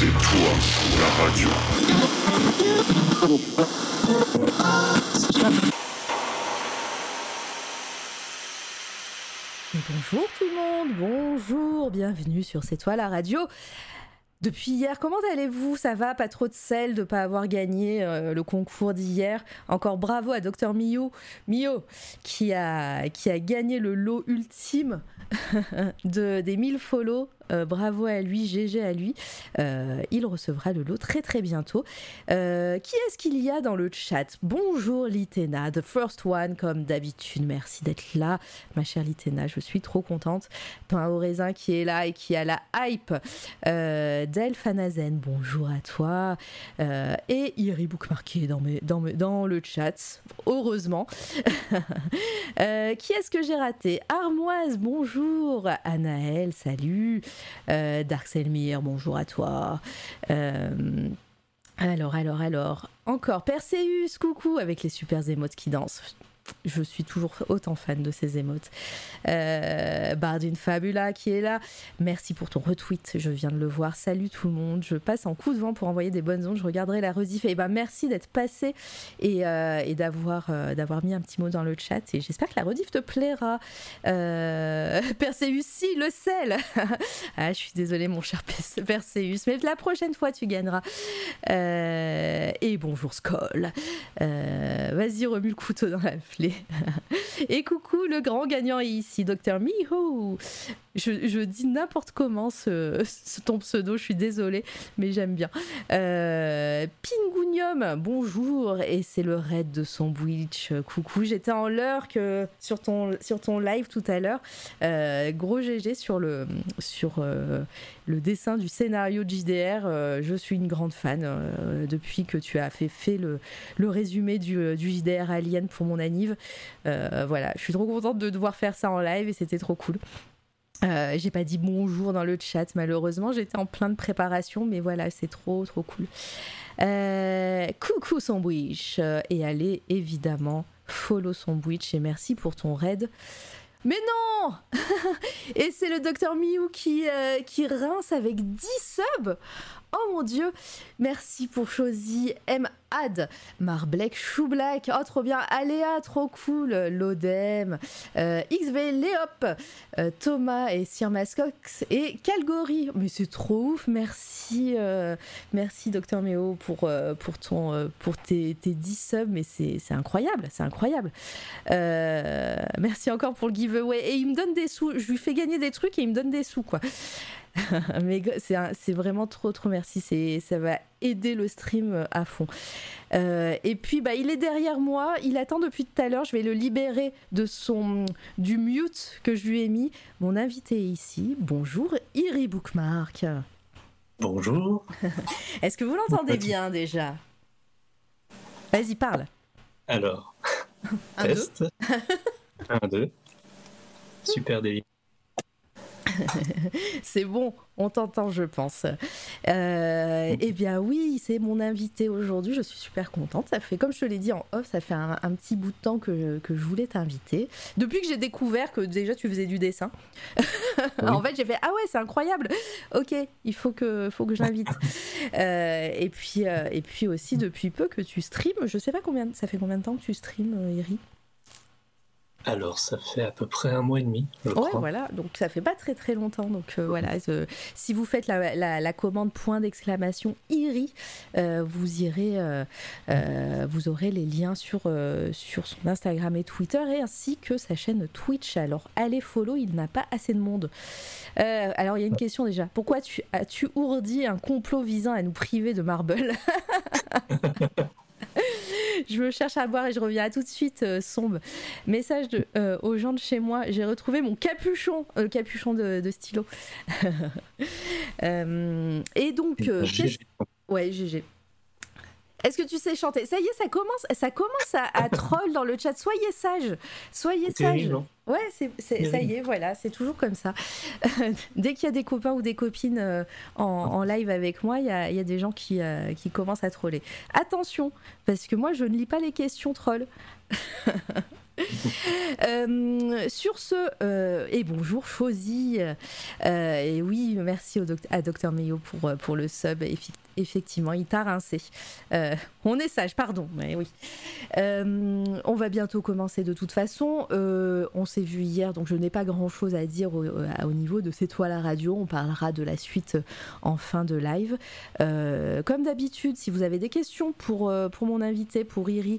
C'est toi, la radio. Et bonjour tout le monde, bonjour, bienvenue sur C'est toi la radio. Depuis hier, comment allez-vous ? Ça va ? Pas trop de sel de ne pas avoir gagné le concours d'hier. Encore bravo à Dr Mio qui a gagné le lot ultime des 1000 follow. Bravo à lui, GG à lui. Il recevra le lot très très bientôt. Qui est-ce qu'il y a dans le chat ? Bonjour Litena, the first one comme d'habitude. Merci d'être là, ma chère Litena. Je suis trop contente. Pain au raisin qui est là et qui a la hype. Delphanazen, bonjour à toi. Et Iri Bookmarké dans le chat, heureusement. Qui est-ce que j'ai raté ? Armoise, bonjour. Anaël, salut. Dark Selmir, bonjour à toi. Alors. Encore Perseus, coucou, avec les super émotes qui dansent. Je suis toujours autant fan de ces émotes. Bardune Fabula qui est là. Merci pour ton retweet, je viens de le voir. Salut tout le monde. Je passe en coup de vent pour envoyer des bonnes ondes. Je regarderai la rediff. Et merci d'être passé et d'avoir mis un petit mot dans le chat. Et j'espère que la rediff te plaira. Perseus, si, le sel. Je suis désolée, mon cher Perseus. Mais la prochaine fois, tu gagneras. Et bonjour, Skoll. Vas-y, remue le couteau dans la plaie. Et coucou, le grand gagnant est ici, Dr Miho. Je dis n'importe comment ton pseudo, je suis désolée, mais j'aime bien. Pingunium, bonjour, et c'est le raid de son Bleach. Coucou, j'étais en lurk sur ton live tout à l'heure. Gros GG sur le dessin du scénario de JDR. Je suis une grande fan depuis que tu as fait le résumé du JDR Alien pour mon anniv. Voilà, je suis trop contente de devoir faire ça en live et c'était trop cool. J'ai pas dit bonjour dans le chat malheureusement, j'étais en plein de préparation, mais voilà, c'est trop cool. Coucou Sandwich, et allez évidemment follow Sandwich et merci pour ton raid. Mais non. Et c'est le Dr Miou qui rince avec 10 subs. Oh mon dieu, merci pour Chosy, M-Ad, Marbleck, Choublack, oh trop bien, Aléa, trop cool, Lodem, XV, Léop, Thomas et Sir Mascox et Calgary. Mais c'est trop ouf, merci Dr Méo pour tes 10 subs, mais c'est incroyable, c'est incroyable. Merci encore pour le giveaway, et il me donne des sous, je lui fais gagner des trucs et il me donne des sous quoi. Mais c'est vraiment trop merci, ça va aider le stream à fond. Et puis il est derrière moi, il attend depuis tout à l'heure, je vais le libérer du mute que je lui ai mis. Mon invité est ici. Bonjour Iri Bookmark. Bonjour. Est-ce que vous l'entendez bien déjà ? Vas-y, parle. Alors, test. 1, 2. Super délire. C'est bon, on t'entend, je pense. Eh bien oui, c'est mon invité aujourd'hui, je suis super contente. Ça fait, comme je te l'ai dit en off, ça fait un petit bout de temps que je voulais t'inviter. Depuis que j'ai découvert que déjà tu faisais du dessin. Oui. En fait, j'ai fait, ah ouais, c'est incroyable. Ok, il faut que je l'invite. Et puis aussi, depuis peu que tu streams, je sais pas ça fait combien de temps que tu streams, Iri ? Alors, ça fait à peu près 1 mois et demi, je crois. Ouais, voilà, donc ça fait pas très très longtemps. Donc voilà, si vous faites la commande ! Iri, vous aurez les liens sur son Instagram et Twitter, et ainsi que sa chaîne Twitch. Alors allez follow, il n'a pas assez de monde. Alors il y a une question déjà. Pourquoi as-tu ourdi un complot visant à nous priver de Marble ? Je me cherche à boire et je reviens à tout de suite, Sombre. Message aux gens de chez moi, j'ai retrouvé mon capuchon de stylo. Et donc... ouais, GG. Est-ce que tu sais chanter ? Ça y est, ça commence à troll dans le chat. Soyez sages. Ouais, ça y est, voilà, c'est toujours comme ça. Dès qu'il y a des copains ou des copines en live avec moi, il y a des gens qui commencent à troller. Attention, parce que moi, je ne lis pas les questions troll. Sur ce, et bonjour Fauzi, et oui, merci à Dr Mayo pour le sub. Effectivement, il t'a rincé. On est sage, pardon, mais oui. On va bientôt commencer de toute façon. On s'est vu hier, donc je n'ai pas grand-chose à dire au niveau de C'est toi la radio. On parlera de la suite en fin de live. Comme d'habitude, si vous avez des questions pour mon invité, pour Iri,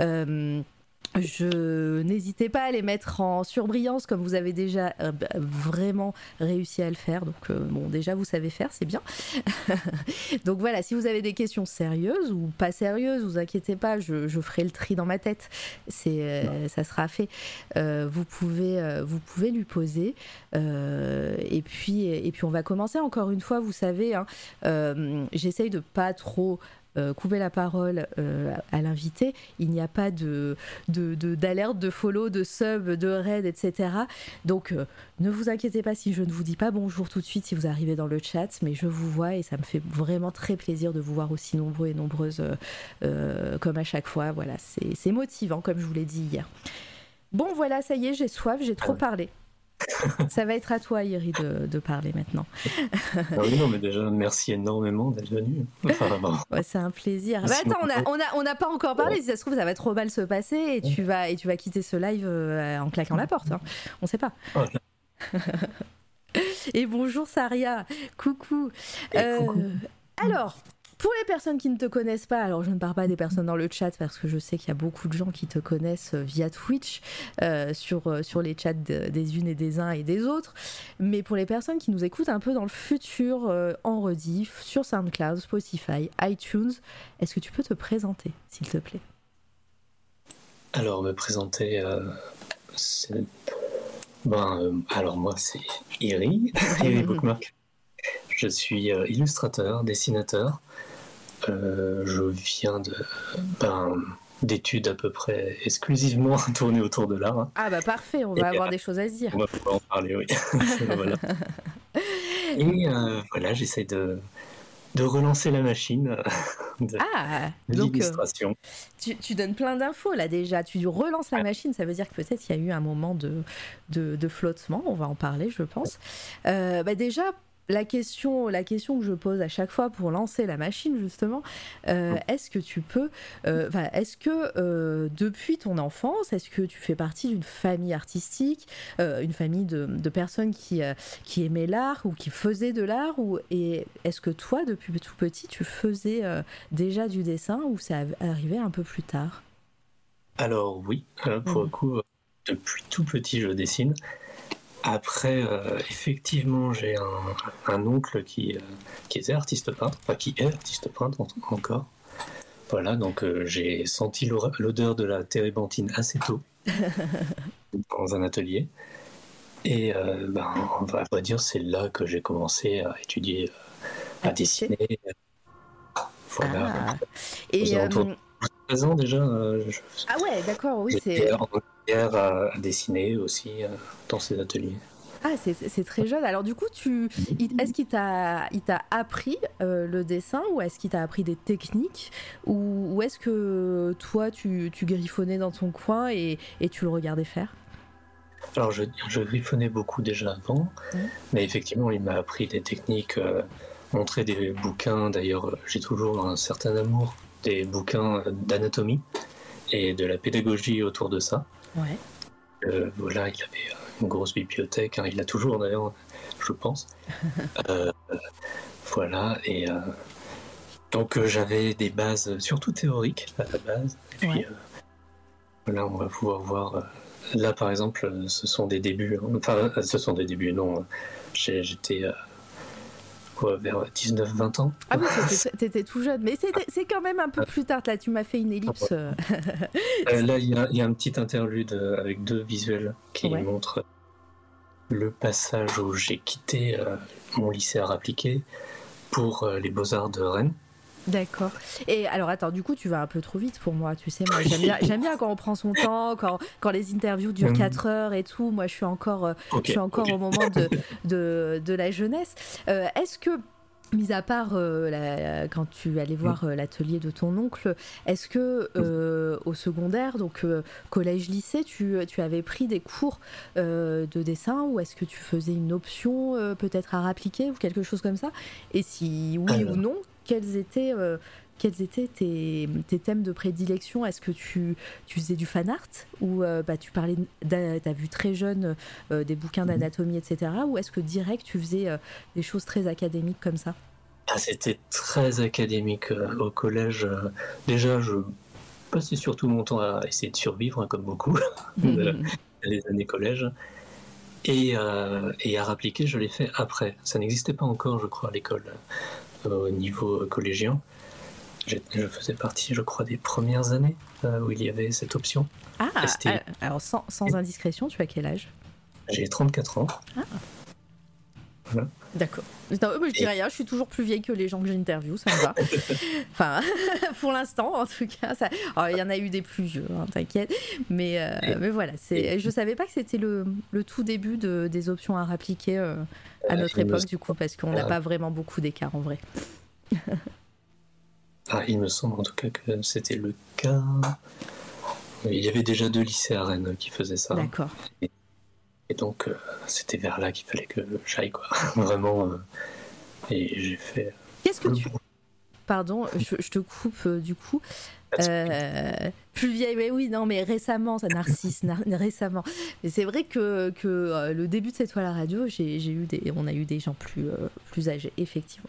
n'hésitez pas à les mettre en surbrillance comme vous avez déjà vraiment réussi à le faire. Donc bon, déjà vous savez faire, c'est bien. Donc voilà, si vous avez des questions sérieuses ou pas sérieuses, vous inquiétez pas, je ferai le tri dans ma tête. Ça sera fait. Vous pouvez lui poser. Et puis on va commencer encore une fois. Vous savez, hein, j'essaye de pas trop couper la parole à l'invité. Il n'y a pas d'alerte, de follow, de sub, de raid, etc. Donc ne vous inquiétez pas si je ne vous dis pas bonjour tout de suite si vous arrivez dans le chat, mais je vous vois et ça me fait vraiment très plaisir de vous voir aussi nombreux et nombreuses comme à chaque fois. Voilà, c'est motivant comme je vous l'ai dit hier. Bon voilà, ça y est, j'ai soif, j'ai trop parlé. Ça va être à toi, Iri, de parler maintenant. Oui, non, mais déjà, merci énormément d'être venu. Enfin, bon. Ouais, c'est un plaisir. Bah, attends, on n'a pas encore parlé. Si ça se trouve, ça va trop mal se passer et tu vas quitter ce live en claquant la porte. Hein. On sait pas. Oh, et bonjour, Saria. Coucou. Coucou. Alors. Pour les personnes qui ne te connaissent pas, alors je ne parle pas des personnes dans le chat parce que je sais qu'il y a beaucoup de gens qui te connaissent via Twitch, sur les chats des unes et des uns et des autres, mais pour les personnes qui nous écoutent un peu dans le futur, en rediff, sur SoundCloud, Spotify, iTunes, est-ce que tu peux te présenter, s'il te plaît ? Alors, me présenter, alors moi c'est Iri Bookmark. Je suis illustrateur, dessinateur. Je viens d'études à peu près exclusivement tournées autour de l'art. Hein. Ah bah parfait, on va avoir des choses à se dire. On va pouvoir en parler, oui. Voilà. Et voilà, j'essaie de relancer la machine de l'illustration. Tu donnes plein d'infos là déjà, tu relances la machine, ça veut dire que peut-être il y a eu un moment de flottement, on va en parler je pense. Déjà, la question que je pose à chaque fois pour lancer la machine justement, est-ce que tu peux, depuis ton enfance, est-ce que tu fais partie d'une famille artistique, une famille de personnes qui aimaient l'art ou qui faisaient de l'art, et est-ce que toi depuis tout petit tu faisais déjà du dessin ou ça arrivait un peu plus tard ? Alors oui, pour le coup, depuis tout petit je dessine. Après, effectivement, j'ai un oncle qui était artiste peintre, enfin qui est artiste peintre encore. Voilà, donc j'ai senti l'odeur de la térébenthine assez tôt dans un atelier. Et on va dire, c'est là que j'ai commencé à étudier, à dessiner. Voilà. Et autour de 13 ans déjà. Ah ouais, d'accord, oui. J'étais en guerre à dessiner aussi dans ces ateliers. Ah, c'est très jeune. Alors du coup, est-ce qu'il t'a appris le dessin, ou est-ce qu'il t'a appris des techniques, ou est-ce que toi, tu griffonnais dans ton coin et tu le regardais faire ? Alors je griffonnais beaucoup déjà avant, mais effectivement, il m'a appris des techniques, montré des bouquins. D'ailleurs, j'ai toujours un certain amour des bouquins d'anatomie et de la pédagogie autour de ça. Ouais. Voilà, il avait une grosse bibliothèque, hein, il l'a toujours d'ailleurs, je pense. Voilà, et donc j'avais des bases surtout théoriques à la base. Et puis là, on va pouvoir voir. Là, par exemple, ce sont des débuts. Enfin, ce sont des débuts, non. J'étais vers 19-20 ans. Ah oui, t'étais tout jeune, mais c'est quand même un peu plus tard. Là, tu m'as fait une ellipse. Là, il y a un petit interlude avec 2 visuels qui montrent le passage où j'ai quitté mon lycée art appliqué pour les Beaux-Arts de Rennes. D'accord. Et alors attends, du coup tu vas un peu trop vite pour moi, tu sais, moi j'aime bien quand on prend son temps, quand les interviews durent 4 heures et tout. Moi je suis encore au moment de la jeunesse. Est-ce que mis à part quand tu allais voir l'atelier de ton oncle, est-ce que au secondaire, donc collège-lycée, tu avais pris des cours de dessin, ou est-ce que tu faisais une option peut-être art appliqué ou quelque chose comme ça? Et si oui ou non, quels étaient tes thèmes de prédilection? Est-ce que tu faisais du fan art, ou tu parlais, t'as vu très jeune des bouquins d'anatomie, etc. Ou est-ce que direct tu faisais des choses très académiques comme ça? C'était très académique au collège. Déjà, je passais surtout mon temps à essayer de survivre, comme beaucoup, les années collège. Et art appliqué, je l'ai fait après. Ça n'existait pas encore, je crois, à l'école au niveau collégien. Je faisais partie, je crois, des premières années où il y avait cette option. Alors sans indiscrétion, tu as quel âge? J'ai 34 ans. Voilà. D'accord. Non, moi, je dis rien, je suis toujours plus vieille que les gens que j'interviewe, ça me va. Enfin, pour l'instant, en tout cas. Il y en a eu des plus vieux, hein, t'inquiète. Mais voilà, je savais pas que c'était le tout début des options à appliquer à notre époque, du coup, parce qu'on n'a pas vraiment beaucoup d'écart, en vrai. Il me semble en tout cas que c'était le cas. Il y avait déjà 2 lycées à Rennes qui faisaient ça. D'accord. Et donc, c'était vers là qu'il fallait que j'aille, quoi. Vraiment. Et j'ai fait. Qu'est-ce que tu. Pardon, je te coupe du coup. Plus vieille, mais oui, non, mais récemment, ça Narcisse, récemment. Mais c'est vrai que le début de cette toile à radio, on a eu des gens plus âgés, effectivement.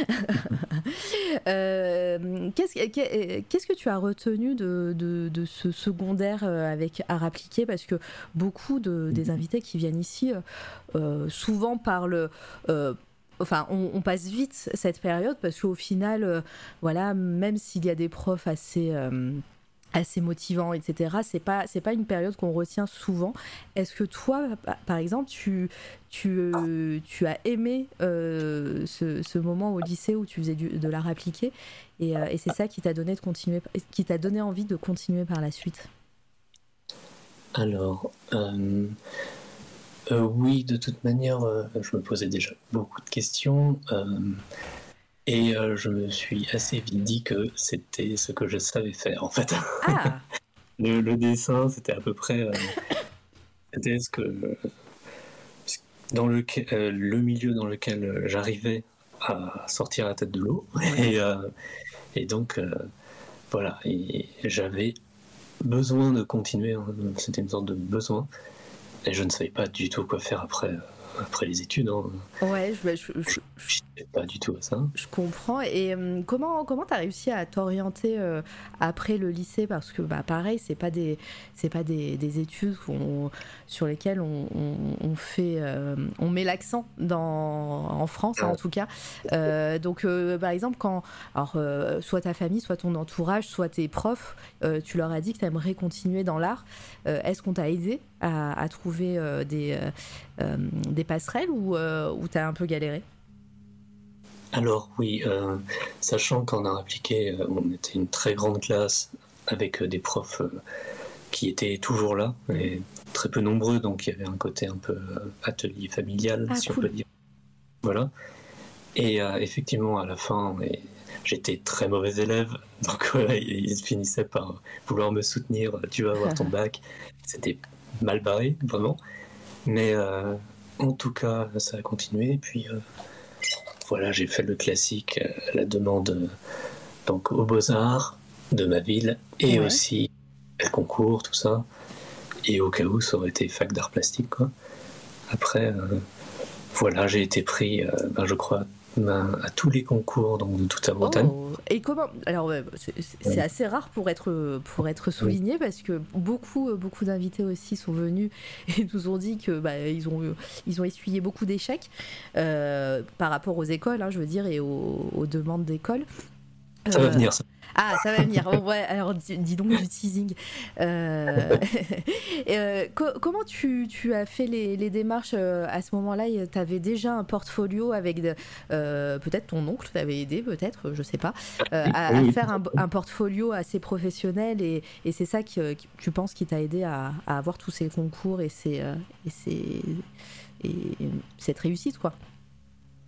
Qu'est-ce que tu as retenu de ce secondaire avec art appliqué? Parce que beaucoup des invités qui viennent ici souvent parlent. On passe vite cette période, parce qu'au final, même s'il y a des profs assez motivants, etc., c'est pas une période qu'on retient souvent. Est-ce que toi, par exemple, tu as aimé ce moment au lycée où tu faisais de l'art appliqué, et c'est ça qui t'a donné envie de continuer par la suite? Alors. Oui, de toute manière, je me posais déjà beaucoup de questions et je me suis assez vite dit que c'était ce que je savais faire, en fait. Le dessin, c'était à peu près c'était le milieu dans lequel j'arrivais à sortir la tête de l'eau. Et donc, voilà, et j'avais besoin de continuer, hein. C'était une sorte de besoin. Et je ne savais pas du tout quoi faire après les études. Hein. Ouais, je ne pas du tout à ça. Je comprends. Et comment tu as réussi à t'orienter après le lycée? Parce que pareil, c'est pas des études sur lesquelles on fait on met l'accent en France, hein, en tout cas. Donc par exemple, soit ta famille, soit ton entourage, soit tes profs, tu leur as dit que tu aimerais continuer dans l'art. Est-ce qu'on t'a aidé à trouver des passerelles, ou t'as un peu galéré? Alors oui, sachant qu'en art appliqué, on était une très grande classe avec des profs qui étaient toujours là, et très peu nombreux, donc il y avait un côté un peu atelier familial, si cool. On peut dire. Voilà. Et effectivement, à la fin, j'étais très mauvais élève, donc ils finissaient par vouloir me soutenir. Tu vas avoir ton bac. C'était mal barré, vraiment. Mais en tout cas, ça a continué. Et puis voilà, j'ai fait le classique, la demande donc aux Beaux-Arts de ma ville, et aussi le concours, tout ça. Et au cas où, ça aurait été fac d'art plastique, quoi. Après, voilà, j'ai été pris, je crois, à tous les concours, donc de toute la Bretagne. Et comment? Alors c'est assez rare pour être souligné, parce que beaucoup d'invités aussi sont venus et nous ont dit que ils ont essuyé beaucoup d'échecs par rapport aux écoles, hein, je veux dire, et aux demandes d'école. Ça va venir, ça. Ah, ça va venir. Oh, ouais, alors dis donc du teasing. Comment tu as fait les démarches à ce moment-là? Tu avais déjà un portfolio avec peut-être ton oncle t'avait aidé, peut-être, je sais pas, à faire un portfolio assez professionnel, et c'est ça que tu penses qui t'a aidé à avoir tous ces concours et cette réussite, quoi.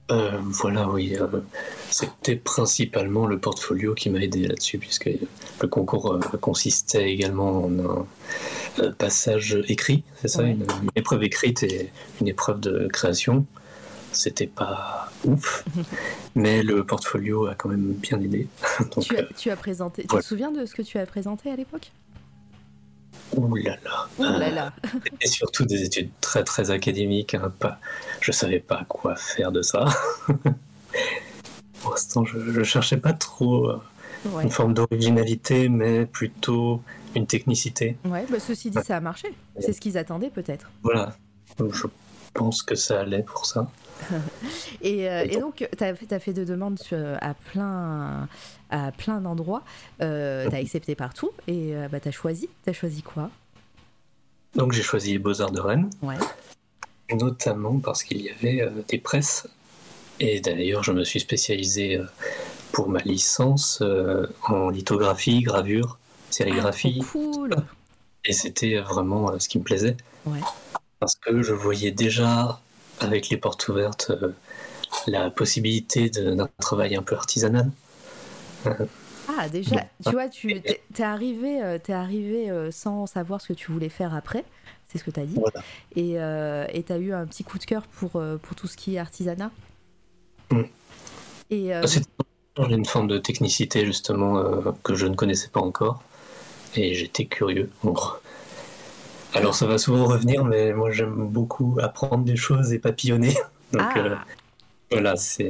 Voilà, oui. C'était principalement le portfolio qui m'a aidé là-dessus, puisque le concours consistait également en un passage écrit, c'est ça, Ouais. une épreuve écrite et une épreuve de création. C'était pas ouf, mais le portfolio a quand même bien aidé. Donc, Tu as présenté. Tu voilà. te souviens de ce que tu as présenté à l'époque? Ouh là là. Oh là là. Et surtout des études très très académiques. Hein, je savais pas quoi faire de ça. Pour l'instant, je cherchais pas trop Ouais. une forme d'originalité, mais plutôt une technicité. Ouais, bah ceci dit, ça a marché. C'est ce qu'ils attendaient peut-être. Voilà. Donc, je pense que ça allait pour ça. Et donc, tu as fait des demandes à plein d'endroits. Tu as accepté partout et bah, tu as choisi. Tu as choisi quoi? Donc j'ai choisi les Beaux-Arts de Rennes, Ouais. notamment parce qu'il y avait des presses. Et d'ailleurs, je me suis spécialisé pour ma licence en lithographie, gravure, sérigraphie. Ah, trop cool. Et c'était vraiment ce qui me plaisait. Ouais. Parce que je voyais déjà, avec les portes ouvertes, la possibilité d'un travail un peu artisanal. Ah, déjà, tu vois, t'es arrivé sans savoir ce que tu voulais faire après, c'est ce que tu as dit. Voilà. Et tu as eu un petit coup de cœur pour tout ce qui est artisanat. Mm. Et C'était une forme de technicité, justement, que je ne connaissais pas encore. Et j'étais curieux. Bon. Alors ça va souvent revenir, mais moi j'aime beaucoup apprendre des choses et papillonner. Donc voilà, c'est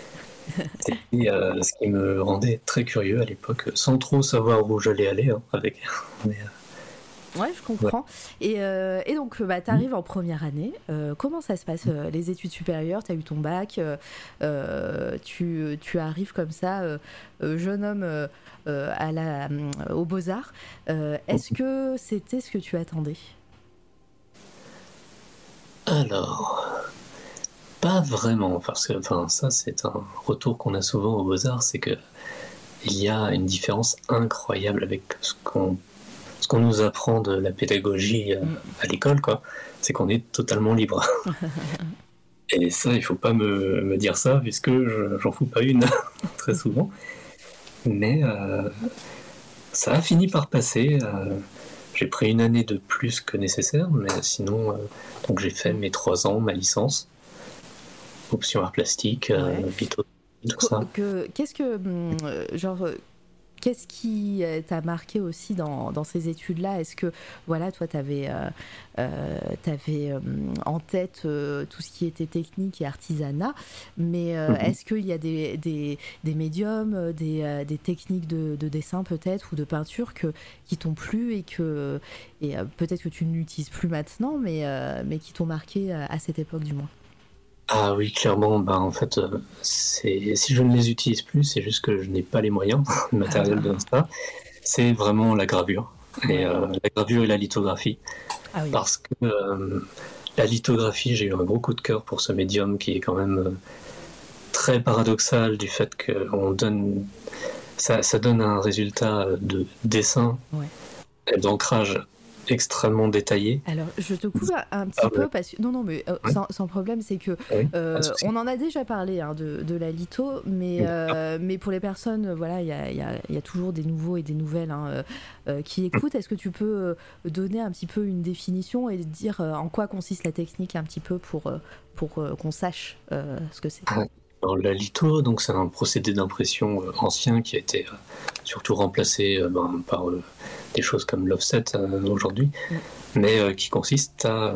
ce qui me rendait très curieux à l'époque, sans trop savoir où j'allais aller avec. Mais, ouais, je comprends. Ouais. Et donc, bah, tu arrives en première année. Comment ça se passe, les études supérieures? Tu as eu ton bac. Tu arrives comme ça, jeune homme, aux Beaux-Arts. Est-ce que c'était ce que tu attendais? Alors, pas vraiment, parce que ça c'est un retour qu'on a souvent aux Beaux-Arts, c'est que il y a une différence incroyable avec ce qu'on nous apprend de la pédagogie à l'école, quoi. C'est qu'on est totalement libre. Et ça, il faut pas me dire ça, puisque j'en fous pas une très souvent. Mais ça a fini par passer. J'ai pris une année de plus que nécessaire, mais sinon, donc j'ai fait mes 3 ans, ma licence, option art plastique, litho, tout ça. Qu'est-ce qui t'a marqué aussi dans ces études-là? Est-ce que, voilà, toi, t'avais en tête tout ce qui était technique et artisanat, mais est-ce qu'il y a des médiums, des techniques de dessin peut-être, ou de peinture qui t'ont plu et peut-être que tu n'utilises plus maintenant, mais qui t'ont marqué à cette époque du moins? Ah oui, clairement, en fait, si je ne les utilise plus, c'est juste que je n'ai pas les moyens matériels de ça. C'est vraiment la gravure. Et la gravure et la lithographie. Ah oui. Parce que la lithographie, j'ai eu un gros coup de cœur pour ce médium qui est quand même très paradoxal du fait que ça donne un résultat de dessin et d'ancrage extrêmement détaillé. Alors, je te coupe un petit peu parce que non, mais sans problème, c'est que on en a déjà parlé de la litho, mais pour les personnes, voilà, il y a toujours des nouveaux et des nouvelles qui écoutent. Est-ce que tu peux donner un petit peu une définition et dire en quoi consiste la technique un petit peu pour qu'on sache ce que c'est? Alors, la litho, donc c'est un procédé d'impression ancien qui a été surtout remplacé par des choses comme l'offset aujourd'hui, mais qui consiste à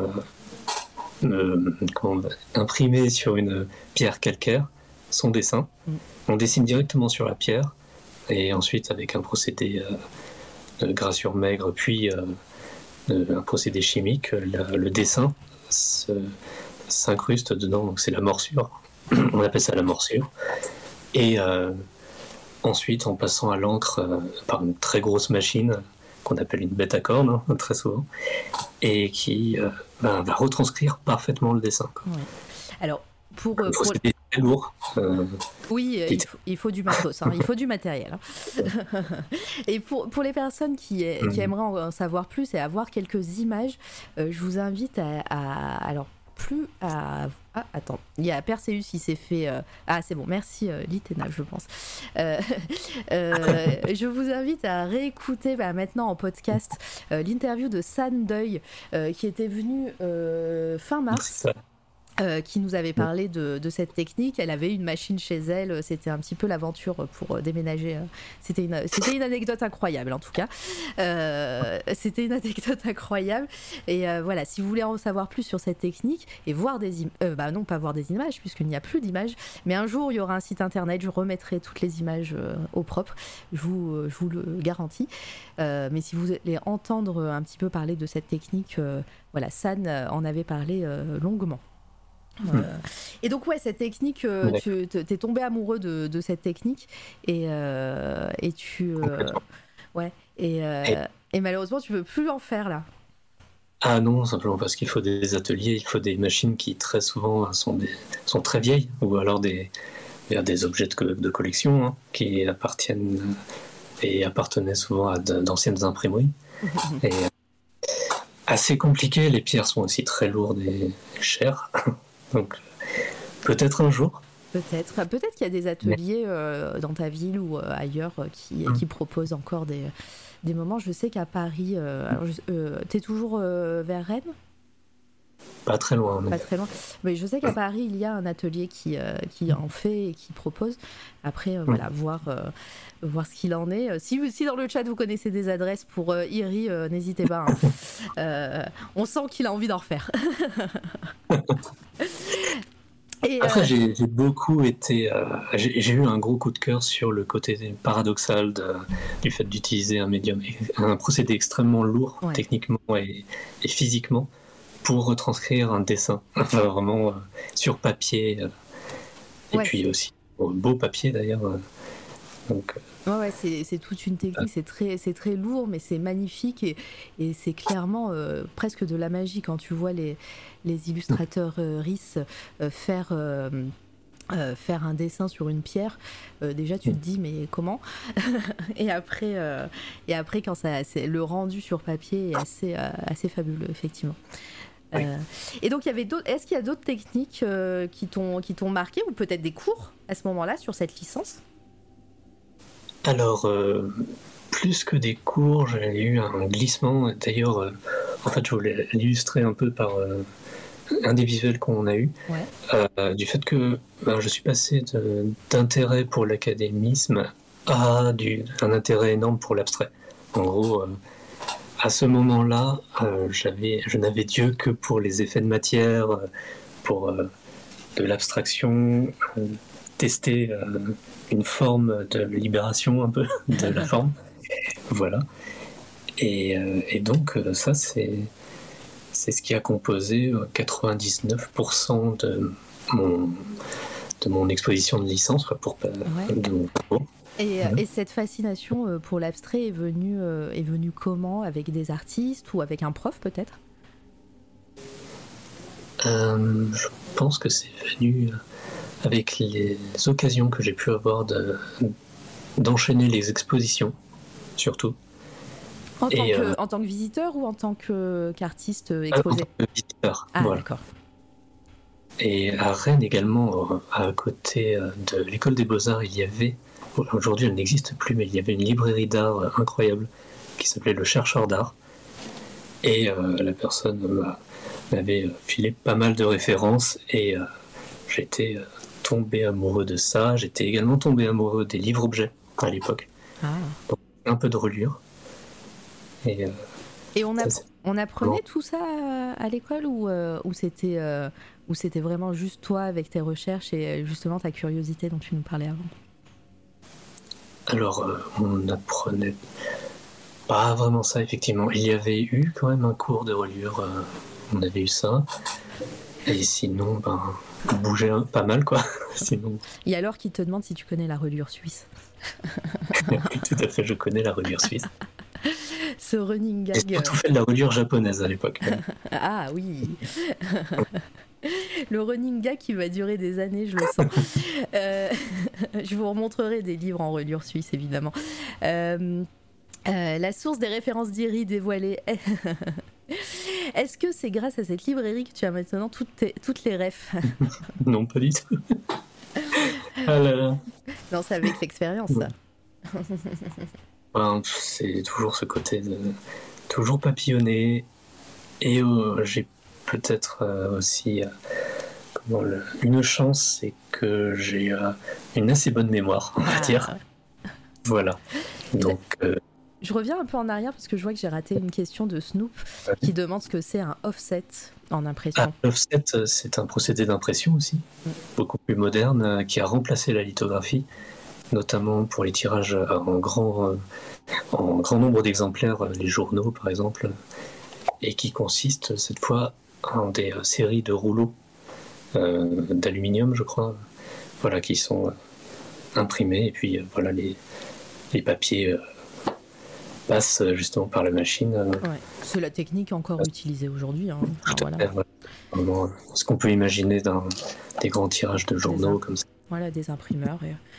imprimer sur une pierre calcaire son dessin. On dessine directement sur la pierre, et ensuite avec un procédé de gravure maigre, puis un procédé chimique, le dessin s'incruste dedans, donc c'est la morsure. On appelle ça la morsure. Et ensuite, en passant à l'encre par une très grosse machine qu'on appelle une bête à cornes, très souvent, et qui va retranscrire parfaitement le dessin. Ouais. Alors, c'est très lourd. Oui, il faut du matos, il faut du matériel. Et pour les personnes qui aimeraient en savoir plus et avoir quelques images, je vous invite à alors, plus à... Ah, attends, il y a Perseus qui s'est fait... Ah, c'est bon, merci Litena, je pense. Je vous invite à réécouter maintenant en podcast l'interview de San Deuil qui était venue fin mars. Qui nous avait parlé de cette technique. Elle avait une machine chez elle, c'était un petit peu l'aventure pour déménager. C'était une anecdote incroyable en tout cas. C'était une anecdote incroyable. Et voilà, si vous voulez en savoir plus sur cette technique et voir des non pas voir des images puisqu'il n'y a plus d'images, mais un jour il y aura un site internet, je remettrai toutes les images au propre, je vous le garantis. Mais si vous voulez entendre un petit peu parler de cette technique, voilà, San en avait parlé longuement. Et donc ouais, cette technique, tu t'es tombé amoureux de cette technique et tu et malheureusement tu veux plus en faire là. Ah non, simplement parce qu'il faut des ateliers, il faut des machines qui très souvent sont très vieilles, ou alors des objets de collection hein, qui appartiennent et appartenaient souvent à d'anciennes imprimeries. Et assez compliqué, les pierres sont aussi très lourdes et chères. Donc, peut-être un jour. Peut-être qu'il y a des ateliers dans ta ville ou ailleurs qui proposent encore des moments. Je sais qu'à Paris, t'es toujours vers Rennes ? Pas très loin. Pas très loin. Mais je sais qu'à Paris, il y a un atelier qui en fait et qui propose. Après, voilà, voir ce qu'il en est. Si dans le chat, vous connaissez des adresses pour Iri, n'hésitez pas. Hein. On sent qu'il a envie d'en refaire. Et après, j'ai beaucoup été... j'ai eu un gros coup de cœur sur le côté paradoxal du fait d'utiliser un procédé extrêmement lourd, techniquement et physiquement, pour retranscrire un dessin, enfin, vraiment sur papier, et puis aussi beau papier d'ailleurs. Donc, c'est toute une technique, c'est très lourd, mais c'est magnifique et c'est clairement presque de la magie quand tu vois les illustrateurs RIS faire un dessin sur une pierre. Déjà tu te dis mais comment et après quand le rendu sur papier est assez fabuleux effectivement. Et donc est-ce qu'il y a d'autres techniques qui t'ont marqué ou peut-être des cours à ce moment-là sur cette licence ? Alors, plus que des cours, j'ai eu un glissement. D'ailleurs, en fait, je voulais l'illustrer un peu par un des visuels qu'on a eu. Du fait que je suis passé d'intérêt pour l'académisme à un intérêt énorme pour l'abstrait. En gros, à ce moment-là, je n'avais Dieu que pour les effets de matière, pour de l'abstraction, tester une forme de libération un peu de la forme. Voilà. Et donc ça c'est ce qui a composé 99% de mon exposition de licence de mon parcours. Et cette fascination pour l'abstrait est venue comment ? Avec des artistes ou avec un prof peut-être ? Je pense que c'est venu avec les occasions que j'ai pu avoir d'enchaîner les expositions, surtout. En tant que visiteur ou en tant qu'artiste exposé ? En tant que visiteur, voilà. D'accord. Et à Rennes également, à côté de l'école des Beaux-Arts, il y avait, aujourd'hui elle n'existe plus, mais il y avait une librairie d'art incroyable qui s'appelait Le Chercheur d'Art. Et la personne m'avait filé pas mal de références et j'étais tombé amoureux de ça. J'étais également tombé amoureux des livres-objets à l'époque. Donc un peu de reliure. Et on apprenait tout ça à l'école ou c'était vraiment juste toi avec tes recherches et justement ta curiosité dont tu nous parlais avant ? Alors, on apprenait pas vraiment ça, effectivement. Il y avait eu quand même un cours de reliure, on avait eu ça. Et sinon, on bougeait pas mal, quoi. Sinon... Et alors qui te demande si tu connais la reliure suisse ? Tout à fait, je connais la reliure suisse. Ce running gag. J'ai surtout fait de la reliure japonaise à l'époque. Ah oui. Le running gag qui va durer des années, je le sens. Je vous remontrerai des livres en reliure suisse, évidemment. La source des références d'Iri dévoilée. Est-ce que c'est grâce à cette librairie que tu as maintenant toutes les refs? Non, pas du tout. Ah là là. Non, c'est avec l'expérience, ça. Ben, c'est toujours ce côté de toujours papillonner. Et j'ai peut-être aussi une chance, c'est que j'ai une assez bonne mémoire, on va dire. Voilà. Donc, je reviens un peu en arrière parce que je vois que j'ai raté une question de Snoop qui demande ce que c'est un offset en impression. L'offset, c'est un procédé d'impression aussi, beaucoup plus moderne, qui a remplacé la lithographie, notamment pour les tirages en grand nombre d'exemplaires, les journaux par exemple, et qui consiste cette fois en des séries de rouleaux d'aluminium, je crois, voilà, qui sont imprimés, et puis voilà, les papiers passent justement par la machine. Ouais. C'est la technique encore utilisée aujourd'hui. Hein. Tout à fait, voilà. Vraiment, ce qu'on peut imaginer dans des grands tirages de journaux comme ça. Voilà, des imprimeurs.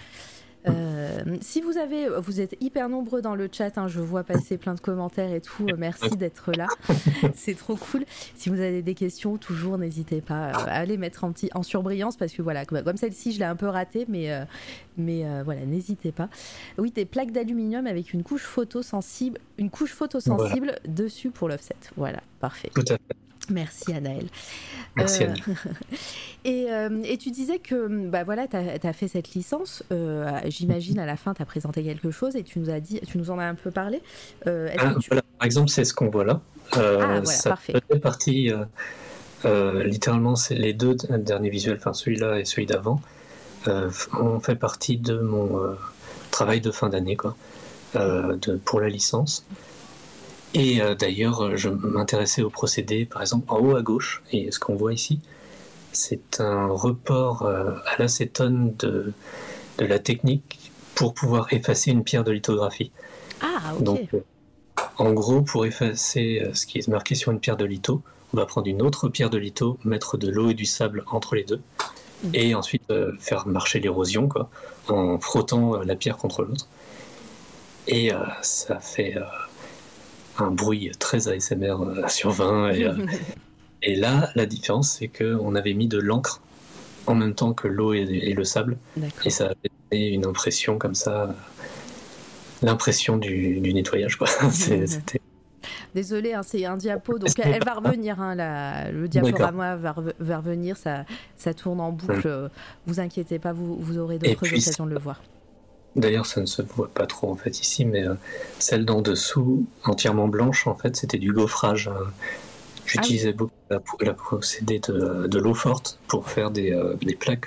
Si vous êtes hyper nombreux dans le chat, hein, je vois passer plein de commentaires et tout, merci d'être là, c'est trop cool. Si vous avez des questions, toujours n'hésitez pas à les mettre en surbrillance, parce que voilà, comme celle-ci je l'ai un peu ratée, mais voilà, n'hésitez pas. Oui, des plaques d'aluminium avec une couche photosensible voilà, dessus pour l'offset, voilà, parfait. Tout à fait. Merci Anaël. Merci Anne. Et tu disais que voilà, tu as fait cette licence, j'imagine à la fin tu as présenté quelque chose et tu nous en as un peu parlé. Voilà, par exemple, c'est ce qu'on voit là. Voilà, ça parfait. fait partie, littéralement, c'est les deux derniers visuels, enfin celui-là et celui d'avant, ont fait partie de mon travail de fin d'année, quoi, pour la licence. Et d'ailleurs, je m'intéressais au procédé, par exemple, en haut à gauche, et ce qu'on voit ici, c'est un report à l'acétone de la technique pour pouvoir effacer une pierre de lithographie. Ah, ok. Donc, en gros, pour effacer ce qui est marqué sur une pierre de litho, on va prendre une autre pierre de litho, mettre de l'eau et du sable entre les deux, et ensuite faire marcher l'érosion, quoi, en frottant la pierre contre l'autre. Et ça fait un bruit très ASMR sur 20. Et là, la différence, c'est qu'on avait mis de l'encre en même temps que l'eau et le sable. D'accord. Et ça a donné une impression comme ça, l'impression du nettoyage, quoi. C'était... Désolée, hein, c'est un diapo, donc elle va revenir, hein, le diaporama va revenir, ça tourne en boucle, vous inquiétez pas, vous aurez d'autres occasions de le voir. D'ailleurs, ça ne se voit pas trop en fait ici, mais celle d'en dessous, entièrement blanche, en fait, c'était du gaufrage. J'utilisais beaucoup la procédé de l'eau forte pour faire des plaques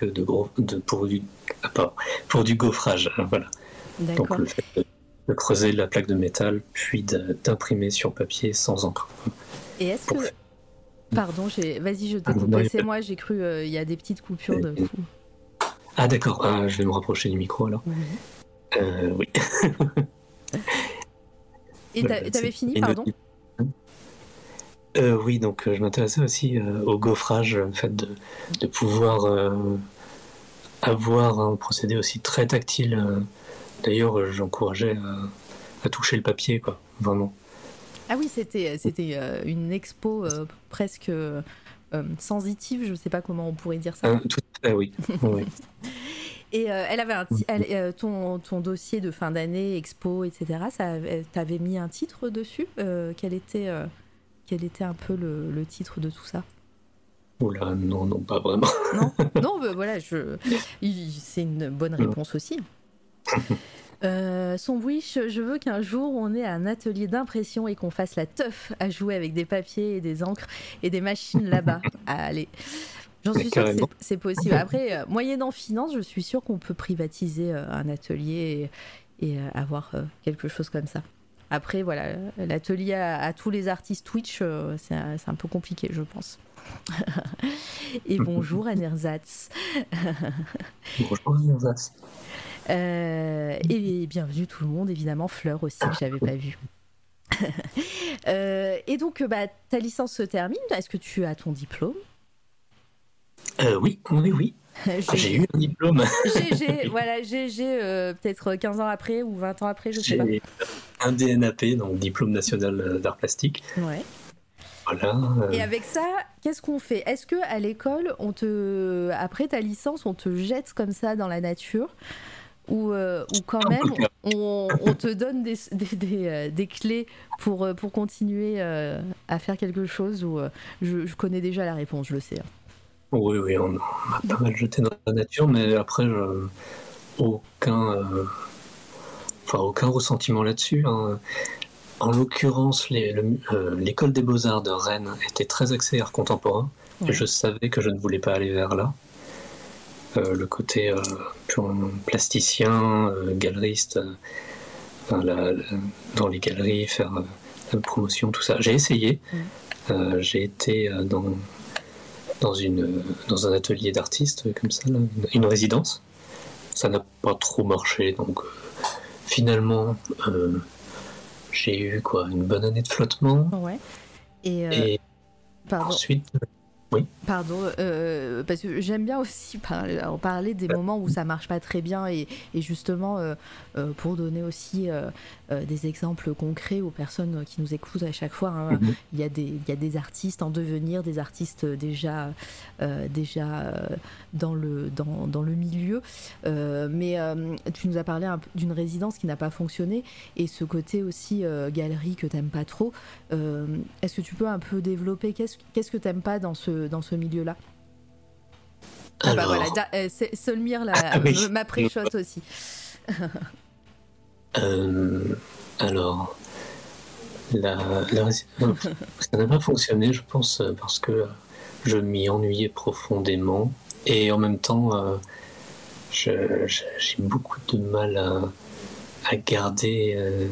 pour du gaufrage. Voilà. D'accord. Donc le fait de creuser la plaque de métal, puis d'imprimer sur papier sans encre. Et est-ce que... Pardon, vas-y, je t'ai coupé, c'est moi, j'ai cru il y a des petites coupures de coup. Ah d'accord, je vais me rapprocher du micro alors. Oui. Et t'avais fini, pardon? Oui, donc je m'intéressais aussi au gaufrage, le fait de pouvoir avoir un procédé aussi très tactile. D'ailleurs, j'encourageais à toucher le papier, quoi, vraiment. Ah oui, c'était une expo presque sensitive, je ne sais pas comment on pourrait dire ça. Tout à fait, oui. Oui. Et elle avait ton dossier de fin d'année, expo, etc. T'avais mis un titre dessus. Quel était un peu le titre de tout ça? Oula, non, pas vraiment. Non, voilà, c'est une bonne réponse aussi. Sandwich, je veux qu'un jour on ait un atelier d'impression et qu'on fasse la teuf à jouer avec des papiers et des encres et des machines là-bas. Allez. J'en suis sûre que c'est possible. Après, moyennant finance, je suis sûre qu'on peut privatiser un atelier et avoir quelque chose comme ça. Après, voilà, l'atelier à tous les artistes Twitch, c'est un peu compliqué, je pense. Et bonjour Anerzatz. Bonjour Anerzatz. Et bienvenue tout le monde, évidemment Fleur aussi, que j'avais pas vu. Et donc, ta licence se termine. Est-ce que tu as ton diplôme? Oui. J'ai eu un diplôme. GG, peut-être 15 ans après ou 20 ans après, je sais pas. J'ai un DNAP, donc Diplôme National d'Art Plastique. Ouais. voilà. Et avec ça, qu'est-ce qu'on fait? Est-ce que à l'école, après ta licence, on te jette comme ça dans la nature, ou quand même on te donne des clés pour continuer à faire quelque chose, ou je connais déjà la réponse, je le sais. Oui, on m'a pas mal jeté dans la nature, mais après, aucun ressentiment là-dessus, hein. En l'occurrence, l'école des beaux-arts de Rennes était très axée art contemporain, et je savais que je ne voulais pas aller vers là. Le côté plasticien, galeriste, dans les galeries, faire la promotion, tout ça. J'ai essayé. J'ai été dans un atelier d'artiste comme ça, là, une résidence. Ça n'a pas trop marché, donc finalement j'ai eu une bonne année de flottement. Ouais. Et pardon. Ensuite, oui. Pardon, parce que j'aime bien aussi parler des moments où ça marche pas très bien, et justement pour donner aussi des exemples concrets aux personnes qui nous écoutent à chaque fois, hein. Il y a des artistes en devenir, des artistes déjà dans le milieu, mais tu nous as parlé d'une résidence qui n'a pas fonctionné, et ce côté aussi galerie que t'aimes pas trop. Est-ce que tu peux un peu développer qu'est-ce que t'aimes pas dans ce milieu-là? Alors... voilà, Solmire m'a pré-shot aussi. Alors, ça n'a pas fonctionné, je pense, parce que je m'y ennuyais profondément, et en même temps, j'ai beaucoup de mal à garder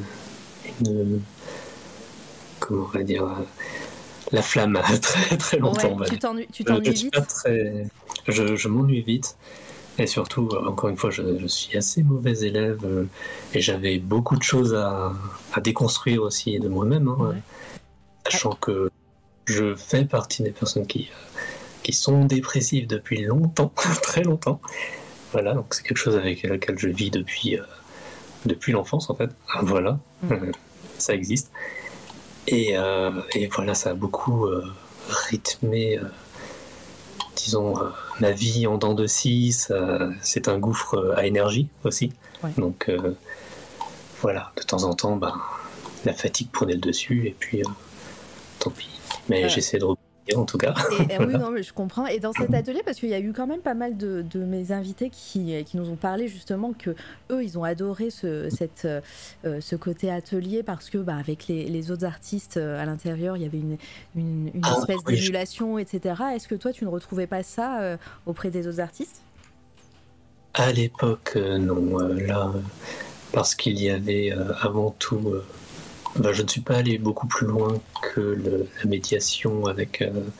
comment on va dire, la flamme très très longtemps. Ouais, tu t'ennuies vite. Je m'ennuie vite, et surtout, encore une fois, je suis assez mauvais élève, et j'avais beaucoup de choses à déconstruire aussi de moi-même, hein, sachant que je fais partie des personnes qui sont dépressives depuis longtemps, très longtemps. Voilà, donc c'est quelque chose avec lequel je vis depuis l'enfance, en fait. Voilà, ça existe. Et voilà, ça a beaucoup rythmé, disons, ma vie en dents de scie. C'est un gouffre à énergie aussi. Ouais. Donc voilà, de temps en temps, la fatigue prenait le dessus, et puis tant pis. Mais j'essaie de revenir en tout cas. Voilà. Oui, non, mais je comprends. Et dans cet atelier, parce qu'il y a eu quand même pas mal de mes invités qui nous ont parlé justement que eux, ils ont adoré ce côté atelier, parce que avec les autres artistes à l'intérieur, il y avait une espèce d'émulation, etc. Est-ce que toi, tu ne retrouvais pas ça auprès des autres artistes? À l'époque, non. Là, parce qu'il y avait avant tout... je ne suis pas allé beaucoup plus loin que la médiation avec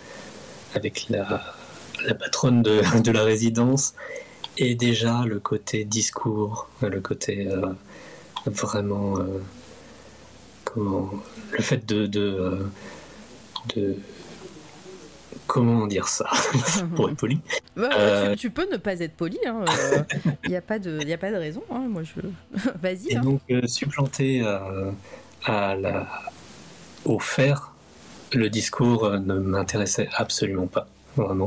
la patronne de la résidence, et déjà le côté discours, le côté vraiment... le fait de comment dire ça pour être poli. Tu peux ne pas être poli, hein. Il n'y a pas de raison, hein. Moi, vas-y. Et donc supplanter au faire, le discours ne m'intéressait absolument pas, vraiment.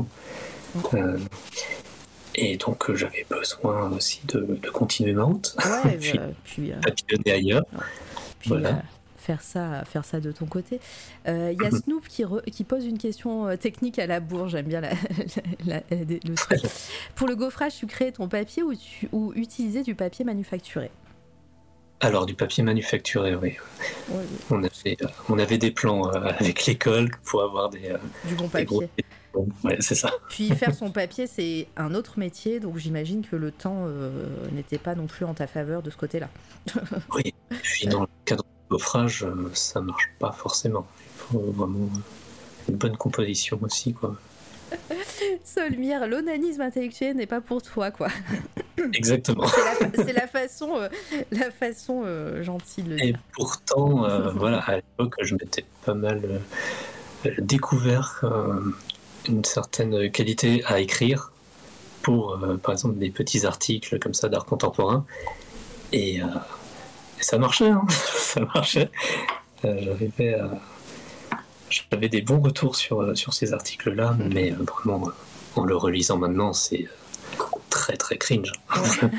Et donc j'avais besoin aussi de continuer ma route, puis papillonner ailleurs. Puis, voilà. Faire ça de ton côté. Il y a Snoop qui pose une question technique à la bourre. J'aime bien le truc. Pour le gaufrage, tu crées ton papier ou utiliser du papier manufacturé? Alors, du papier manufacturé, oui. On avait des plans avec l'école pour avoir du bon papier. Ouais, c'est ça. Puis faire son papier, c'est un autre métier, donc j'imagine que le temps n'était pas non plus en ta faveur de ce côté-là. Oui, puis dans le cadre du gaufrage, ça marche pas forcément. Il faut vraiment une bonne composition aussi, quoi. Solmire, l'onanisme intellectuel n'est pas pour toi, quoi. Exactement. C'est la façon gentille de le dire. Et pourtant, voilà, à l'époque, je m'étais pas mal découvert une certaine qualité à écrire pour, par exemple, des petits articles comme ça d'art contemporain. Et ça marchait, hein. Ça marchait. J'arrivais j'avais des bons retours sur ces articles-là, mais vraiment, en le relisant maintenant, c'est très très cringe. Ouais.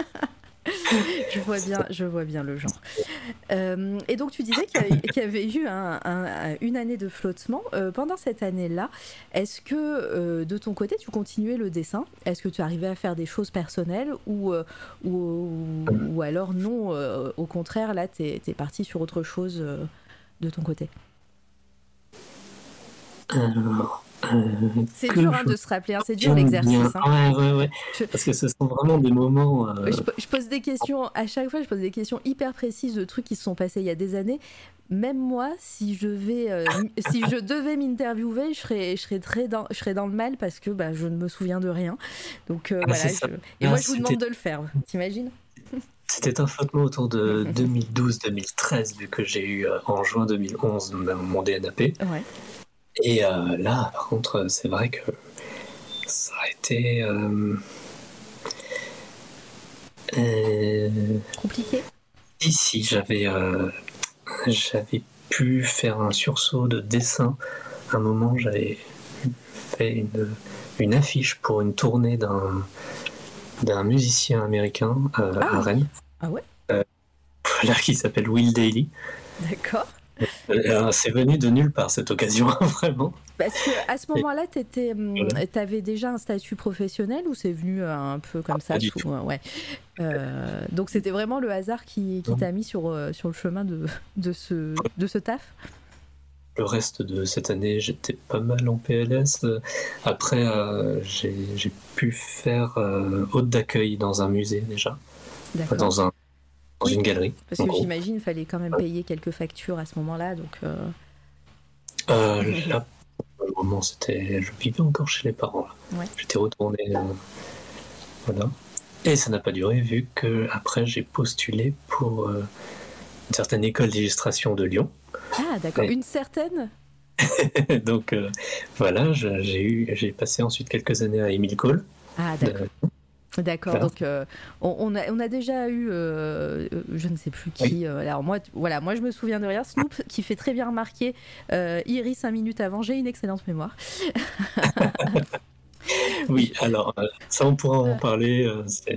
Je vois bien le genre. Et donc tu disais qu'il y avait eu une année de flottement. Pendant cette année-là, est-ce que de ton côté tu continuais le dessin ? Est-ce que tu arrivais à faire des choses personnelles ou alors non, au contraire, là t'es parti sur autre chose de ton côté ? Alors, c'est dur de se rappeler, c'est dur l'exercice. Ouais. Parce que ce sont vraiment des moments. Je pose des questions, à chaque fois, je pose des questions hyper précises de trucs qui se sont passés il y a des années. Même moi, si je devais m'interviewer, je serais dans le mal parce que je ne me souviens de rien. Donc voilà. Et moi, je vous demande de le faire. T'imagines ? C'était un flottement autour de 2012-2013, vu que j'ai eu en juin 2011 mon DNAP. Ouais. Et là, par contre, c'est vrai que ça a été compliqué. Ici, j'avais pu faire un sursaut de dessin. À un moment, j'avais fait une affiche pour une tournée d'un musicien américain à Rennes. Ah ouais. Voilà, qui s'appelle Will Dailey. D'accord. C'est venu de nulle part cette occasion, vraiment. Parce qu'à ce moment-là, t'avais déjà un statut professionnel ou c'est venu un peu comme ça ouais. Donc c'était vraiment le hasard qui t'a mis sur le chemin de ce taf. Le reste de cette année, j'étais pas mal en PLS. Après, j'ai pu faire hôte d'accueil dans un musée déjà. D'accord. Dans une galerie. Parce que j'imagine qu'il fallait quand même payer quelques factures à ce moment-là. Donc là, pour le moment, je vivais encore chez les parents. Là. Ouais. J'étais retourné. Voilà. Et ça n'a pas duré, vu qu'après, j'ai postulé pour une certaine école d'illustration de Lyon. Ah, d'accord. Une certaine. Donc, voilà, j'ai passé ensuite quelques années à Émile Cole. Ah, d'accord. D'accord, voilà. Donc on a déjà eu, je ne sais plus qui, oui. Alors moi je me souviens de rien, Snoop qui fait très bien remarquer, Iris 5 minutes avant, j'ai une excellente mémoire. Oui, alors ça on pourra en parler.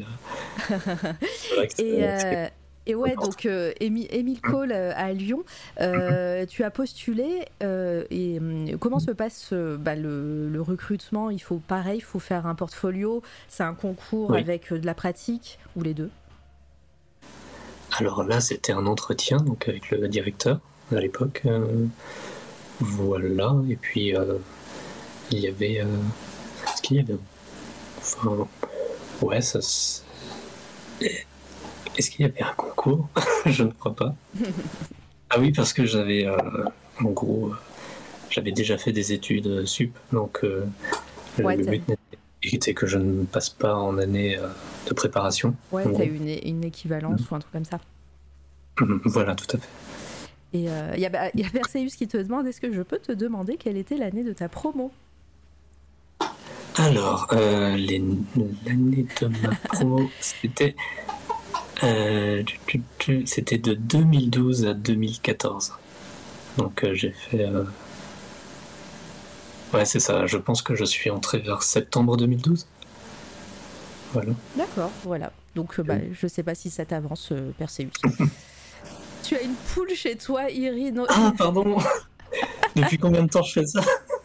Et ouais, donc Émile Cole à Lyon, tu as postulé et comment se passe le recrutement ? Il faut faire un portfolio, c'est un concours avec de la pratique ou les deux ? Alors là, c'était un entretien donc avec le directeur à l'époque. Voilà, et puis il y avait... Est-ce qu'il y avait... Enfin, ouais, ça... Est-ce qu'il y avait un concours ? Je ne crois pas. Ah oui, parce que j'avais, en gros, j'avais déjà fait des études sup, donc le but était que je ne passe pas en année de préparation. Ouais, t'as eu une équivalence ou un truc comme ça. Voilà, tout à fait. Et il y a Perseus qui te demande, est-ce que je peux te demander quelle était l'année de ta promo ? Alors, l'année de ma promo, c'était... c'était de 2012 à 2014. Donc j'ai fait... Ouais, c'est ça. Je pense que je suis entré vers septembre 2012. Voilà. D'accord, voilà. Donc je sais pas si ça t'avance, Perseus. Tu as une poule chez toi, Irine. Ah, pardon. Depuis combien de temps je fais ça ?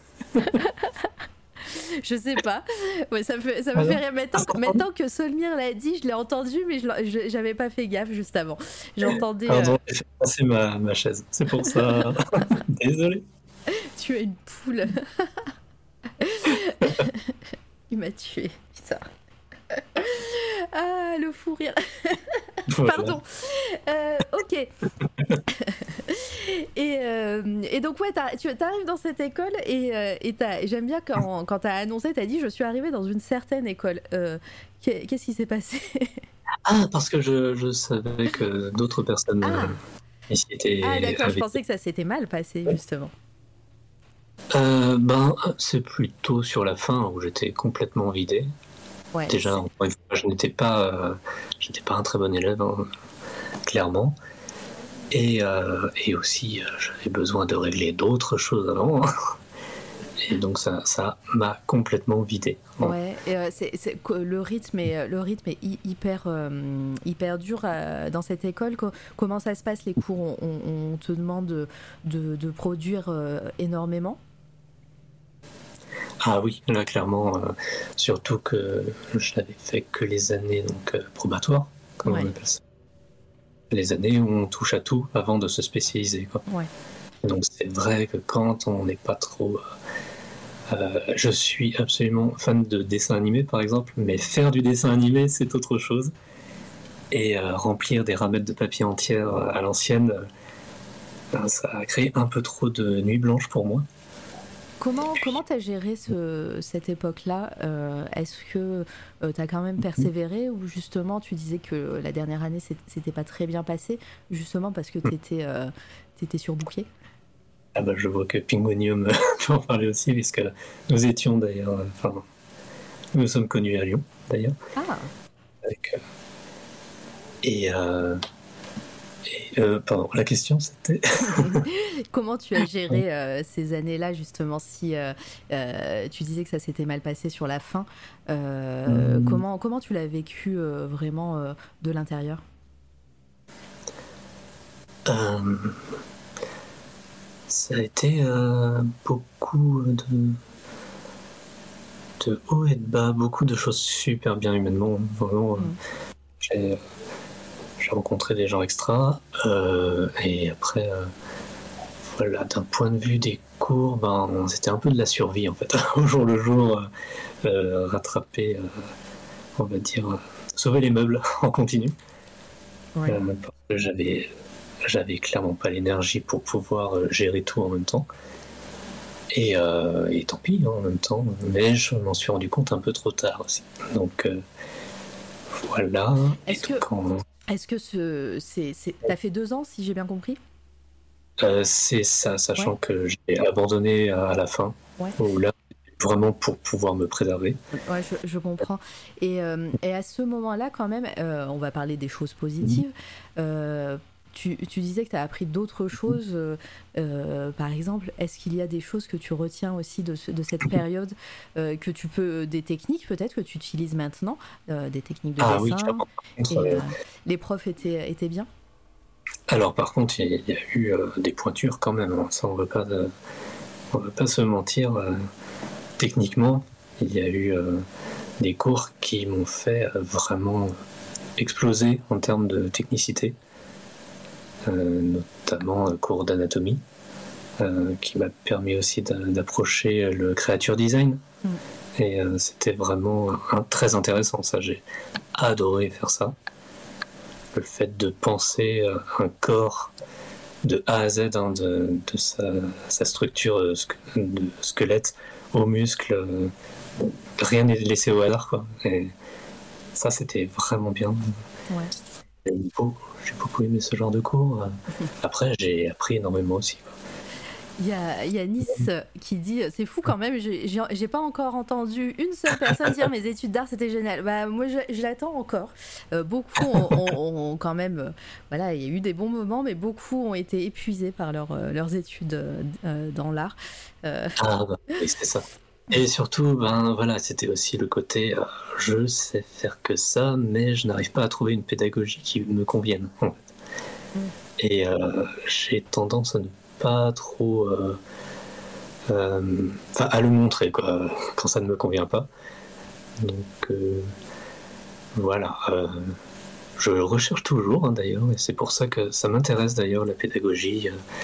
Je sais pas. Ouais, ça me fait rire. Maintenant que Solmir l'a dit, je l'ai entendu, mais j'avais pas fait gaffe juste avant. J'entendais. Pardon, j'ai fait passer ma chaise. C'est pour ça. Désolé. Tu as une poule. Il m'a tué. Putain. Ah, le fou rire. Voilà. Pardon. Ok. Et donc ouais, tu arrives dans cette école et j'aime bien quand t'as annoncé, t'as dit je suis arrivée dans une certaine école. Qu'est-ce qui s'est passé ? Ah, parce que je savais que d'autres personnes ici étaient... Ah d'accord, je pensais que ça s'était mal passé justement. C'est plutôt sur la fin où j'étais complètement vidé. Ouais, déjà, encore une fois, je n'étais pas un très bon élève, hein, clairement. Et aussi, j'avais besoin de régler d'autres choses avant. Et donc ça m'a complètement vidé. Ouais, et le rythme est hyper dur dans cette école. Comment ça se passe les cours? On te demande de produire énormément? Ah oui, là clairement, surtout que je n'avais fait que les années probatoires, comme on appelle ça. Les années où on touche à tout avant de se spécialiser, quoi. Ouais. Donc c'est vrai que quand on n'est pas trop... je suis absolument fan de dessin animé par exemple, mais faire du dessin animé c'est autre chose. Et remplir des ramettes de papier entières à l'ancienne, ça a créé un peu trop de nuits blanches pour moi. Comment t'as géré cette époque-là? Est-ce que t'as quand même persévéré, ou justement tu disais que la dernière année c'était pas très bien passé, justement parce que t'étais surbooké? Ah bah je vois que Pingonium peut en parler aussi, puisque nous étions d'ailleurs, nous nous sommes connus à Lyon d'ailleurs. Ah. Pardon, la question c'était comment tu as géré ces années-là, justement, si tu disais que ça s'était mal passé sur la fin, comment tu l'as vécu vraiment de l'intérieur? Ça a été beaucoup de hauts et de bas, beaucoup de choses super bien humainement. Vraiment, j'ai rencontré des gens extra. Et après, voilà, d'un point de vue des cours, c'était un peu de la survie en fait. Au jour le jour, rattraper, on va dire, sauver les meubles en continu. Ouais. Parce que j'avais clairement pas l'énergie pour pouvoir gérer tout en même temps. Et tant pis en même temps, mais je m'en suis rendu compte un peu trop tard aussi. Donc voilà. Est-ce que t'as fait 2 ans, si j'ai bien compris? C'est ça, sachant que j'ai abandonné à la fin. Ouais. Où là, vraiment pour pouvoir me préserver. Ouais, je comprends. Et à ce moment-là, quand même, on va parler des choses positives. Tu disais que tu as appris d'autres choses. Par exemple, est-ce qu'il y a des choses que tu retiens aussi de cette période, que tu peux, des techniques peut-être que tu utilises maintenant, des techniques de dessin? Oui, et les profs étaient bien? Alors par contre, il y a eu des pointures quand même. Hein. Ça, on ne va pas se mentir. Techniquement, il y a eu des cours qui m'ont fait vraiment exploser en termes de technicité. Notamment cours d'anatomie, qui m'a permis aussi d'approcher le creature design. Et c'était vraiment très intéressant, ça. J'ai adoré faire ça. Le fait de penser un corps de A à Z, hein, de sa structure de squelette aux muscles, rien n'est laissé au hasard, quoi. Et ça, c'était vraiment bien. Ouais. J'ai beaucoup aimé ce genre de cours. Après, j'ai appris énormément aussi. Il y a Nice qui dit, c'est fou quand même, j'ai pas encore entendu une seule personne dire mes études d'art c'était génial. Bah moi je l'attends encore. Beaucoup ont quand même, voilà, il y a eu des bons moments, mais beaucoup ont été épuisés par leurs études dans l'art. Oui, c'est ça. Et surtout, voilà, c'était aussi le côté, je sais faire que ça, mais je n'arrive pas à trouver une pédagogie qui me convienne. En fait. Et j'ai tendance à ne pas trop à le montrer, quoi, quand ça ne me convient pas. Donc voilà, je recherche toujours, hein, d'ailleurs, et c'est pour ça que ça m'intéresse d'ailleurs la pédagogie,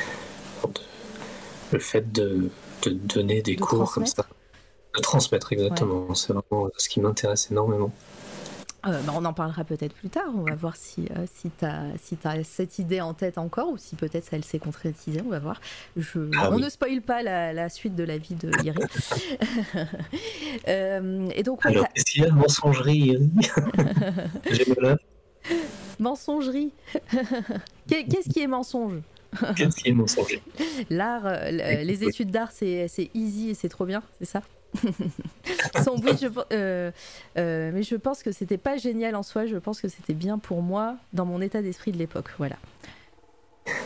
le fait de donner des cours comme ça. De transmettre, exactement. Ouais. C'est vraiment ce qui m'intéresse énormément. On en parlera peut-être plus tard. On va voir si t'as cette idée en tête encore, ou si peut-être elle s'est concrétisée. On va voir. On ne spoile pas la suite de la vie de Iri. Et donc, alors, qu'est-ce qu'il y a? Mensongerie, Iri. J'ai mal. Mensongerie. Qu'est-ce qui est mensonge? Qu'est-ce qui est mensonger? L'art, les études d'art, c'est easy et c'est trop bien, c'est ça? Sandwich, mais je pense que c'était pas génial en soi. Je pense que c'était bien pour moi dans mon état d'esprit de l'époque. Voilà.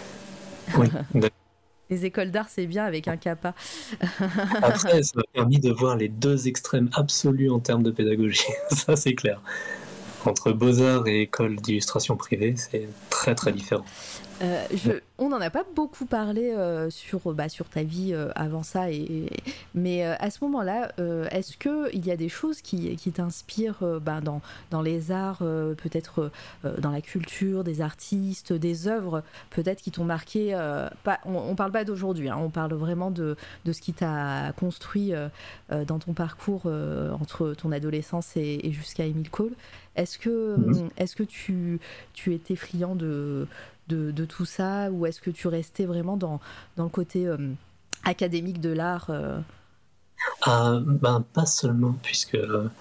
Oui. Les écoles d'art, c'est bien avec un CAPA. Après, ça m'a permis de voir les deux extrêmes absolus en termes de pédagogie. Ça, c'est clair. Entre Beaux-Arts et école d'illustration privée, c'est très très différent. On n'en a pas beaucoup parlé sur ta vie avant ça, mais à ce moment-là, est-ce qu'il y a des choses qui t'inspirent dans les arts, peut-être dans la culture, des artistes, des œuvres peut-être qui t'ont marqué on ne parle pas d'aujourd'hui, hein, on parle vraiment de ce qui t'a construit dans ton parcours entre ton adolescence et jusqu'à Émile Cole. Est-ce que tu étais friand de tout ça, ou est-ce que tu restais vraiment dans le côté académique de l'art Pas seulement, puisque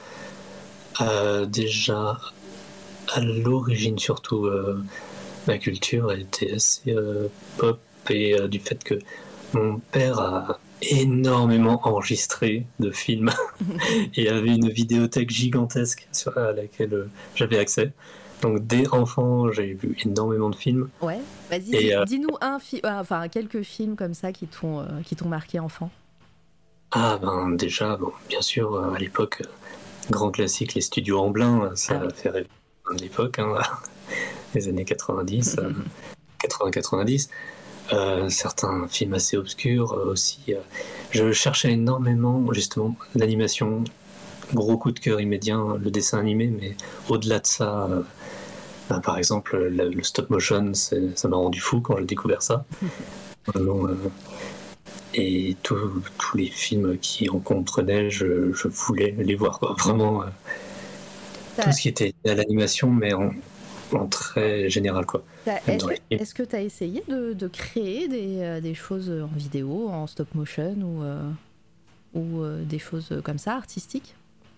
déjà à l'origine surtout ma culture était assez pop, et du fait que mon père a énormément enregistré de films et avait une vidéothèque gigantesque à laquelle j'avais accès. Donc dès enfant, j'ai vu énormément de films. Ouais, vas-y, dis-nous quelques films comme ça qui t'ont marqué enfant. Déjà, bien sûr, à l'époque, grand classique, les studios Amblin, ça fait rêver de l'époque, hein, les années 90, 80-90. Certains films assez obscurs aussi. Je cherchais énormément, justement, l'animation. Gros coup de cœur immédiat, le dessin animé, mais au-delà de ça... par exemple, le stop motion, ça m'a rendu fou quand j'ai découvert ça. Vraiment, et tous les films qui en comprenaient, je voulais les voir, quoi. Vraiment, tout ce qui était à l'animation, mais en très général, quoi. Est-ce que tu as essayé de créer des choses en vidéo, en stop motion, ou des choses comme ça, artistiques ?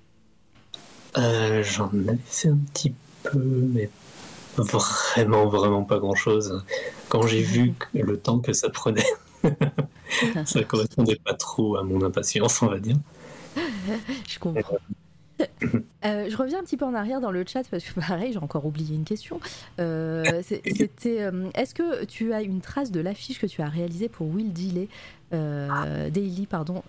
J'en avais fait un petit peu, mais vraiment pas grand chose. Quand j'ai vu le temps que ça prenait, ça correspondait pas trop à mon impatience, on va dire. Je comprends. Je reviens un petit peu en arrière dans le chat parce que pareil, j'ai encore oublié une question. C'était est-ce que tu as une trace de l'affiche que tu as réalisée pour Will Daily,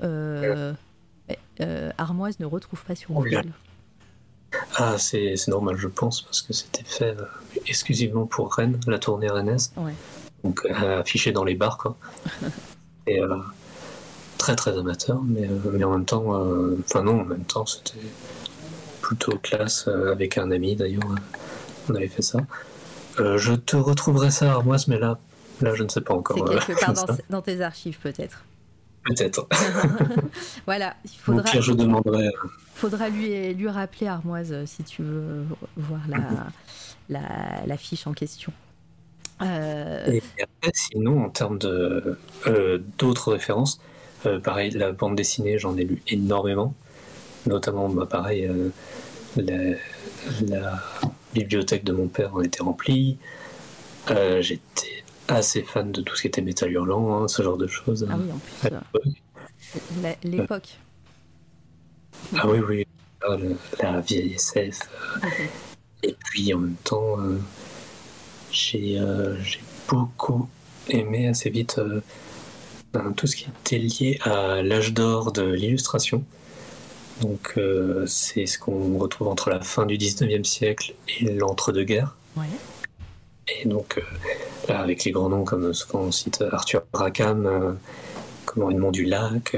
Armoise ne retrouve pas sur Google. C'est normal, je pense, parce que c'était fait exclusivement pour Rennes, la tournée rennaise. Ouais. Donc affiché dans les bars, quoi. Et très très amateur, mais en même temps, en même temps, c'était plutôt classe, avec un ami d'ailleurs, on avait fait ça. Je te retrouverai ça, Armoise, mais là je ne sais pas encore. C'est quelque part dans tes archives, peut-être. Peut-être. Voilà, il faudra. Au pire, je demanderai. Faudra lui rappeler, Armoise, si tu veux voir la fiche en question. Et après, sinon, en termes d'autres références, pareil, la bande dessinée, j'en ai lu énormément. Notamment, pareil, la bibliothèque de mon père en était remplie. J'étais assez fan de tout ce qui était Métal Hurlant, ce genre de choses. Ah oui, en plus, l'époque. Ah oui, la vieille SF. Okay. Et puis en même temps, j'ai beaucoup aimé assez vite tout ce qui était lié à l'âge d'or de l'illustration. Donc c'est ce qu'on retrouve entre la fin du 19e siècle et l'entre-deux-guerres. Ouais. Et donc là, avec les grands noms comme ce qu'on cite, Arthur Rackham, comme Edmond Dulac,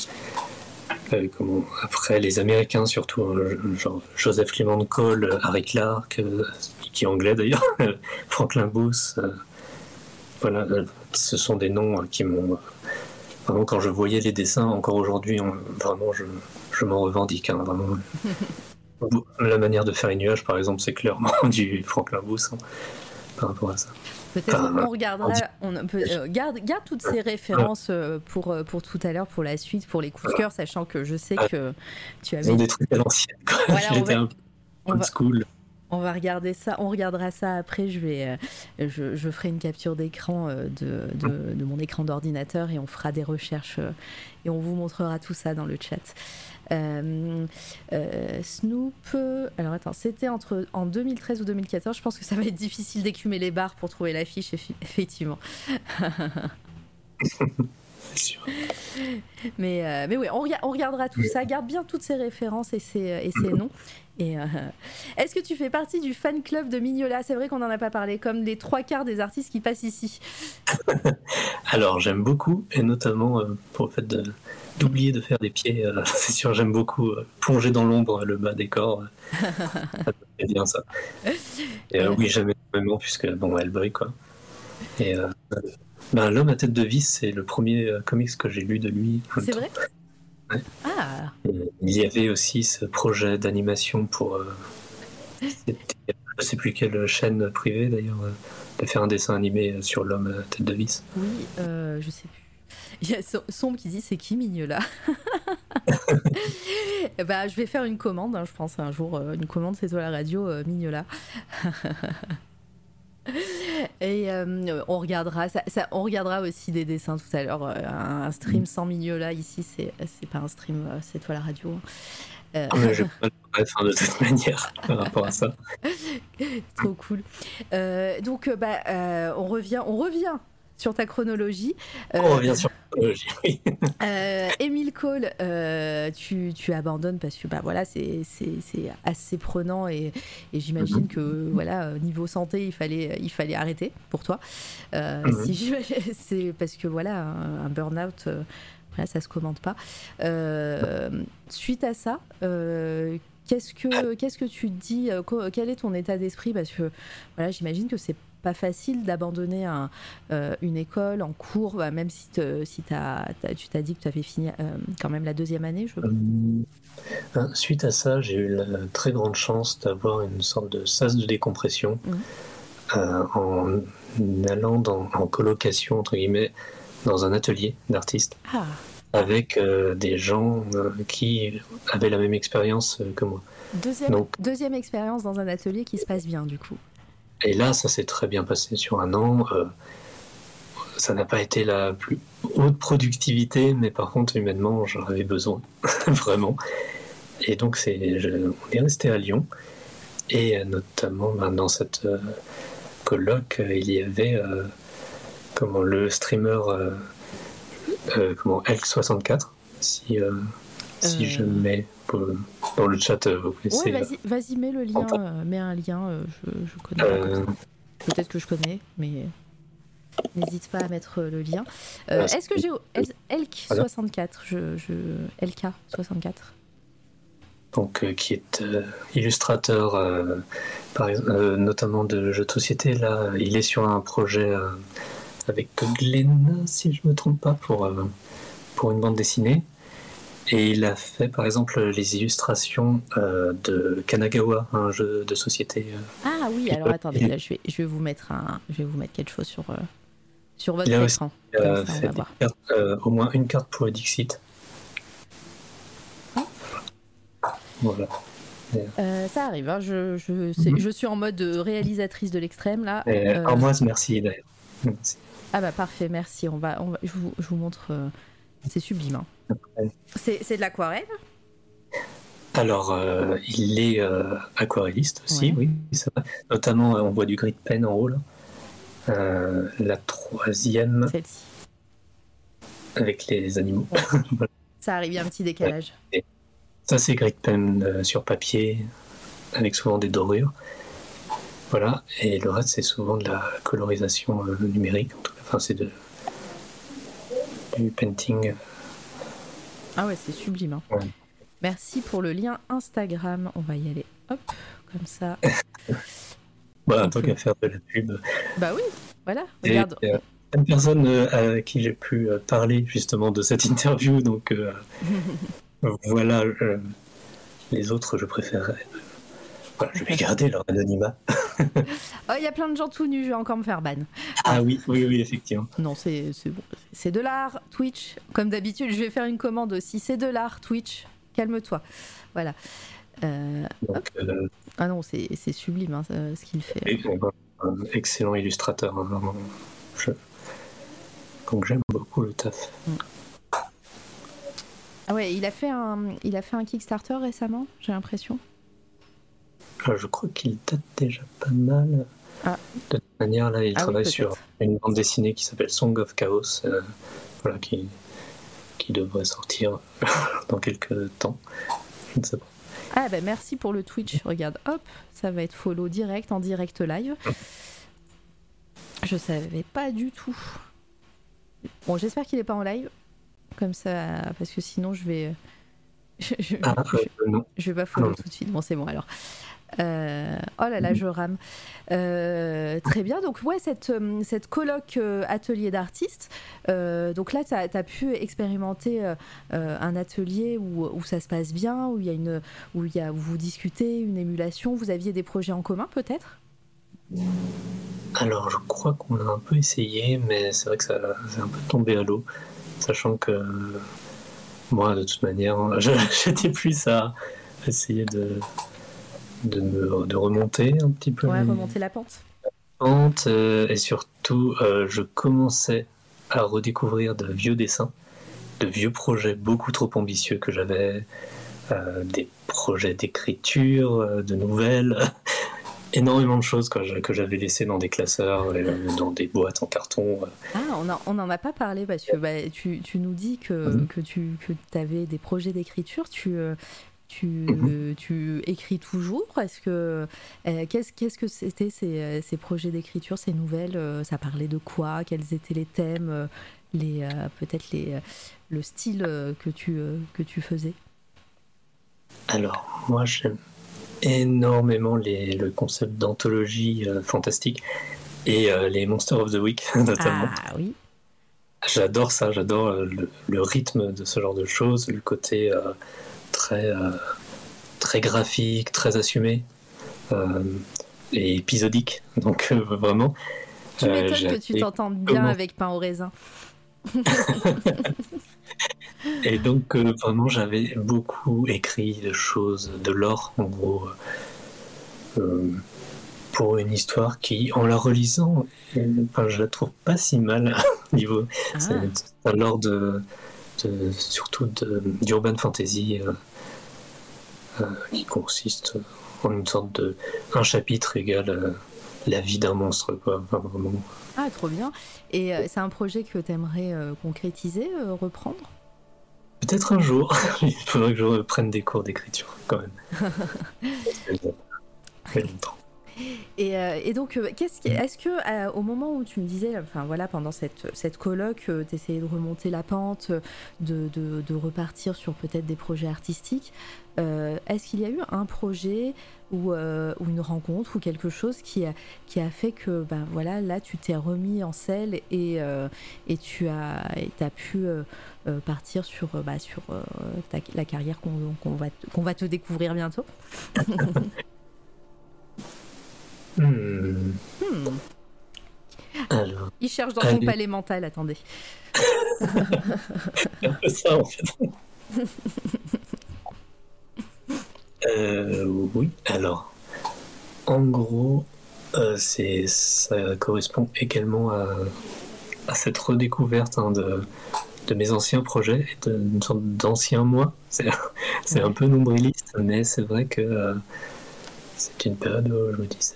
après les Américains surtout, genre Joseph Clement Cole, Harry Clarke, qui est anglais d'ailleurs, Franklin Booth, voilà, ce sont des noms qui m'ont vraiment, quand je voyais les dessins encore aujourd'hui, vraiment je m'en revendique, hein, vraiment. La manière de faire les nuages par exemple, c'est clairement du Franklin Booth, hein, par rapport à ça. Peut-être on regardera, garde toutes ces références pour tout à l'heure, pour la suite, pour les coups de cœur, sachant que je sais que tu avais des trucs à l'ancienne, quoi. Voilà, j'étais un peu old school. On va regarder ça, on regardera ça après. Je ferai une capture d'écran de mon écran d'ordinateur et on fera des recherches et on vous montrera tout ça dans le chat. Snoop, alors attends, c'était en 2013 ou 2014. Je pense que ça va être difficile d'écumer les barres pour trouver l'affiche, effectivement. C'est sûr. Mais oui, on regardera tout ça. Garde bien toutes ces références et ces noms. Et est-ce que tu fais partie du fan club de Mignola? C'est vrai qu'on n'en a pas parlé, comme les 3/4 des artistes qui passent ici. Alors j'aime beaucoup, et notamment pour le fait d'oublier de faire des pieds, c'est sûr, j'aime beaucoup plonger dans l'ombre le bas des corps. C'est bien ça. Et oui, j'aime énormément, puisque bon, Hellboy, quoi. Et L'homme à tête de vis, c'est le premier comics que j'ai lu de lui. C'est vrai? Ouais. Ah. Il y avait aussi ce projet d'animation pour je sais plus quelle chaîne privée d'ailleurs, de faire un dessin animé sur l'homme à tête de vis. Oui, je sais plus. Il y a Sombre qui dit c'est qui Mignola? Je vais faire une commande, je pense un jour, une commande c'est toi la radio, Mignola. Et on regardera aussi des dessins tout à l'heure. Un stream sans Mignola ici, c'est pas un stream, c'est toi la radio. Mais je pas de toute manière par rapport à ça. Trop cool. Donc on revient sur ta chronologie. On revient sur la chronologie, oui. Émile Cole, tu abandonnes parce que voilà, c'est assez prenant et j'imagine que voilà, niveau santé, il fallait arrêter pour toi. C'est parce que voilà, un burn-out, voilà, ça se commande pas. Suite à ça, qu'est-ce que tu te dis, quel est ton état d'esprit, parce que voilà, j'imagine que c'est pas facile d'abandonner une école en cours, même si tu t'as dit que tu avais fini quand même la 2e année. Suite à ça, j'ai eu la très grande chance d'avoir une sorte de sas de décompression en allant en colocation, entre guillemets, dans un atelier d'artistes avec des gens qui avaient la même expérience que moi. Deuxième expérience dans un atelier qui se passe bien, du coup. Et là, ça s'est très bien passé sur un an. Ça n'a pas été la plus haute productivité, mais par contre, humainement, j'en avais besoin, vraiment. Et donc, on est resté à Lyon. Et notamment, dans cette colloque, il y avait le streamer Elk64. Si je mets dans le chat, vous pouvez vas-y, mets le lien, mets un lien, je connais pas comme ça. Peut-être que je connais, mais n'hésite pas à mettre le lien. Est-ce que j'ai Elk64, LK64, donc qui est illustrateur notamment de jeux de société. Là, il est sur un projet avec Glenn, si je me trompe pas, pour une bande dessinée. Et il a fait par exemple les illustrations de Kanagawa, un jeu de société. Ah oui, alors attendez, là, je vais vous mettre quelque chose sur votre écran. Il a fait au moins une carte pour Dixit. Voilà. Ça arrive, hein, je suis en mode réalisatrice de l'extrême là. Armoise, merci d'ailleurs. Merci. Ah bah parfait, merci. Je vous montre. C'est sublime. Hein. C'est de l'aquarelle? Alors, il est aquarelliste aussi, oui, c'est vrai. Notamment, on voit du gris de pen en haut, là. La 3e, celle-ci, avec les animaux. Ouais. Ça arrive, il y a un petit décalage. Et ça, c'est gris de pen sur papier, avec souvent des dorures. Voilà, et le reste, c'est souvent de la colorisation numérique, en tout cas. Enfin, c'est du painting. Ah ouais, c'est sublime. Hein. Ouais. Merci pour le lien Instagram. On va y aller. Hop, comme ça. Tant qu'à faire de la pub. Bah oui, voilà. Regarde. Une personne à qui j'ai pu parler justement de cette interview, donc voilà. Les autres, je préférerais. Voilà, je vais garder leur anonymat. Il y a plein de gens tout nus, je vais encore me faire ban. Ah oui, effectivement. Non, c'est bon. C'est de l'art, Twitch. Comme d'habitude, je vais faire une commande aussi. C'est de l'art, Twitch. Calme-toi. Voilà. Donc, Ah non, c'est sublime hein, ce qu'il fait. Et un excellent illustrateur, hein, vraiment. Donc j'aime beaucoup le taf. Ah ouais, il a fait un Kickstarter récemment, j'ai l'impression. Je crois qu'il date déjà pas mal. Ah. De toute manière, là, il travaille oui, sur une bande dessinée qui s'appelle Song of Chaos, voilà, qui devrait sortir dans quelques temps. Je ne sais pas. Ah bah merci pour le Twitch, regarde, hop, ça va être follow direct, en direct live. Je savais pas du tout. Bon, j'espère qu'il est pas en live, comme ça, parce que sinon je vais... Non. Je vais pas follow tout de suite, bon c'est bon alors. Oh là là, je rame. Très bien, donc ouais, cette colloque atelier d'artistes, donc là, tu as pu expérimenter un atelier où ça se passe bien, où vous discutez, une émulation, vous aviez des projets en commun peut-être ? Alors, je crois qu'on a un peu essayé, mais c'est vrai que ça c'est un peu tombé à l'eau, sachant que moi, de toute manière, j'étais plus à essayer de remonter un petit peu. Ouais, remonter la pente. Et surtout, je commençais à redécouvrir de vieux dessins, de vieux projets beaucoup trop ambitieux que j'avais, des projets d'écriture, de nouvelles, énormément de choses que j'avais laissées dans des classeurs, dans des boîtes en carton. Ah, on n'en a pas parlé parce que tu nous dis que tu avais des projets d'écriture, tu écris toujours. Est-ce que qu'est-ce que c'était ces projets d'écriture, ces nouvelles, ça parlait de quoi? Quels étaient les thèmes, peut-être le style que tu faisais? Alors, moi j'aime énormément le concept d'anthologie fantastique et les Monsters of the Week notamment. Ah oui. J'adore ça, j'adore le rythme de ce genre de choses, le côté très graphique, très assumé et épisodique. Donc vraiment. Tu m'étonnes que tu t'entendes bien avec pain au raisin. Et donc vraiment j'avais beaucoup écrit de choses, de lore en gros, pour une histoire qui, en la relisant, je la trouve pas si mal niveau. C'est un lore surtout d'urban fantasy qui consiste en une sorte de un chapitre égale la vie d'un monstre, quoi. Enfin, vraiment. Ah, trop bien. Et c'est un projet que tu aimerais concrétiser, reprendre? Peut-être un jour. Il faudrait que je reprenne des cours d'écriture quand même. Très longtemps. Et donc, est-ce que au moment où tu me disais, enfin voilà, pendant cette colloque, tu essayais de remonter la pente, de repartir sur peut-être des projets artistiques, est-ce qu'il y a eu un projet ou une rencontre ou quelque chose qui a fait que voilà, là tu t'es remis en selle et tu as pu partir sur la carrière qu'on va te découvrir bientôt? Alors, il cherche dans son palais mental, attendez. C'est un peu ça en fait. Oui, alors, en gros, ça correspond également à cette redécouverte de mes anciens projets et d'une sorte d'ancien moi. C'est un peu nombriliste, mais c'est vrai que c'est une période où je me disais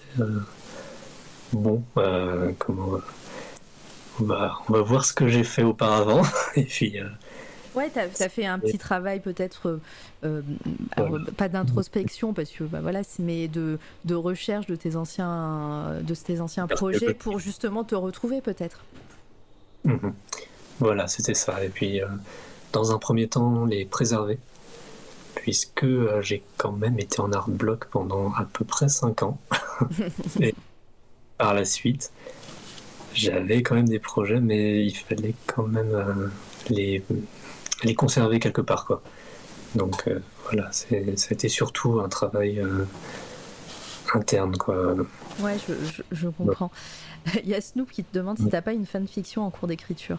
comment on va voir ce que j'ai fait auparavant et puis ouais, t'as fait un petit travail peut-être pas d'introspection parce que voilà, mais de recherche de tes anciens projets pour justement te retrouver peut-être. Voilà, c'était ça. Et puis dans un premier temps les préserver, puisque j'ai quand même été en art bloc pendant à peu près 5 ans. Et par la suite, j'avais quand même des projets, mais il fallait quand même les conserver quelque part, quoi. Donc voilà, c'était surtout un travail interne, quoi. Ouais, je comprends. Il y a Snoop qui te demande si t'as pas une fanfiction en cours d'écriture.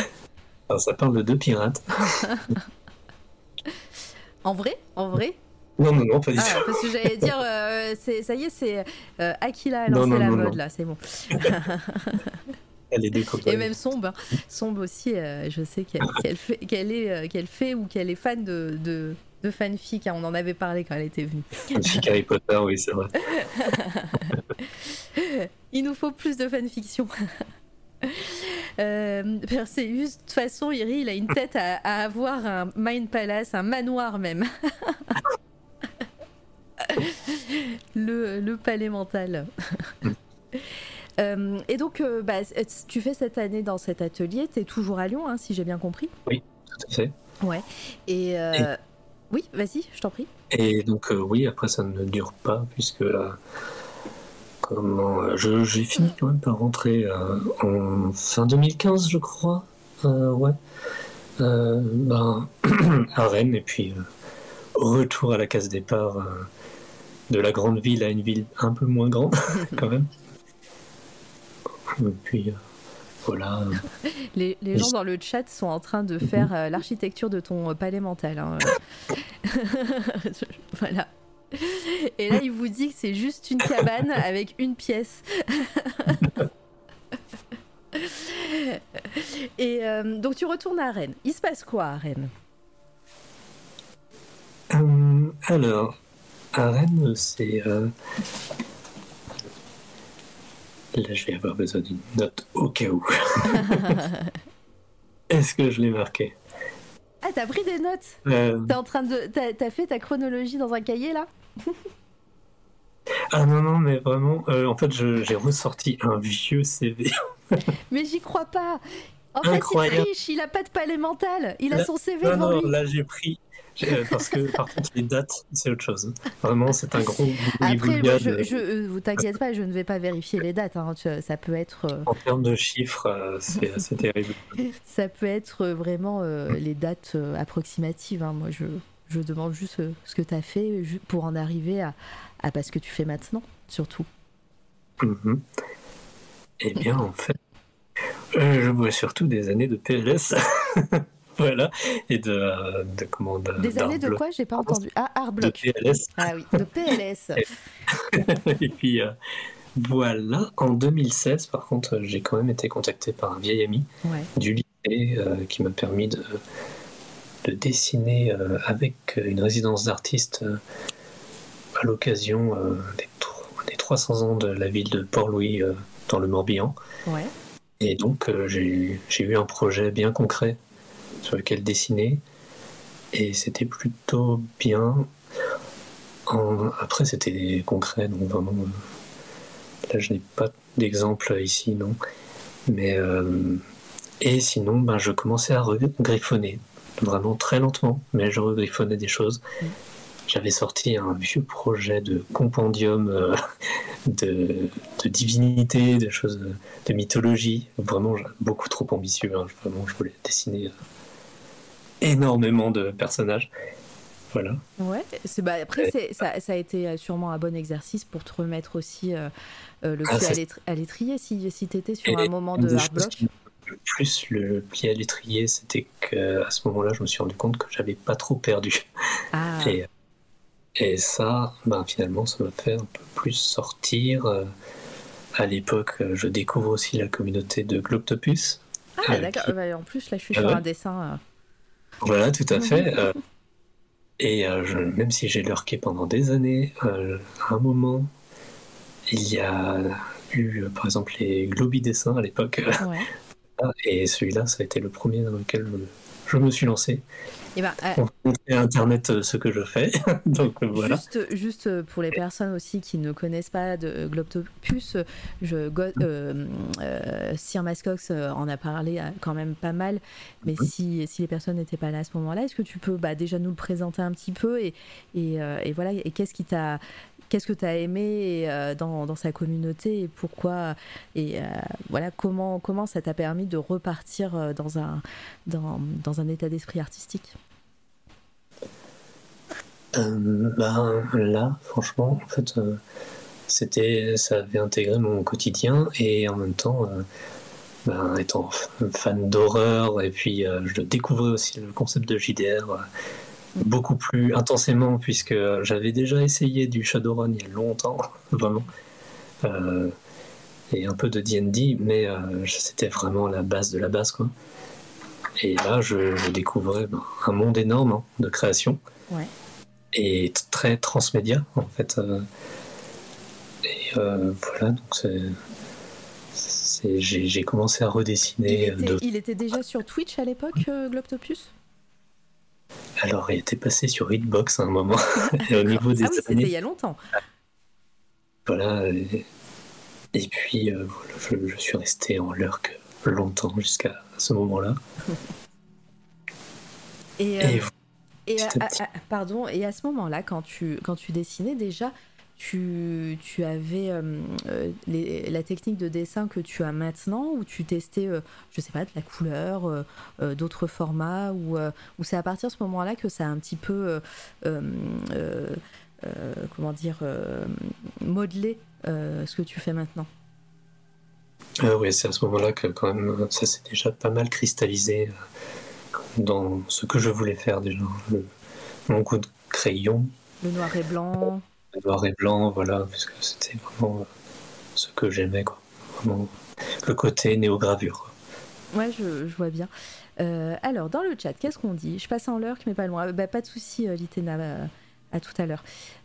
Alors ça parle de 2 pirates. En vrai Non, pas du Ah, tout. parce que j'allais dire, ça y est, c'est Aquila a Non, lancé la non, mode non. là, c'est bon. Elle est Et décopaille. même Sombre, hein. Sombre aussi, je sais qu'elle fait ou qu'elle est fan de fanfic, hein. On en avait parlé quand elle était venue. Fanfic Harry Potter, oui, c'est vrai. Il nous faut plus de fanfiction. Perseus, de toute façon, Iri, il a une tête à avoir un Mind Palace, un manoir même. le palais mental. Et donc, tu fais cette année dans cet atelier, tu es toujours à Lyon, hein, si j'ai bien compris. Oui, tout à fait. Ouais. Et oui, vas-y, je t'en prie. Et donc, oui, après, ça ne dure pas, puisque j'ai fini quand même par rentrer en fin 2015, je crois. Ouais. À Rennes, et puis retour à la case départ de la grande ville à une ville un peu moins grande, quand même. Et puis, voilà. Les gens dans le chat sont en train de faire l'architecture de ton palais mental. Hein. Voilà. Et là, il vous dit que c'est juste une cabane avec une pièce. Et donc, tu retournes à Rennes. Il se passe quoi à Rennes ? Alors, à Rennes, c'est... Là, je vais avoir besoin d'une note au cas où. Est-ce que je l'ai marqué ? Ah, t'as pris des notes ? T'es en train de... T'as fait ta chronologie dans un cahier, là ? Ah non, mais vraiment, en fait, j'ai ressorti un vieux CV. Mais j'y crois pas. En Incroyable. fait, il triche, il a pas de palais mental. Il a son CV devant lui. Là, j'ai pris... parce que, par contre, les dates, c'est autre chose. Vraiment, c'est un gros... Après, moi, vous t'inquiète pas, je ne vais pas vérifier les dates. Hein. Ça peut être... En termes de chiffres, c'est assez terrible. Ça peut être vraiment les dates approximatives. Hein. Moi, je demande juste ce que tu as fait pour en arriver à ce que tu fais maintenant, surtout. Mm-hmm. Eh bien, en fait, je vois surtout des années de PLS. Voilà. Et de comment... Des années de quoi ? J'ai pas entendu. Ah, Arblock. De PLS. Ah oui, de PLS. Et puis... voilà, en 2016, par contre, j'ai quand même été contacté par un vieil ami du lycée qui m'a permis de dessiner avec une résidence d'artiste à l'occasion des 300 ans de la ville de Port-Louis dans le Morbihan. Ouais. Et donc, j'ai eu un projet bien concret sur lequel dessiner, et c'était plutôt bien. Après, c'était concret, donc vraiment... Là, je n'ai pas d'exemple ici, non. Mais et sinon, je commençais à regriffonner, vraiment très lentement, mais je regriffonnais des choses. J'avais sorti un vieux projet de compendium de divinité, de choses de mythologie, vraiment beaucoup trop ambitieux. Hein. Vraiment, je voulais dessiner énormément de personnages. Voilà. Ouais, après, ça a été sûrement un bon exercice pour te remettre aussi le pied à l'étrier si tu étais sur un moment de hardblock. Plus le pied à l'étrier, c'était qu'à ce moment-là, je me suis rendu compte que j'avais pas trop perdu. Ah. Et ça, finalement, ça m'a fait un peu plus sortir. À l'époque, je découvre aussi la communauté de Globtopus. Ah, d'accord. En plus, là, je suis sur un dessin. Voilà, tout à fait. Et même si j'ai lurké pendant des années, à un moment, il y a eu, par exemple, les Globidessins à l'époque. Ouais. Et celui-là, ça a été le premier dans lequel je me suis lancé. Et on va montrer à Internet ce que je fais. Donc voilà. Juste pour les personnes aussi qui ne connaissent pas de Globtopus, Sir Mascox en a parlé quand même pas mal. Mais si les personnes n'étaient pas là à ce moment-là, est-ce que tu peux déjà nous le présenter un petit peu et voilà, et qu'est-ce que tu as aimé dans sa communauté et pourquoi et voilà comment ça t'a permis de repartir dans un état d'esprit artistique. Là, franchement, en fait, ça avait intégré mon quotidien et en même temps, étant fan d'horreur et puis je découvrais aussi le concept de JDR beaucoup plus intensément, puisque j'avais déjà essayé du Shadowrun il y a longtemps, vraiment, et un peu de D&D, mais c'était vraiment la base de la base, quoi. Et là, je découvrais un monde énorme de création, et très transmédia, en fait. Voilà, donc j'ai commencé à redessiner. Il était déjà sur Twitch à l'époque, Globtopus ? Alors, il était passé sur Hitbox à un moment. Et au niveau des c'était il y a longtemps. Voilà. Et puis, voilà, je suis resté en lurk longtemps jusqu'à ce moment-là. Pardon, et à ce moment-là, quand tu dessinais déjà, tu avais la technique de dessin que tu as maintenant, ou tu testais, je sais pas, de la couleur, d'autres formats, ou c'est à partir de ce moment-là que ça a un petit peu, modelé ce que tu fais maintenant? Oui, c'est à ce moment-là que quand même ça s'est déjà pas mal cristallisé dans ce que je voulais faire déjà. Mon coup de crayon. Le noir et blanc. Le noir et blanc, voilà, parce que c'était vraiment ce que j'aimais, quoi. Vraiment le côté néogravure. Ouais, je vois bien. Alors, dans le chat, qu'est-ce qu'on dit ? Je passe en lurk, mais pas loin. Pas de souci, Litena. À tout à l'heure.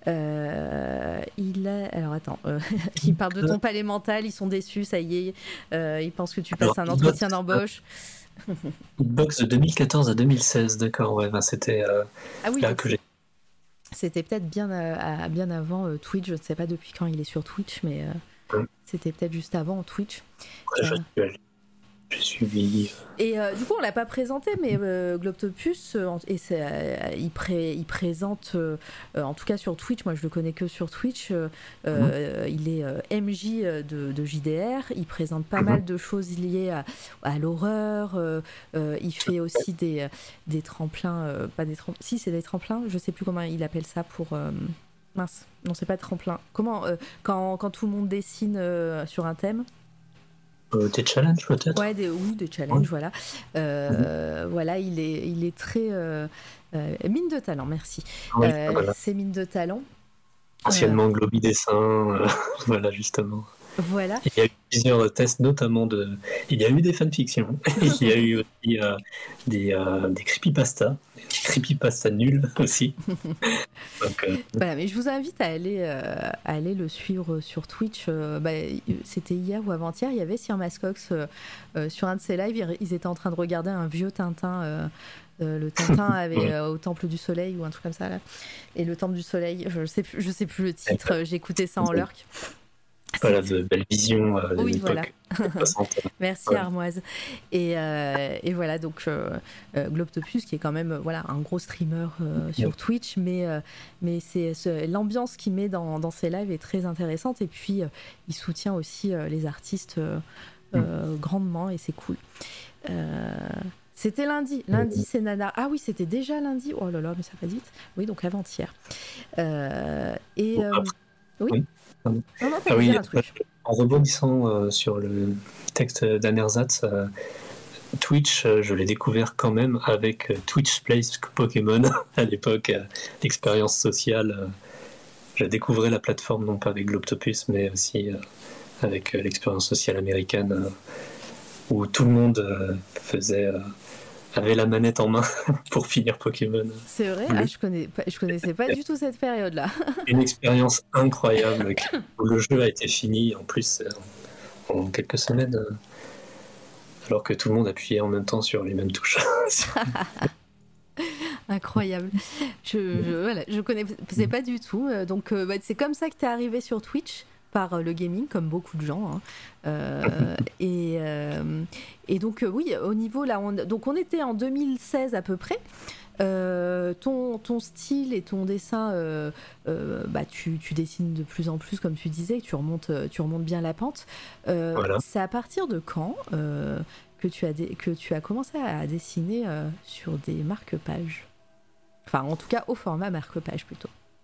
Alors attends, ils parlent de ton palais mental, ils sont déçus, ça y est, ils pensent que tu passes un entretien d'embauche. Hitbox de 2014 à 2016, d'accord, ouais, c'était là que j'ai. C'était peut-être bien avant Twitch, je ne sais pas depuis quand il est sur Twitch, mais c'était peut-être juste avant Twitch. J'ai suivi. Et du coup, on l'a pas présenté, mais Globtopus, il présente, en tout cas sur Twitch, moi je le connais que sur Twitch, il est MJ de JDR, il présente pas mal de choses liées à l'horreur, il fait aussi des tremplins, pas des tremplins, si c'est des tremplins, je sais plus comment il appelle ça pour... mince, non c'est pas tremplin, comment, quand tout le monde dessine sur un thème. Des challenges peut-être. Ouais, des challenges, voilà. Voilà, il est très mine de talent, merci. Voilà. C'est mine de talent. Anciennement Globy Dessin, voilà justement. Voilà. Il y a eu plusieurs tests, notamment il y a eu des fanfictions, il y a eu aussi des creepypastas, nuls aussi. Donc, voilà, mais je vous invite à aller le suivre sur Twitch. C'était hier ou avant-hier, il y avait Sir Mascox sur un de ses lives, ils étaient en train de regarder un vieux Tintin. Le Tintin avait au Temple du Soleil ou un truc comme ça là. Et le Temple du Soleil, je sais plus le titre, j'ai écouté ça en lurk. Voilà, de belles visions de l'époque. Voilà. Merci Armoise. Et voilà, donc Globtopus qui est quand même un gros streamer sur Twitch, mais l'ambiance qu'il met dans ses lives est très intéressante, et puis il soutient aussi les artistes grandement, et c'est cool. C'était lundi c'est Nana. Ah oui, c'était déjà lundi. Oh là là, mais ça va vite. Oui, donc avant-hier. Oui. Non, un truc. En rebondissant sur le texte d'Anerzat, Twitch, je l'ai découvert quand même avec Twitch Plays Pokémon à l'époque, l'expérience sociale. Je découvrais la plateforme non pas avec Globtopus, mais aussi avec l'expérience sociale américaine, où tout le monde avait la manette en main pour finir Pokémon. C'est vrai, je connaissais pas du tout cette période-là. Une expérience incroyable où le jeu a été fini en plus en quelques semaines, alors que tout le monde appuyait en même temps sur les mêmes touches. Incroyable. Je connaissais pas du tout. Donc c'est comme ça que t'es arrivé sur Twitch, par le gaming, comme beaucoup de gens. Et donc, oui, au niveau là, on était en 2016 à peu près. Ton style et ton dessin, tu dessines de plus en plus, comme tu disais, tu remontes bien la pente. Voilà. C'est à partir de quand que tu as commencé à dessiner sur des marque-pages? Enfin, en tout cas, au format marque-page plutôt.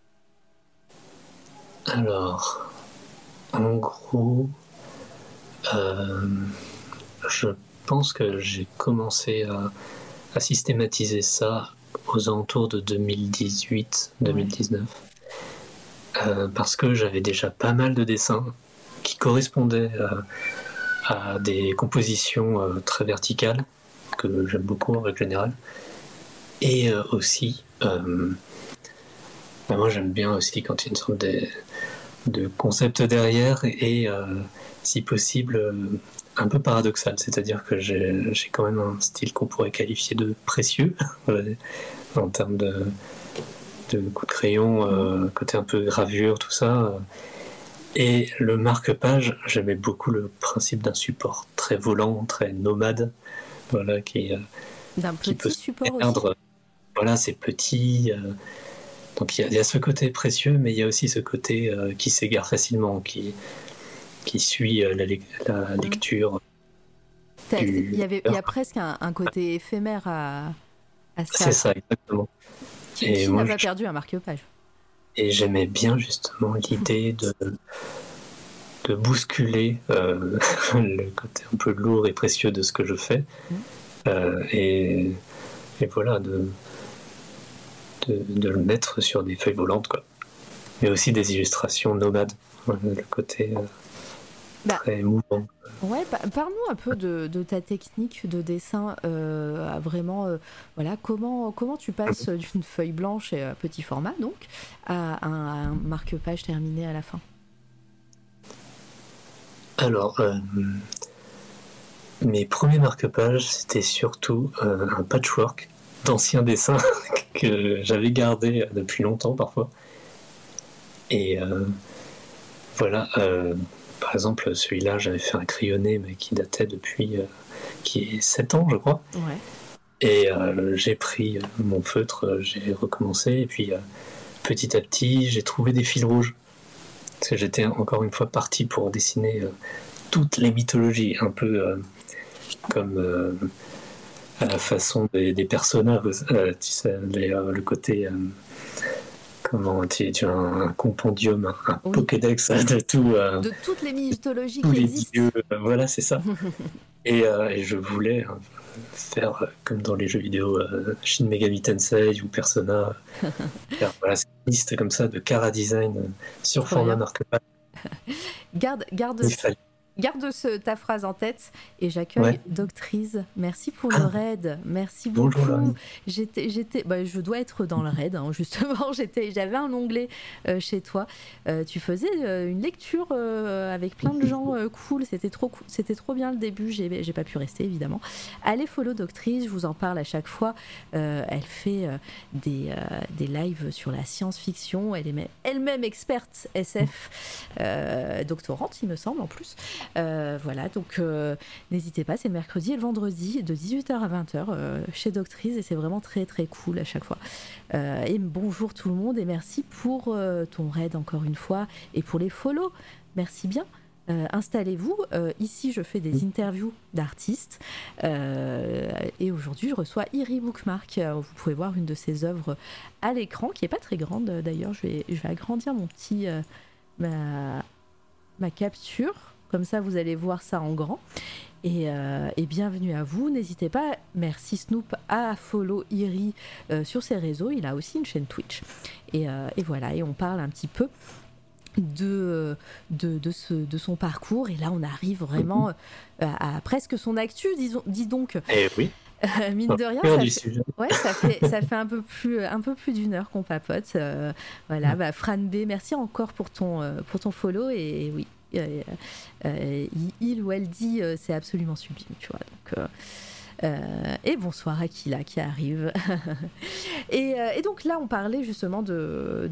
Alors, en gros, je pense que j'ai commencé à systématiser ça aux alentours de 2018-2019. Parce que j'avais déjà pas mal de dessins qui correspondaient à des compositions très verticales, que j'aime beaucoup en règle générale. Et aussi, moi j'aime bien aussi quand il y a une sorte de concept derrière et si possible un peu paradoxal, c'est-à-dire que j'ai quand même un style qu'on pourrait qualifier de précieux en termes de coup de crayon, côté un peu gravure, tout ça. Et le marque-page, j'aimais beaucoup le principe d'un support très volant, très nomade, voilà, d'un qui peut petit se support perdre. aussi. Voilà, c'est petit. Donc il y a ce côté précieux, mais il y a aussi ce côté qui s'égare facilement, qui suit la lecture. Il y a presque un côté éphémère à ça. C'est ça, exactement. Qui n'a pas perdu un marque-page. Et j'aimais bien justement l'idée de bousculer le côté un peu lourd et précieux de ce que je fais. Et voilà, de le mettre sur des feuilles volantes, quoi. Mais aussi des illustrations nomades, le côté très mouvant. Ouais, parle-nous un peu de ta technique de dessin, vraiment, voilà, comment tu passes d'une feuille blanche et petit format, donc, à un marque-page terminé à la fin. Alors, mes premiers marque-pages, c'était surtout un patchwork d'anciens dessins que j'avais gardés depuis longtemps parfois. Et voilà, par exemple, celui-là, j'avais fait un crayonné, mais qui datait depuis qui est 7 ans, je crois. Ouais. Et j'ai pris mon feutre, j'ai recommencé, et puis petit à petit, j'ai trouvé des fils rouges. Parce que j'étais encore une fois parti pour dessiner toutes les mythologies, un peu comme à la façon des personnages, tu sais, le côté... Comment tu as un compendium, un Pokédex de tout. De toutes les mythologies tous qui les existent. dieux, voilà, c'est ça. Et je voulais faire comme dans les jeux vidéo Shin Megami Tensei ou Persona, faire voilà, cette liste comme ça de Chara Design sur format marque-page. Garde ta phrase en tête et j'accueille Doctrice. Merci pour le raid. Merci beaucoup. Bonjour, je dois être dans le raid, hein, justement. J'avais un onglet chez toi. Tu faisais une lecture avec plein de gens cool. C'était trop bien le début. J'ai pas pu rester, évidemment. Allez follow Doctrice. Je vous en parle à chaque fois. Elle fait des lives sur la science-fiction. Elle est elle-même experte SF, doctorante, il me semble, en plus. Voilà, donc n'hésitez pas, c'est le mercredi et le vendredi de 18h à 20h chez Doctrice et c'est vraiment très très cool à chaque fois. Et bonjour tout le monde et merci pour ton raid encore une fois et pour les follow, merci bien. Installez-vous, ici je fais des interviews d'artistes et aujourd'hui je reçois Iri Bookmark, vous pouvez voir une de ses œuvres à l'écran qui est pas très grande d'ailleurs, je vais agrandir mon petit ma capture. Comme ça, vous allez voir ça en grand. Et bienvenue à vous. N'hésitez pas, merci Snoop, à follow Iri sur ses réseaux. Il a aussi une chaîne Twitch. Et voilà, et on parle un petit peu de son parcours. Et là, on arrive vraiment à presque son actu, dis donc. Eh oui. Mine de rien, ça fait un peu plus d'une heure qu'on papote. Voilà, Fran B, merci encore pour ton follow. Et oui. Il ou elle dit c'est absolument sublime, tu vois, donc et bonsoir Akila qui arrive. et donc là on parlait justement de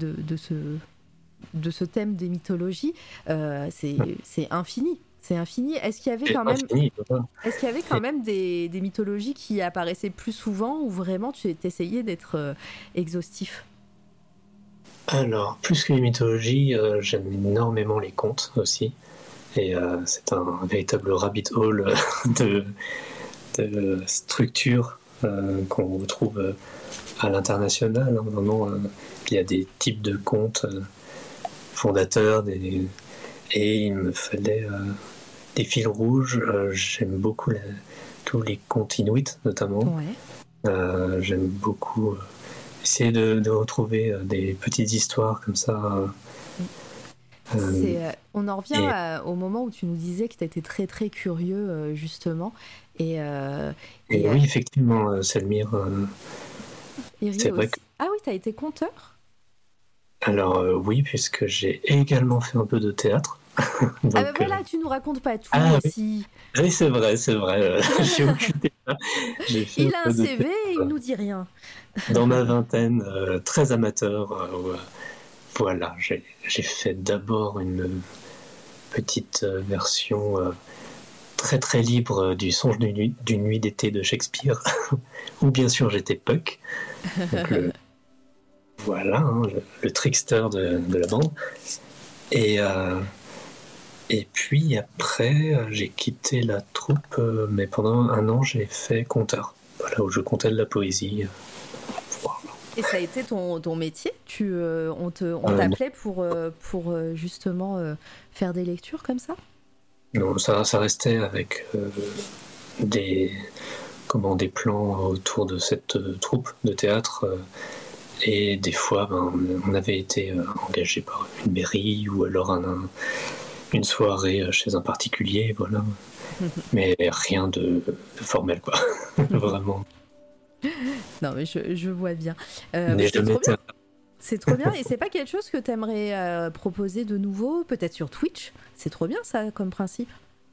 ce thème des mythologies. C'est infini. Est-ce qu'il y avait quand même des mythologies qui apparaissaient plus souvent ou vraiment tu essayais d'être exhaustif? Alors, plus que les mythologies, j'aime énormément les contes aussi. Et c'est un véritable rabbit hole de structures qu'on retrouve à l'international. Hein, vraiment, il y a des types de contes fondateurs et il me fallait des fils rouges. J'aime beaucoup tous les contes inuits, notamment. Ouais. J'aime beaucoup essayer de retrouver des petites histoires comme ça. On en revient au moment où tu nous disais que tu étais très très curieux justement et oui, effectivement, Selmir, c'est vrai que... Ah oui, tu as été conteur? Alors oui, puisque j'ai également fait un peu de théâtre. Donc, ah ben voilà, tu nous racontes pas tout aussi. Oui, c'est vrai, j'ai occulté ça. Il a un CV et il nous dit rien. Dans ma vingtaine, très amateur, voilà, j'ai fait d'abord une petite version très très libre du Songe d'une nuit d'été de Shakespeare, où bien sûr j'étais Puck, donc voilà, hein, le trickster de la bande. Et puis après, j'ai quitté la troupe, mais pendant un an, j'ai fait conteur, voilà, où je contais de la poésie. Voilà. Et ça a été ton métier? On t'appelait pour justement faire des lectures comme ça? Non, ça restait avec des plans autour de cette troupe de théâtre. Et des fois, on avait été engagé par une mairie ou alors une soirée chez un particulier, voilà. Mais rien de formel, quoi. Vraiment. Non, mais je vois bien. C'est trop bien. C'est trop bien. Et c'est pas quelque chose que tu aimerais proposer de nouveau, peut-être sur Twitch? C'est trop bien, ça, comme principe.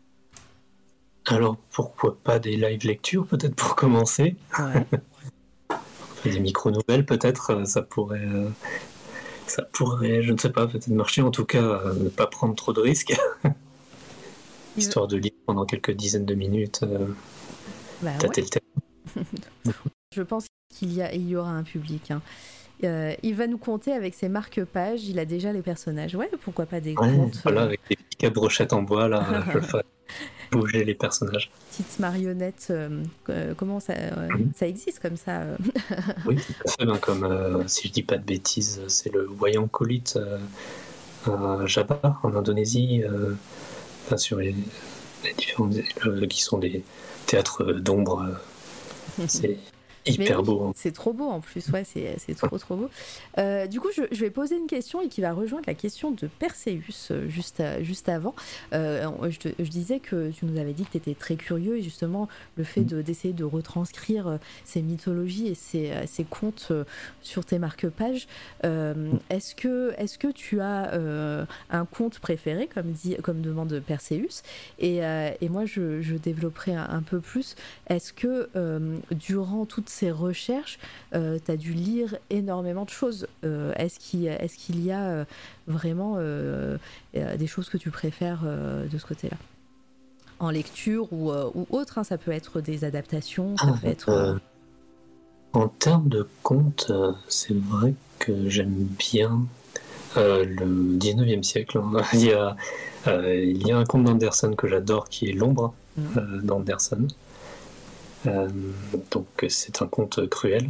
Alors, pourquoi pas des live lectures, peut-être, pour commencer? Ouais. Des micro-nouvelles, peut-être, ça pourrait, je ne sais pas, peut-être marcher. En tout cas, ne pas prendre trop de risques. Histoire de lire pendant quelques dizaines de minutes, tâter le terrain. Je pense qu'il y aura un public. Hein. Il va nous compter avec ses marque-pages, il a déjà les personnages. Ouais, pourquoi pas des contes. Voilà, avec des petites brochettes en bois, là, je ferai bouger les personnages. Petites marionnettes, comment ça existe comme ça? Oui, tout à fait, comme si je dis pas de bêtises, c'est le Wayang Kulit à Java, en Indonésie, sur les différents qui sont des théâtres d'ombre. C'est hyper beau. Hein. C'est trop beau en plus, ouais, c'est trop beau. Du coup, je vais poser une question et qui va rejoindre la question de Perseus juste avant. Je disais que tu nous avais dit que tu étais très curieux et justement le fait d'essayer de retranscrire ces mythologies et ces contes sur tes marque-pages. Est-ce que tu as un conte préféré, comme demande Perseus? Et moi, je développerai un peu plus. Est-ce que durant toutes ces recherches, tu as dû lire énormément de choses. Est-ce qu'il y a vraiment des choses que tu préfères de ce côté-là? En lecture ou autre, hein, ça peut être des adaptations, ça peut être... En termes de contes, c'est vrai que j'aime bien le 19e siècle. Il y a un conte d'Anderson que j'adore qui est L'Ombre d'Anderson. Donc c'est un conte cruel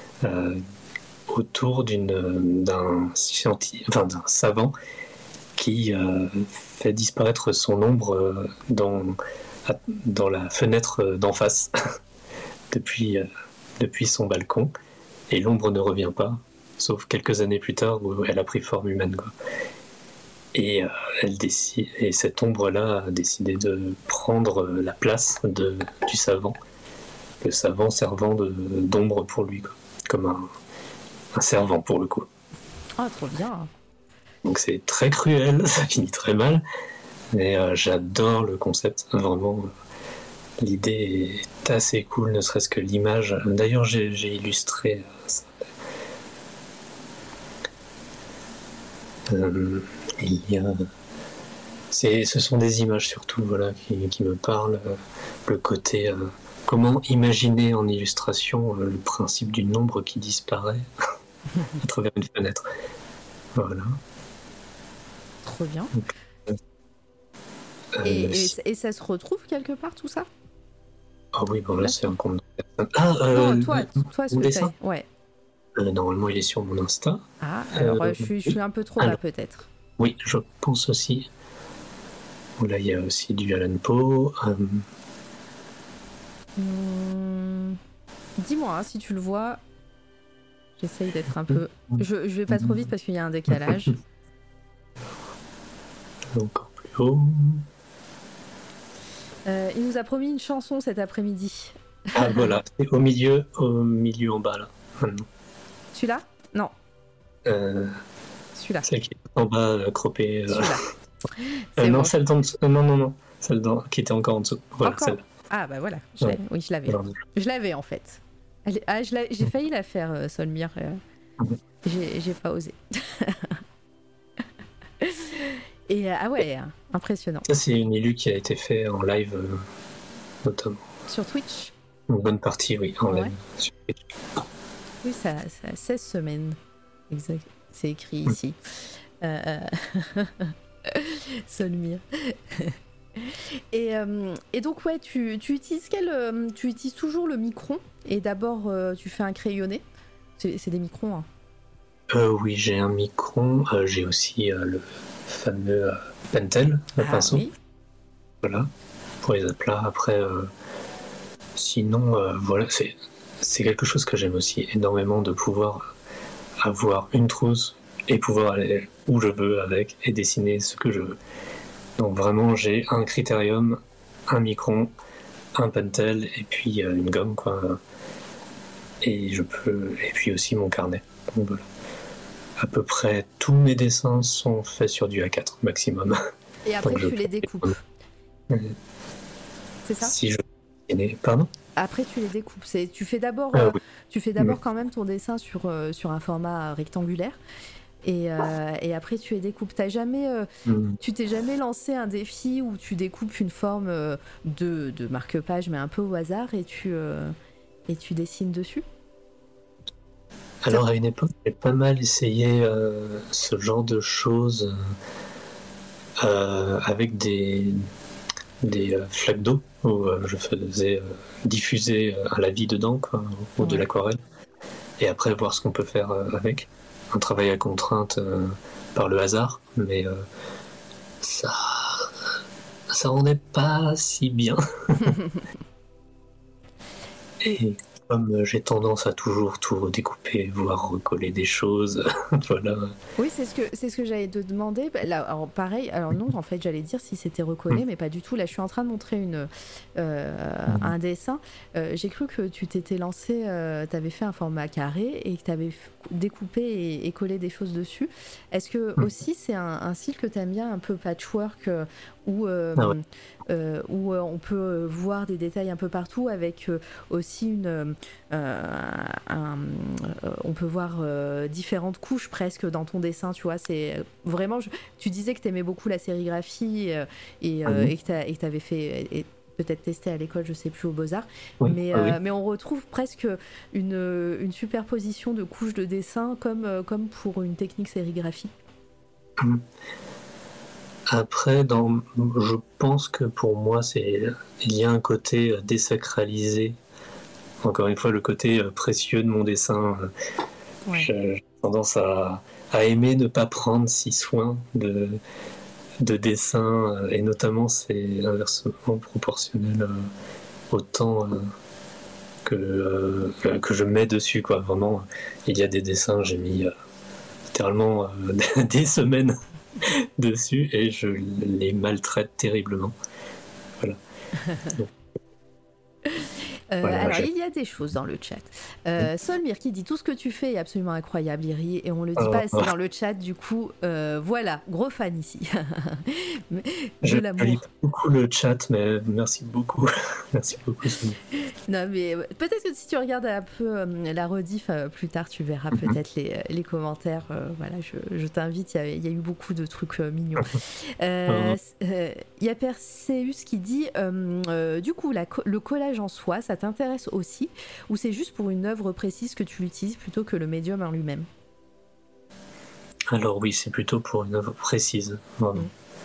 autour d'un savant qui fait disparaître son ombre dans la fenêtre d'en face depuis son balcon, et l'ombre ne revient pas, sauf quelques années plus tard où elle a pris forme humaine, quoi. Et cette ombre-là a décidé de prendre la place du savant. Le savant servant d'ombre pour lui, quoi. Comme un servant pour le coup. Ah, trop bien. Donc c'est très cruel, ça finit très mal, mais j'adore le concept, vraiment. L'idée est assez cool, ne serait-ce que l'image. D'ailleurs, j'ai illustré ça. Ce sont des images surtout, voilà, qui me parlent. Le côté... Comment imaginer en illustration le principe d'une ombre qui disparaît à travers une fenêtre. Voilà. Trop bien. Et ça se retrouve quelque part, tout ça? Ah oui, bon là c'est un compte de personne. Toi, ce que dessin. Ouais. Normalement il est sur mon Insta. Ah, alors je suis un peu trop là peut-être. Oui, je pense aussi. Là il y a aussi du Alan Poe. Dis-moi si tu le vois. J'essaye d'être un peu... Je vais pas trop vite parce qu'il y a un décalage. Encore plus haut. Il nous a promis une chanson cet après-midi. Ah voilà, c'est au milieu en bas là. Maintenant. Celui-là ? Non. Celui-là. Celle qui est en bas, croppée. Celui-là. C'est non, bon. celle d'en dessous. Non. Celle qui était encore en dessous. Voilà, Encore celle-là. Ah bah voilà, Ouais. oui je l'avais. Alors, Je l'avais en fait. J'ai failli la faire, Solmire. J'ai pas osé. Et ah ouais, impressionnant. ça, c'est une élu qui a été fait en live, notamment. Sur Twitch ? Une bonne partie, oui, en Ouais. live. Sur Twitch. Oui, ça a 16 semaines. Exact. C'est écrit ici. Solmire. Et donc ouais, tu utilises tu utilises toujours le micron et d'abord tu fais un crayonné. C'est des microns. Hein. Oui, j'ai un micron. J'ai aussi le fameux Pentel, le pinceau. Oui. Voilà, pour les aplats. Après, sinon, voilà, c'est quelque chose que j'aime aussi énormément, de pouvoir avoir une trousse et pouvoir aller où je veux avec et dessiner ce que je veux. Donc vraiment, j'ai un critérium, un micron, un pentel et puis une gomme, quoi. Et puis aussi mon carnet. Donc voilà. À peu près tous mes dessins sont faits sur du A4 maximum. Et après Donc, tu les découpes. C'est ça ? Si je pardon. Après tu les découpes. Tu fais d'abord Oui. tu fais d'abord quand même ton dessin sur un format rectangulaire. Et après tu les découpes. Tu t'es jamais lancé un défi où tu découpes une forme de marque-page mais un peu au hasard et tu dessines dessus ? Alors à une époque, j'ai pas mal essayé ce genre de choses avec des flaques d'eau où je faisais diffuser à la vie dedans, quoi, ou de l'aquarelle, et après voir ce qu'on peut faire avec. Un travail à contrainte par le hasard, mais ça rendait pas si bien. Et comme j'ai tendance à toujours tout redécouper, voire recoller des choses, voilà. Oui, c'est ce que j'allais te demander. Là, alors pareil, alors non, en fait, j'allais dire si c'était recollé, mais pas du tout. Là, je suis en train de montrer un dessin. J'ai cru que tu t'étais lancé, tu avais fait un format carré et que tu avais découpé et collé des choses dessus. Est-ce que aussi c'est un style que tu aimes bien, un peu patchwork, où on peut voir des détails un peu partout, avec aussi on peut voir différentes couches presque dans ton dessin, tu vois. C'est vraiment, tu disais que tu aimais beaucoup la sérigraphie et que tu avais fait et peut-être testé à l'école, je sais plus, aux Beaux-Arts, mais on retrouve presque une superposition de couches de dessin comme pour une technique sérigraphie. Après, je pense que pour moi, il y a un côté désacralisé. Encore une fois, le côté précieux de mon dessin. J'ai tendance à aimer ne pas prendre si soin de dessin, et notamment c'est inversement proportionnel au temps que je mets dessus, quoi. Vraiment, il y a des dessins, j'ai mis littéralement des semaines dessus et je les maltraite terriblement. Voilà. Donc, alors, il y a des choses dans le chat. Solmire qui dit tout ce que tu fais est absolument incroyable, Iri, et on le dit pas assez dans le chat, du coup, voilà, gros fan ici. Je lis beaucoup le chat, mais merci beaucoup. Merci beaucoup, Solmire. Non, mais peut-être que si tu regardes un peu la rediff plus tard, tu verras peut-être les commentaires. Voilà, je t'invite, il y a eu beaucoup de trucs mignons. Il y a Perseus qui dit du coup, le collage en soi, ça t'intéresse aussi, ou c'est juste pour une œuvre précise que tu l'utilises plutôt que le médium en lui-même ? Alors oui, c'est plutôt pour une œuvre précise, vraiment.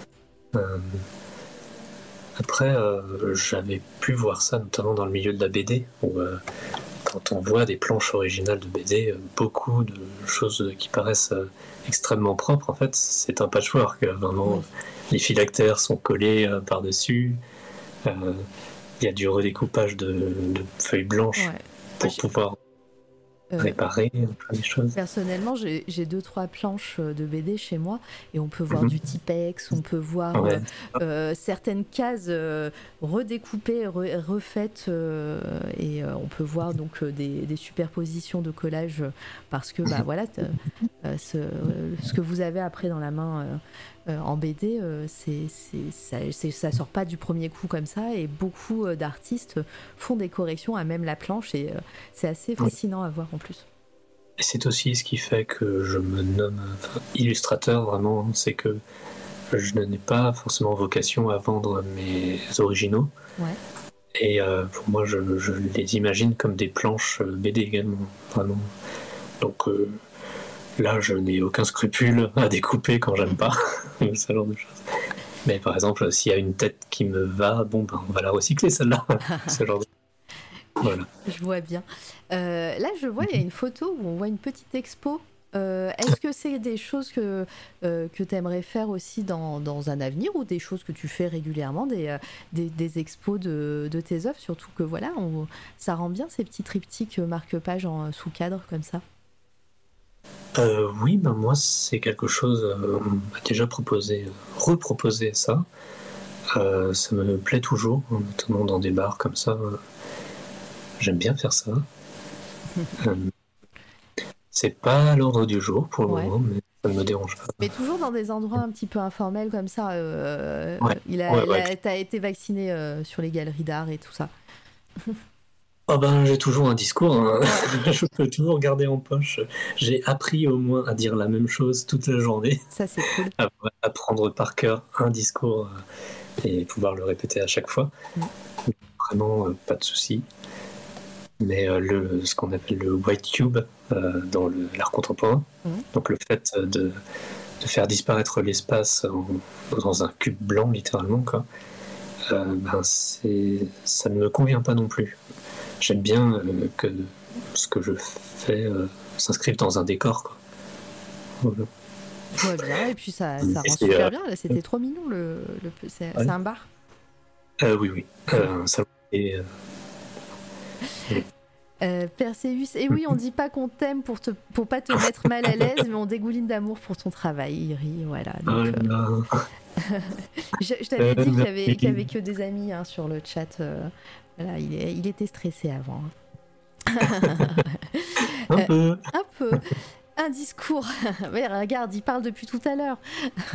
Après, j'avais pu voir ça notamment dans le milieu de la BD, où quand on voit des planches originales de BD, beaucoup de choses qui paraissent extrêmement propres, en fait, c'est un patchwork. Vraiment, les phylactères sont collés par-dessus. Il y a du redécoupage de feuilles blanches pour pouvoir réparer un peu les choses. Personnellement, j'ai 2-3 planches de BD chez moi et on peut voir du Tipex, on peut voir certaines cases redécoupées, refaites et on peut voir donc des superpositions de collages parce que voilà, ce que vous avez après dans la main en BD, ça sort pas du premier coup comme ça et beaucoup d'artistes font des corrections à même la planche et c'est assez fascinant à voir en plus. Et c'est aussi ce qui fait que je me nomme illustrateur vraiment, c'est que je n'ai pas forcément vocation à vendre mes originaux. Ouais. Et pour moi, je les imagine comme des planches BD également, vraiment. Donc là, je n'ai aucun scrupule à découper quand j'aime pas, ce genre de choses. Mais par exemple, s'il y a une tête qui me va, on va la recycler celle-là. Ce genre de... Voilà. Je vois bien. Là, je vois, il y a une photo où on voit une petite expo. Est-ce que c'est des choses que tu aimerais faire aussi dans un avenir ou des choses que tu fais régulièrement, des expos de tes œuvres, surtout que voilà, ça rend bien ces petits triptyques marque-page sous cadre comme ça. Oui, moi c'est quelque chose, on m'a déjà reproposé ça. Ça me plaît toujours, notamment dans des bars comme ça. J'aime bien faire ça. C'est pas à l'ordre du jour pour le moment, mais ça ne me dérange pas. Mais toujours dans des endroits un petit peu informels comme ça. T'as été vacciné sur les galeries d'art et tout ça. J'ai toujours un discours, hein. Je peux toujours garder en poche. J'ai appris au moins à dire la même chose toute la journée. Ça, c'est cool. Apprendre par cœur un discours et pouvoir le répéter à chaque fois. Vraiment, pas de souci. Mais ce qu'on appelle le white cube dans l'art contemporain, donc le fait de faire disparaître l'espace dans un cube blanc, littéralement, quoi, ça ne me convient pas non plus. J'aime bien que ce que je fais s'inscrive dans un décor, quoi. Voilà. Je vois bien, et puis ça rend super bien. Là, c'était trop mignon. C'est un bar. Oui. Ça Perséus, et oui, on dit pas qu'on t'aime pour pas te mettre mal à l'aise, mais on dégouline d'amour pour ton travail, Iri, voilà. Donc, je t'avais dit qu'il y avait que des amis sur le chat. Voilà, il était stressé avant. Un peu. Un discours. Mais regarde, il parle depuis tout à l'heure.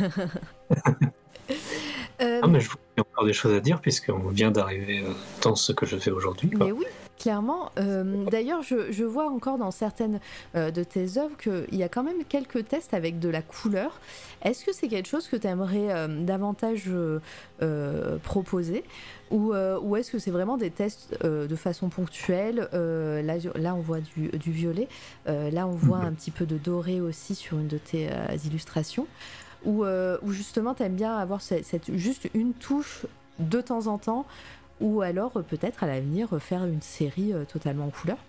Mais je vois qu'il y a encore des choses à dire puisqu'on vient d'arriver dans ce que je fais aujourd'hui, quoi. Mais oui, clairement. D'ailleurs, je vois encore dans certaines de tes œuvres qu'il y a quand même quelques tests avec de la couleur. Est-ce que c'est quelque chose que tu aimerais davantage proposer ou est-ce que c'est vraiment des tests de façon ponctuelle? Là, on voit du violet. Là, on voit un petit peu de doré aussi sur une de tes illustrations. Ou justement, tu aimes bien avoir juste une touche de temps en temps, ou alors peut-être à l'avenir faire une série totalement en couleur?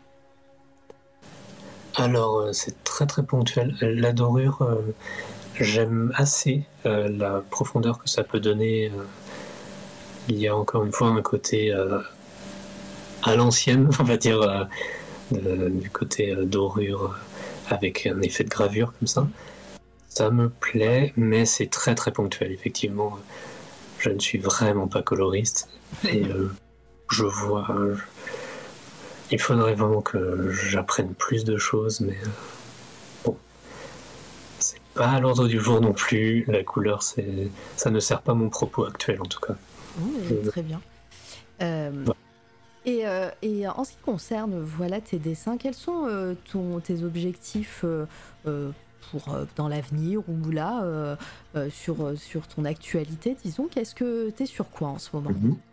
Alors, c'est très très ponctuel. La dorure, j'aime assez la profondeur que ça peut donner. Il y a encore une fois un côté à l'ancienne, on va dire, du côté dorure avec un effet de gravure comme ça. Ça me plaît, mais c'est très très ponctuel. Effectivement, je ne suis vraiment pas coloriste et je vois. Il faudrait vraiment que j'apprenne plus de choses, mais bon, c'est pas à l'ordre du jour non plus. La couleur, ça ne sert pas mon propos actuel en tout cas. Très bien. Et en ce qui concerne tes dessins, quels sont tes objectifs dans l'avenir ou là sur ton actualité, disons? Qu'est-ce que t'es sur quoi en ce moment?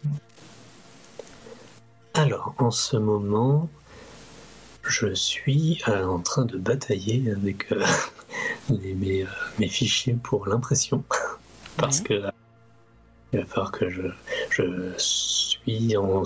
Alors, en ce moment, je suis en train de batailler avec mes fichiers pour l'impression parce que il va falloir que je suis en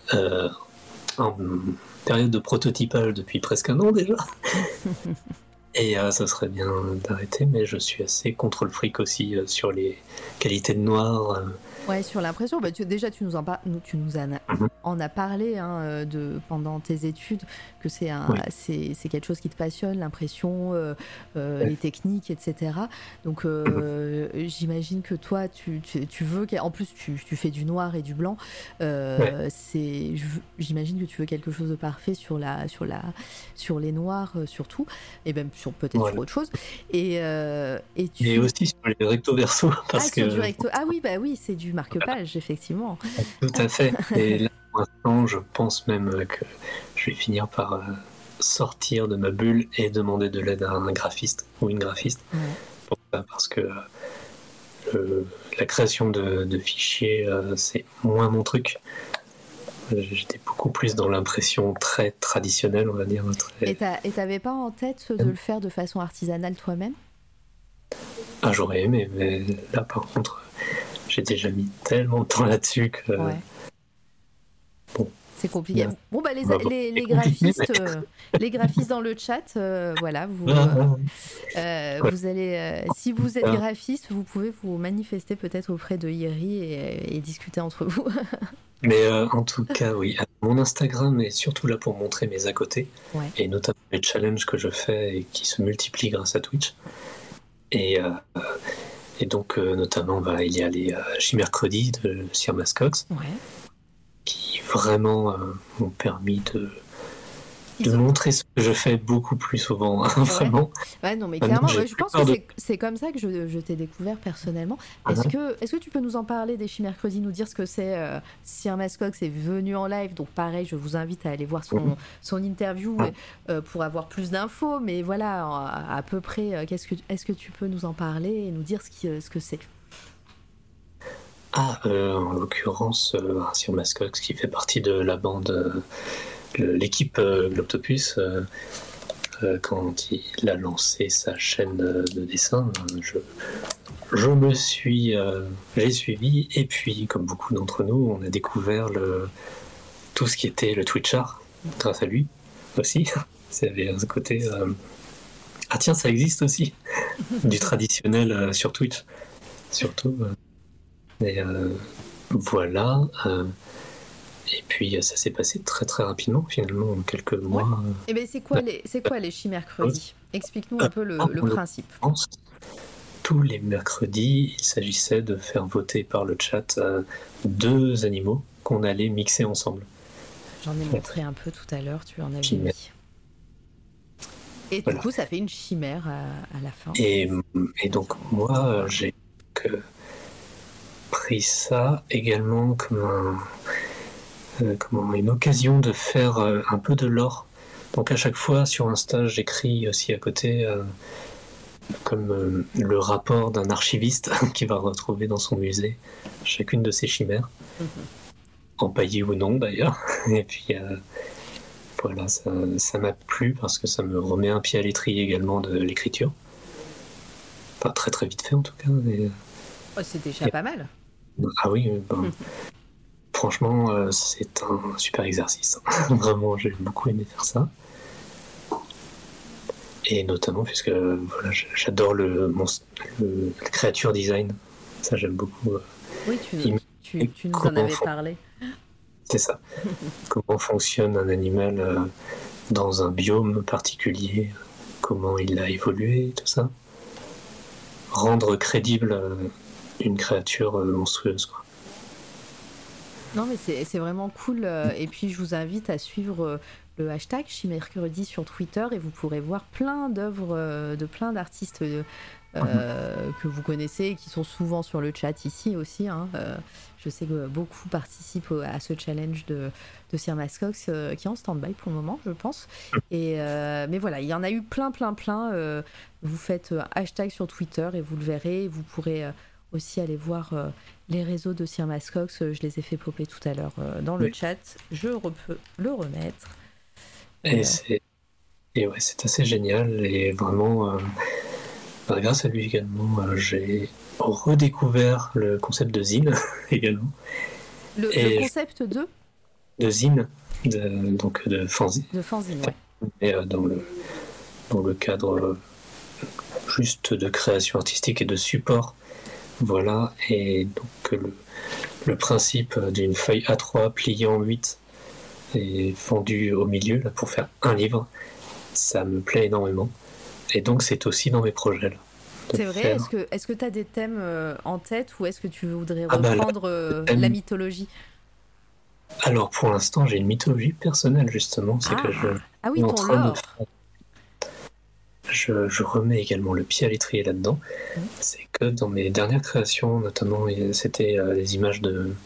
période de prototypage depuis presque un an déjà. Et ça serait bien d'arrêter, mais je suis assez contre le fric aussi sur les qualités de noir. Ouais, sur l'impression, bah, déjà tu nous en as parlé hein, pendant tes études, que Oui. c'est quelque chose qui te passionne, l'impression, Ouais. les techniques, etc. Donc j'imagine que toi, tu veux, en plus tu fais du noir et du blanc, Ouais. j'imagine que tu veux quelque chose de parfait sur les noirs surtout, et même peut-être sur Voilà. autre chose. Et Et aussi sur les recto verso, Ah, parce sur du que recto. Ah oui, bah oui, c'est du marque-page, effectivement. tout à fait. Et là, pour l'instant, je pense même que je vais finir par sortir de ma bulle et demander de l'aide à un graphiste ou une graphiste. Ouais. Pour ça, parce que la création de fichiers, c'est moins mon truc. J'étais beaucoup plus dans l'impression très traditionnelle, on va dire. Et t'avais pas en tête de le faire de façon artisanale toi-même? Ah, j'aurais aimé, mais là, par contre, j'ai déjà mis tellement de temps là-dessus que... Ouais. Bon. C'est compliqué. Là, Bon, bah, on va voir. C'est compliqué, les graphistes dans le chat, voilà, Ouais. vous allez, si vous êtes graphiste, vous pouvez vous manifester peut-être auprès de Iri et discuter entre vous. Mais en tout cas, oui. Mon Instagram est surtout là pour montrer mes à côté, Ouais. et notamment les challenges que je fais et qui se multiplient grâce à Twitch. Et donc, notamment, il y a les Chimercredis de Sir Mascox, Ouais. qui vraiment m'ont permis de montrer ce que je fais beaucoup plus souvent, vraiment. Ouais, non, mais Maintenant, clairement, j'ai je plus pense peur que de- c'est comme ça que je t'ai découvert personnellement. Ah Est-ce ouais. que tu peux nous en parler des Chimercredis, nous dire ce que c'est? Sir Mascox est venu en live, donc pareil, je vous invite à aller voir son interview pour avoir plus d'infos. Mais voilà, à peu près, est-ce que tu peux nous en parler et nous dire ce que c'est? En l'occurrence, Sir Mascox, qui fait partie de la bande, l'équipe Globtopus, quand il a lancé sa chaîne de dessin, j'ai suivi, et puis comme beaucoup d'entre nous, on a découvert tout ce qui était le Twitch art grâce à lui aussi. Ça avait un côté ah tiens, ça existe aussi du traditionnel sur Twitch surtout. Et voilà. Et puis ça s'est passé très très rapidement finalement, en quelques mois. Et ben c'est quoi les Chimercredis? Explique-nous un peu le principe. Tous les mercredis, il s'agissait de faire voter par le chat 2 animaux qu'on allait mixer ensemble. J'en ai montré un peu tout à l'heure, tu en avais Chimère. mis. Et Voilà. du coup, ça fait une chimère à la fin. Et donc moi, j'ai pris ça également comme une occasion de faire un peu de lore. Donc à chaque fois sur Insta, j'écris aussi à côté comme le rapport d'un archiviste qui va retrouver dans son musée chacune de ses chimères, empaillées ou non d'ailleurs. Et puis voilà, ça m'a plu parce que ça me remet un pied à l'étrier également de l'écriture. Pas très très vite fait en tout cas. Mais... c'est déjà pas mal. Ah oui, franchement, c'est un super exercice. Vraiment, j'ai beaucoup aimé faire ça. Et notamment puisque voilà, j'adore le creature design. Ça, j'aime beaucoup. Oui, tu nous en avais parlé. C'est ça. Comment fonctionne un animal dans un biome particulier, comment il a évolué, tout ça. Rendre crédible une créature monstrueuse, quoi. Non, mais c'est vraiment cool. Et puis, je vous invite à suivre le hashtag Chimercredi sur Twitter et vous pourrez voir plein d'œuvres de plein d'artistes que vous connaissez et qui sont souvent sur le chat ici aussi. Hein. Je sais que beaucoup participent à ce challenge de Sir Mascox qui est en stand-by pour le moment, je pense. Mais voilà, il y en a eu plein. Vous faites hashtag sur Twitter et vous le verrez. Et vous pourrez aussi aller voir les réseaux de Sir Mascox. Je les ai fait popper tout à l'heure dans le chat. Je peux le remettre. Et ouais, c'est assez génial. Et vraiment, grâce à lui également, j'ai redécouvert le concept de zine également. Le concept de zine, donc de fanzine. De fanzine, ouais. Et dans le cadre juste de création artistique et de support Voilà, et donc le principe d'une feuille A3 pliée en 8 et fendue au milieu là, pour faire un livre, ça me plaît énormément. Et donc c'est aussi dans mes projets là. C'est vrai, est-ce que tu as des thèmes en tête ou est-ce que tu voudrais là, reprendre la mythologie? Alors pour l'instant j'ai une mythologie personnelle justement, c'est que Ah oui, ton lore. Je remets également le pied à l'étrier là-dedans. C'est que dans mes dernières créations, notamment, c'était les images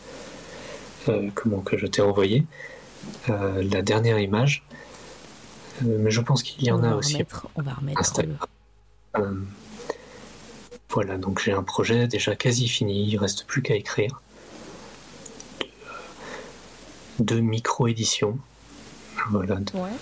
que je t'ai envoyées. La dernière image, mais je pense qu'il y en a aussi. On va remettre. Voilà, donc j'ai un projet déjà quasi fini, il ne reste plus qu'à écrire. 2 micro-éditions. Voilà.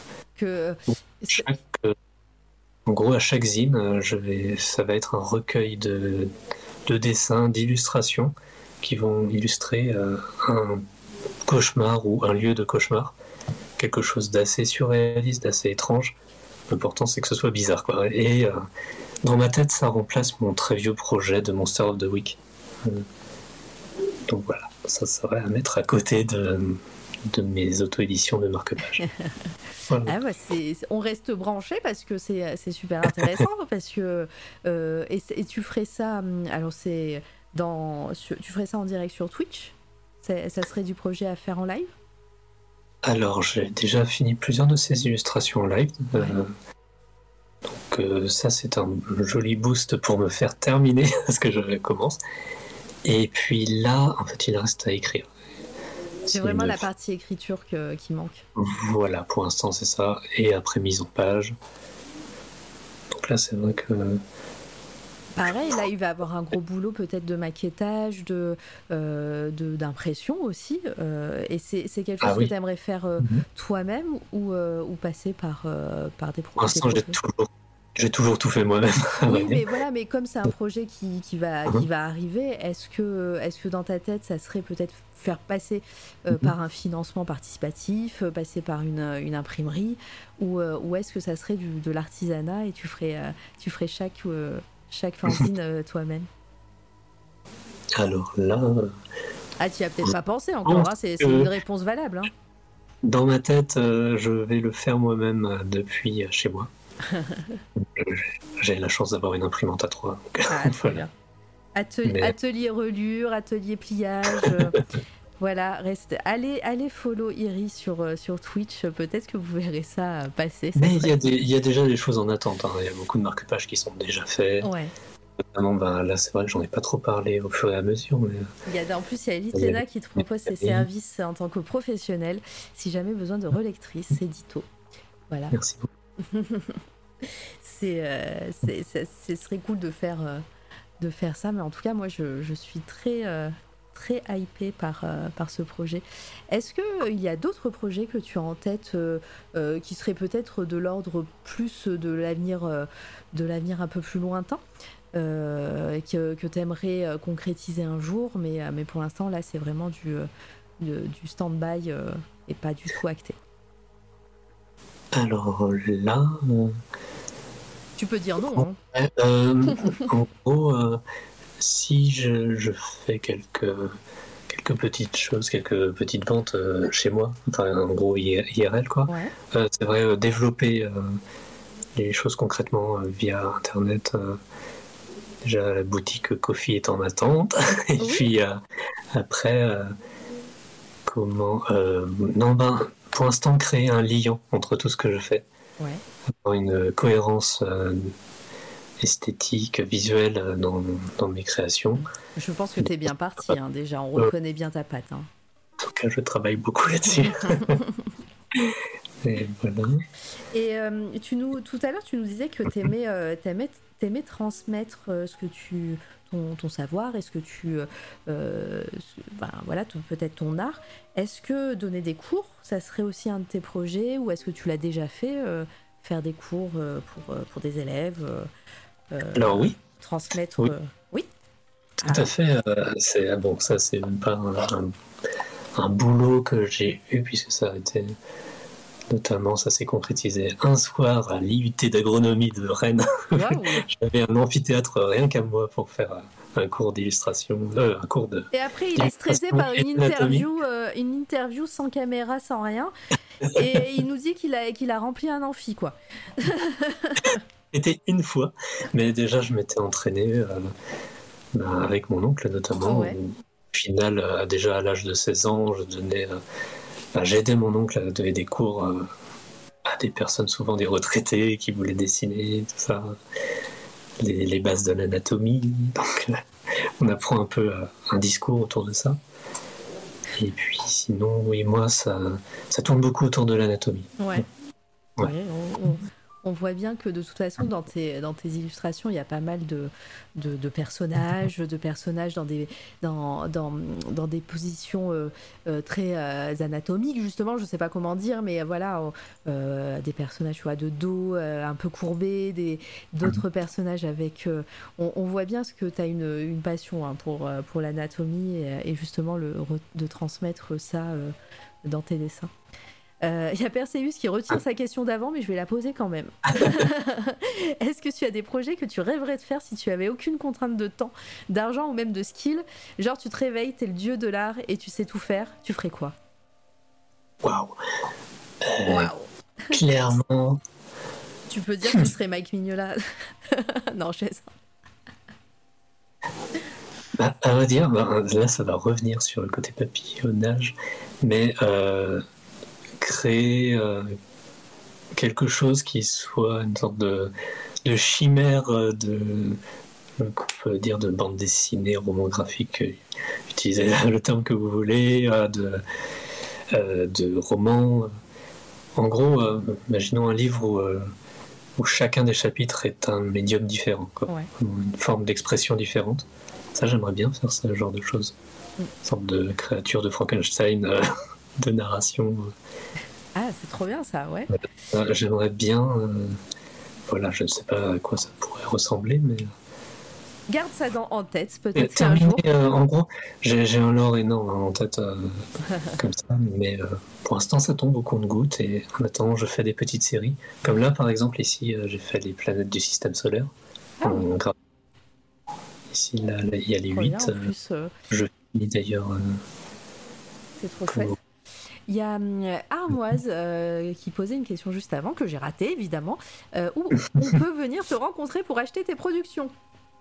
En gros, à chaque zine, ça va être un recueil de dessins, d'illustrations qui vont illustrer un cauchemar ou un lieu de cauchemar. Quelque chose d'assez surréaliste, d'assez étrange. L'important, c'est que ce soit bizarre, quoi. Et dans ma tête, ça remplace mon très vieux projet de Monster of the Week. Donc voilà, ça serait à mettre à côté de mes auto-éditions de marque-page. Voilà. On reste branché parce que c'est super intéressant parce que et tu ferais ça alors tu ferais ça en direct sur Twitch, ça serait du projet à faire en live? Alors j'ai déjà fini plusieurs de ces illustrations en live, donc ça c'est un joli boost pour me faire terminer ce que je commence, et puis là en fait il reste à écrire. C'est vraiment la partie écriture qui manque. Voilà, pour l'instant c'est ça. Et après mise en page. Donc là c'est vrai que... Pareil, là il va avoir un gros boulot peut-être de maquettage, d'impression aussi. Et c'est quelque chose que tu aimerais faire toi-même ou passer par des projets? Pour l'instant j'ai toujours tout fait moi-même. Oui, mais voilà, mais comme c'est un projet qui va arriver, est-ce que dans ta tête ça serait peut-être faire passer par un financement participatif, passer par une imprimerie, ou est-ce que ça serait de l'artisanat et tu ferais chaque fanzine toi-même? Alors là... tu y as peut-être pas pensé encore, c'est une réponse valable. Dans ma tête, je vais le faire moi-même depuis chez moi. J'ai la chance d'avoir une imprimante A3. Voilà. Atelier relure, atelier pliage. Voilà, allez follow Iris sur Twitch, peut-être que vous verrez ça passer. Mais il y a déjà des choses en attente, il y a beaucoup de marque-pages qui sont déjà faits. Ouais. Notamment, là c'est vrai que j'en ai pas trop parlé au fur et à mesure. Mais... En plus il y a Litena qui te propose ses services en tant que professionnel, si jamais besoin de relectrice, c'est Dito. Voilà. Merci beaucoup. Ce serait cool de faire ça, mais en tout cas moi je suis très hypée par ce projet. Est-ce qu'il y a d'autres projets que tu as en tête qui seraient peut-être de l'ordre plus de l'avenir un peu plus lointain, que tu aimerais concrétiser un jour, mais pour l'instant là c'est vraiment du stand-by et pas du tout acté? Alors là... Tu peux dire non. En gros, si je fais quelques petites choses, quelques petites ventes chez moi, enfin en gros IRL quoi, c'est vrai, développer les choses concrètement via internet. Déjà la boutique Coffee est en attente, et puis après pour l'instant créer un lien entre tout ce que je fais, avoir une cohérence esthétique, visuelle dans mes créations. Je pense que tu es bien parti, déjà, on reconnaît bien ta patte. En tout cas, je travaille beaucoup là-dessus. Et voilà. Et tout à l'heure, tu nous disais que t'aimais transmettre ton savoir, est-ce que peut-être ton art. Est-ce que donner des cours, ça serait aussi un de tes projets, ou est-ce que tu l'as déjà fait, faire des cours pour des élèves, alors oui. Transmettre. Oui. Tout à fait. Ça c'est même pas un boulot que j'ai eu, puisque ça a été notamment, ça s'est concrétisé un soir à l'IUT d'agronomie de Rennes. Wow. J'avais un amphithéâtre rien qu'à moi pour faire un cours d'illustration, un cours de... Et après, il est stressé par une interview sans caméra, sans rien. Et il nous dit qu'il a rempli un amphi, quoi. C'était une fois, mais déjà je m'étais entraîné avec mon oncle notamment. Ouais. Au final, déjà à l'âge de 16 ans, j'ai aidé mon oncle à donner des cours à des personnes, souvent des retraités, qui voulaient dessiner, tout ça, les bases de l'anatomie. Donc on apprend un peu un discours autour de ça. Et puis sinon, oui, moi, ça tourne beaucoup autour de l'anatomie. Ouais. Ouais. Ouais, on voit bien que de toute façon, dans tes illustrations, il y a pas mal de personnages dans des positions très anatomiques, justement, je sais pas comment dire, mais voilà, des personnages, tu vois, de dos un peu courbés, d'autres personnages avec... on voit bien ce que tu as une passion hein, pour l'anatomie et justement de transmettre ça dans tes dessins. Il y a Perseus qui retire sa question d'avant, mais je vais la poser quand même. Est-ce que tu as des projets que tu rêverais de faire si tu avais aucune contrainte de temps, d'argent ou même de skill? Genre tu te réveilles, t'es le dieu de l'art et tu sais tout faire, tu ferais quoi? Waouh. Clairement. Tu peux dire que tu serais Mike Mignola. Non, je sais ça. À vrai dire, là ça va revenir sur le côté papillonnage, mais créer quelque chose qui soit une sorte de chimère qu'on peut dire de bande dessinée, roman graphique, utilisez le terme que vous voulez, de roman. En gros, imaginons un livre où chacun des chapitres est un médium différent, quoi. Ouais. Une forme d'expression différente. Ça, j'aimerais bien faire ce genre de choses. Une sorte de créature de Frankenstein, de narration. Ah, c'est trop bien ça, ouais. J'aimerais bien... voilà, je ne sais pas à quoi ça pourrait ressembler, mais... Garde ça en tête, peut-être un jour. En gros, j'ai un lore énorme en tête, comme ça, mais pour l'instant, ça tombe au compte-gouttes, et en attendant, je fais des petites séries. Comme là, par exemple, ici, j'ai fait les planètes du système solaire. Ici, là, il y a les 8. Bien, en plus, je finis d'ailleurs... c'est trop chouette. Il y a Armoise qui posait une question juste avant, que j'ai ratée évidemment, où on peut venir te rencontrer pour acheter tes productions.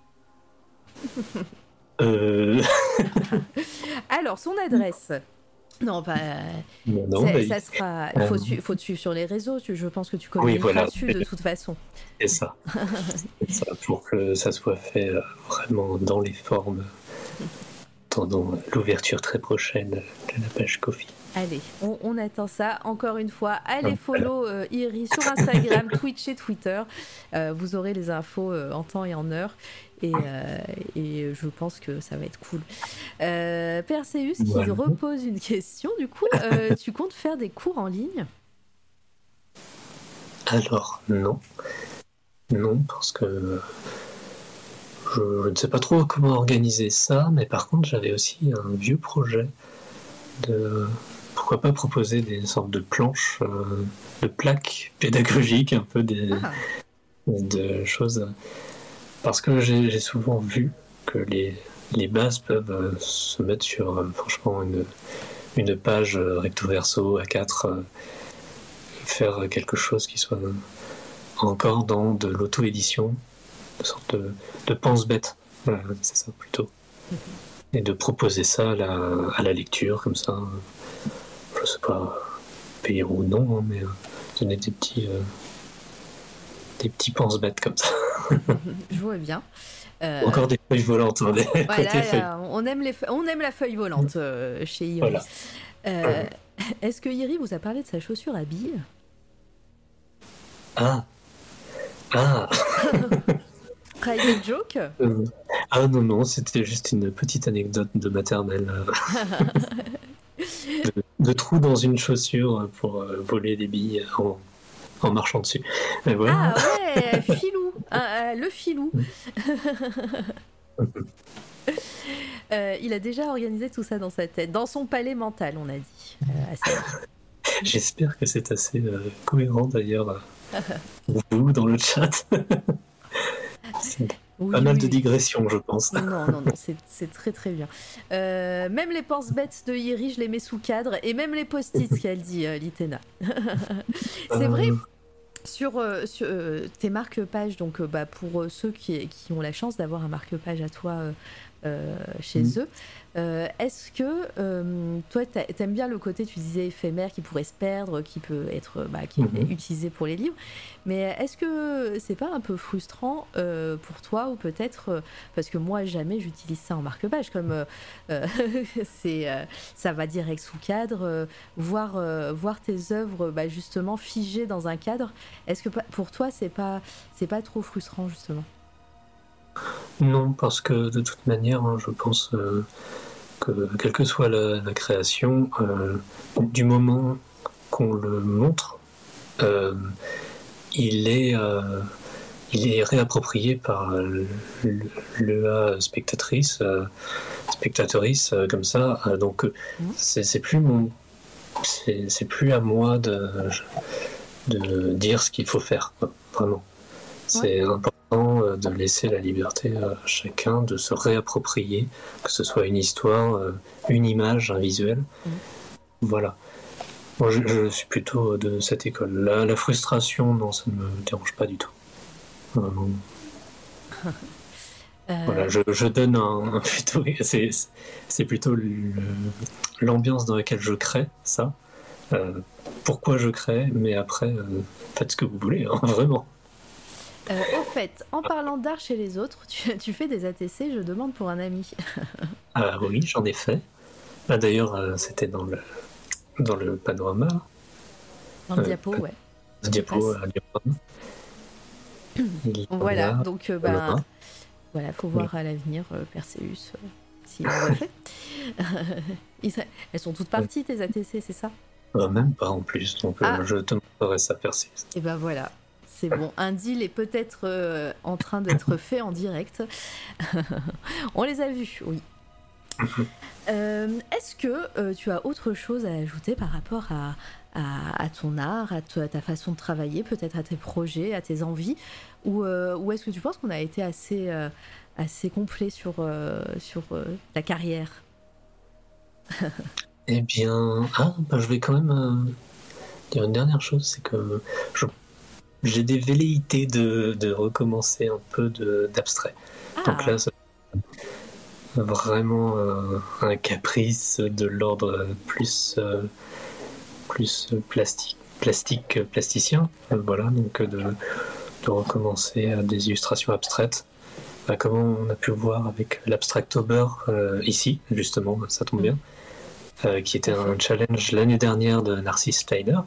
Alors, son adresse. Non, pas. Ça sera. Il faut te suivre sur les réseaux. Je pense que tu communiqueras dessus de toute façon. C'est ça. C'est ça. Pour que ça soit fait vraiment dans les formes. Dans l'ouverture très prochaine de la page Ko-fi. Allez, on attend ça. Encore une fois, allez follow Iri sur Instagram, Twitch et Twitter. Vous aurez les infos en temps et en heure. Et je pense que ça va être cool. Perseus qui repose une question. Du coup, tu comptes faire des cours en ligne? Alors, non. Non, parce que... Je ne sais pas trop comment organiser ça, mais par contre j'avais aussi un vieux projet de pourquoi pas proposer des sortes de planches, de plaques pédagogiques, un peu de choses, parce que j'ai souvent vu que les bases peuvent se mettre sur franchement une page recto verso A4, faire quelque chose qui soit encore dans de l'auto-édition, une sorte de pense-bête, c'est ça plutôt. Et de proposer ça à la lecture, comme ça, je sais pas, payer ou non, mais donner des petits pense-bêtes comme ça. Je vois bien. Encore des feuilles volantes. Voilà, on aime la feuille volante chez Iri. Voilà. Est-ce que Iri vous a parlé de sa chaussure à billes? Ah Private joke? Non, c'était juste une petite anecdote de maternelle. de trous dans une chaussure pour voler des billes en marchant dessus. Et voilà. Ah ouais, filou, le filou. Il a déjà organisé tout ça dans sa tête, dans son palais mental, on a dit. J'espère que c'est assez cohérent d'ailleurs pour vous dans le chat. Pas mal de digressions, je pense. Non, c'est très très bien. Même les pense-bêtes de Iri, je les mets sous cadre, et même les post-it, qu'elle dit, Litena. C'est vrai. Sur tes marque-pages, donc pour ceux qui ont la chance d'avoir un marque-page à toi chez eux, est-ce que toi t'aimes bien le côté, tu disais, éphémère, qui pourrait se perdre, qui peut être est utilisé pour les livres, mais est-ce que c'est pas un peu frustrant pour toi, ou peut-être parce que moi jamais j'utilise ça en marque-page, comme ça va direct sous cadre, voir tes œuvres justement figées dans un cadre. Est-ce que pour toi c'est pas trop frustrant justement? Non, parce que de toute manière, je pense que quelle que soit la création, du moment qu'on le montre, il est réapproprié par le spectatrice, comme ça. Donc c'est plus à moi de dire ce qu'il faut faire, vraiment. C'est important de laisser la liberté à chacun de se réapproprier, que ce soit une histoire, une image, un visuel. Voilà. Moi, je suis plutôt de cette école. La frustration, non, ça ne me dérange pas du tout. Voilà, je donne plutôt. C'est plutôt l'ambiance dans laquelle je crée ça. Pourquoi je crée, mais après, faites ce que vous voulez, hein, vraiment. Au fait, en parlant d'art chez les autres, tu fais des ATC, je demande pour un ami. Ah oui, j'en ai fait. D'ailleurs, c'était dans le panorama. Dans le diapo, ouais. Le diapo, diaporama. Voilà, donc voilà, faut voir à l'avenir Perseus s'il en refait. Elles sont toutes parties, tes ATC, c'est ça? Même pas en plus, donc je te montrerai ça, Perseus. Et ben voilà. C'est bon, un deal est peut-être en train d'être fait en direct. On les a vus, oui. Est-ce que tu as autre chose à ajouter par rapport à ton art, à ta façon de travailler, peut-être à tes projets, à tes envies, ou est-ce que tu penses qu'on a été assez complet sur ta carrière? Eh bien, je vais quand même dire une dernière chose, c'est que j'ai des velléités de recommencer un peu d'abstrait. Donc là, c'est vraiment un caprice de l'ordre plus plasticien. Voilà, donc de recommencer des illustrations abstraites. Comme on a pu le voir avec l'Abstractober ici, justement, ça tombe bien, qui était un challenge l'année dernière de Narcisse Steiner.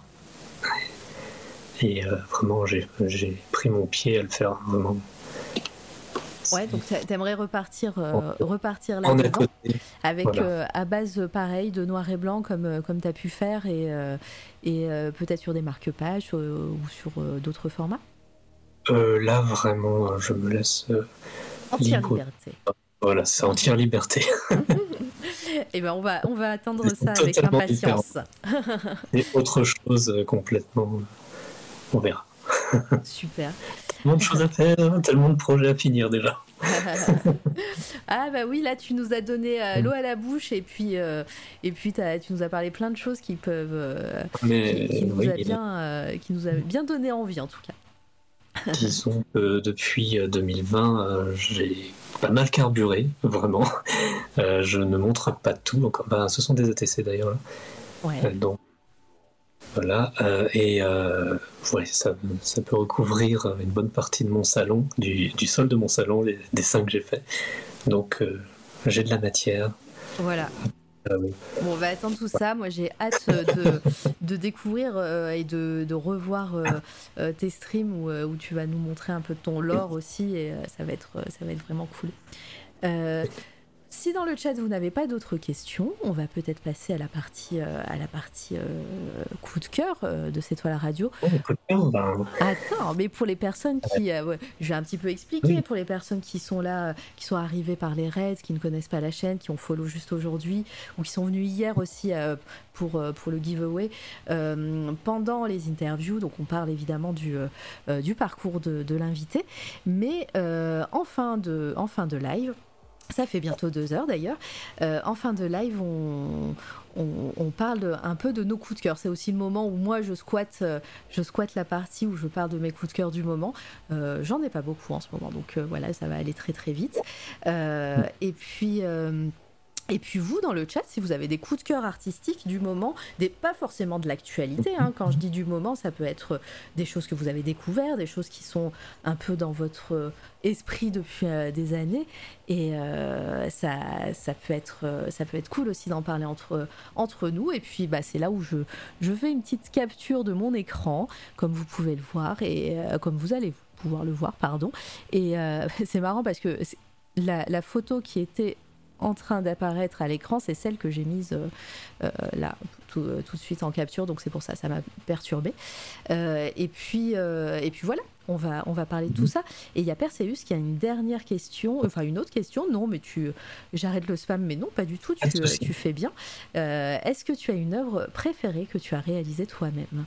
Et vraiment, j'ai pris mon pied à le faire, vraiment. Ouais, donc t'aimerais repartir là-dedans, avec à base pareil de noir et blanc comme t'as pu faire, et peut-être sur des marque-pages ou sur d'autres formats. Là, vraiment, je me laisse entière liberté. Voilà, c'est entière liberté. Et ben on va attendre ça avec impatience. Et autre chose complètement, on verra. Super. Tellement de choses à faire, tellement de projets à finir déjà. Ah bah oui, là tu nous as donné l'eau à la bouche, et puis tu nous as parlé plein de choses qui peuvent qui nous a bien donné envie en tout cas. Disons que depuis 2020, j'ai pas mal carburé, vraiment. Je ne montre pas tout encore. Ce sont des ATC d'ailleurs. Ouais. Donc voilà, ouais, ça peut recouvrir une bonne partie de mon salon, du sol de mon salon, les dessins que j'ai faits. Donc j'ai de la matière. Voilà. Oui. Bon, on va attendre tout ça. Moi, j'ai hâte de découvrir et de revoir tes streams où tu vas nous montrer un peu de ton lore aussi, et ça va être vraiment cool. Si dans le chat vous n'avez pas d'autres questions, on va peut-être passer à la partie, coup de cœur de C'est toi la radio. Coup de cœur, Attends, mais pour les personnes qui... je vais un petit peu expliquer. Oui. Pour les personnes qui sont là, qui sont arrivées par les raids, qui ne connaissent pas la chaîne, qui ont follow juste aujourd'hui, ou qui sont venus hier aussi pour le giveaway. Pendant les interviews, donc on parle évidemment du parcours de l'invité, mais en fin de live... Ça fait bientôt 2 heures d'ailleurs. En fin de live, on parle un peu de nos coups de cœur. C'est aussi le moment où moi je squatte la partie où je parle de mes coups de cœur du moment. J'en ai pas beaucoup en ce moment, donc voilà, ça va aller très très vite. Et puis vous, dans le chat, si vous avez des coups de cœur artistiques du moment, pas forcément de l'actualité, hein, quand je dis du moment, ça peut être des choses que vous avez découvertes, des choses qui sont un peu dans votre esprit depuis des années, et ça peut être cool aussi d'en parler entre nous. Et puis c'est là où je fais une petite capture de mon écran, comme vous pouvez le voir, et comme vous allez pouvoir le voir, pardon. Et c'est marrant parce que la photo qui était en train d'apparaître à l'écran, c'est celle que j'ai mise là tout de suite en capture, donc c'est pour ça m'a perturbée. Et puis voilà, on va parler de tout ça. Et il y a Perseus qui a une dernière question, enfin une autre question. Non, mais j'arrête le spam, mais non, pas du tout, tu fais bien. Est-ce que tu as une œuvre préférée que tu as réalisée toi-même?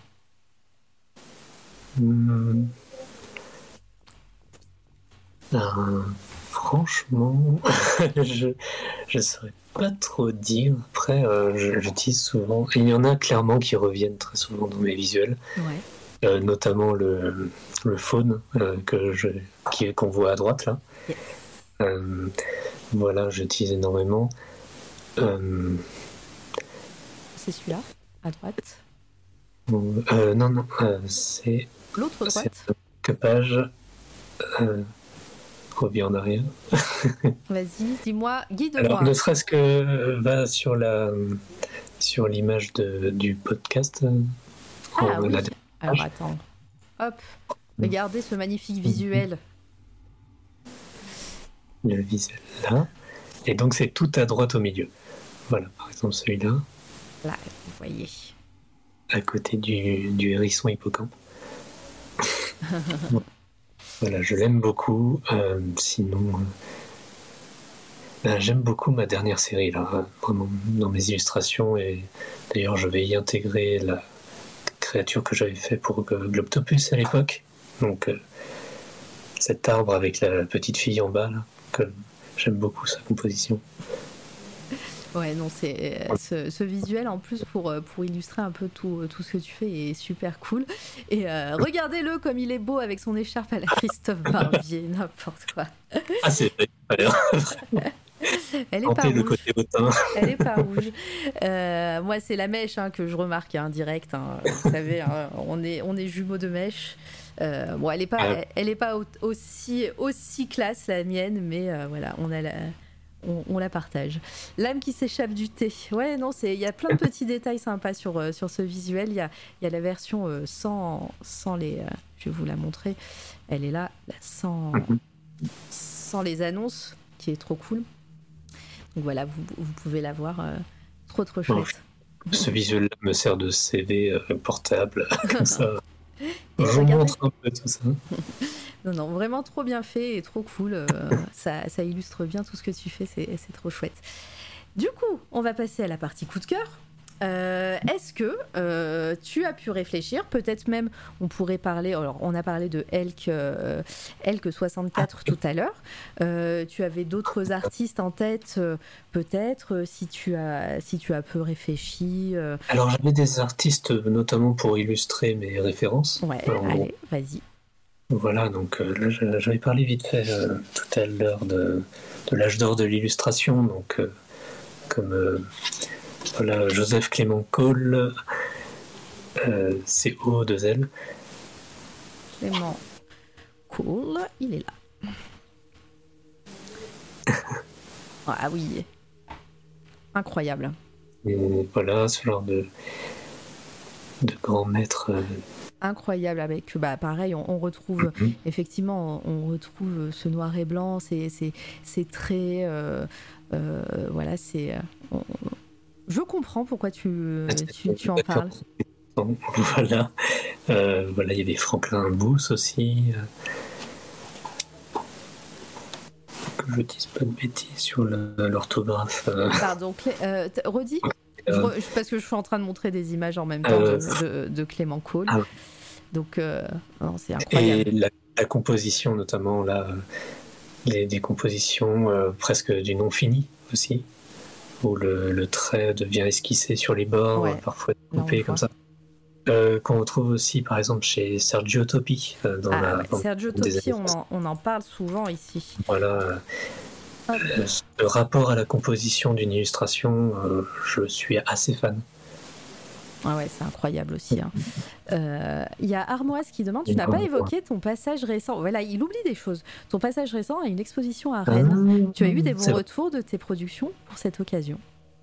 Franchement, je saurais pas trop dire. Après, j'utilise souvent. Il y en a clairement qui reviennent très souvent dans mes visuels. Ouais. Notamment le faune qu'on voit à droite là. Yes. Voilà, j'utilise énormément. C'est celui-là, à droite. Non, c'est l'autre droite. C'est que page. Reviens en arrière. Vas-y, dis-moi, guide-moi. Alors, ne serait-ce que va sur l'image du podcast. Ah oui. Alors attends. Hop. Regardez ce magnifique visuel. Le visuel là. Et donc c'est tout à droite au milieu. Voilà, par exemple celui-là. Là, vous voyez. À côté du hérisson hippocampe. Voilà, je l'aime beaucoup. Sinon, j'aime beaucoup ma dernière série là, vraiment dans mes illustrations. Et d'ailleurs, je vais y intégrer la créature que j'avais fait pour Globtopus à l'époque. Donc, cet arbre avec la petite fille en bas là, que j'aime beaucoup sa composition. Ouais, non, c'est ce visuel en plus pour illustrer un peu tout ce que tu fais est super cool. Et regardez-le comme il est beau avec son écharpe à la Christophe Barbier, n'importe quoi. Ah, c'est vrai. Elle est pas rouge. Le côté hautain. Elle est pas rouge. Moi, c'est la mèche que je remarque direct. Vous savez, on est jumeaux de mèche. Bon, elle est pas aussi classe la mienne, mais voilà, on la partage. L'âme qui s'échappe du thé. Ouais, non, il y a plein de petits détails sympas sur ce visuel. Il y a la version sans les... je vais vous la montrer. Elle est là, sans les annonces, qui est trop cool. Donc voilà, vous pouvez la voir. Trop chouette. Ce visuel-là me sert de CV portable, comme ça. Je montre un peu tout ça. Non, vraiment trop bien fait et trop cool. Ça illustre bien tout ce que tu fais, c'est trop chouette. Du coup, on va passer à la partie coup de cœur. Est-ce que tu as pu réfléchir, peut-être même on pourrait parler, alors on a parlé de Elk 64 tout à l'heure, tu avais d'autres artistes en tête, peut-être, si tu as peu réfléchi. Alors j'avais des artistes notamment pour illustrer mes références. Ouais, allez, vas-y. Voilà, donc là j'avais parlé vite fait tout à l'heure de l'âge d'or de l'illustration, donc comme voilà, Joseph Clément Cole, c'est O2L. Clément Cole, il est là. Ah oui, incroyable. Et voilà, ce genre de grand maître incroyable avec pareil on retrouve effectivement on retrouve ce noir et blanc, c'est très voilà, c'est je comprends pourquoi tu en parles. Voilà. Voilà, il y avait Franklin Booth aussi. Que je dise pas de bêtises sur l'orthographe. Pardon, redis. Parce que je suis en train de montrer des images en même temps de Clément Cole. Donc, non, c'est incroyable. Et la composition, notamment, là, des compositions presque du non fini aussi, où le trait devient esquissé sur les bords, parfois coupé comme ça. Qu'on retrouve aussi, par exemple, chez Sergio Topi. Sergio Topi, on en parle souvent ici. Voilà. Le rapport à la composition d'une illustration, je suis assez fan. Ah ouais, c'est incroyable aussi. Il y a Armoise qui demande, tu n'as pas évoqué ton passage récent. Voilà, il oublie des choses. Ton passage récent à une exposition à Rennes. Tu as eu des bons retours de tes productions pour cette occasion?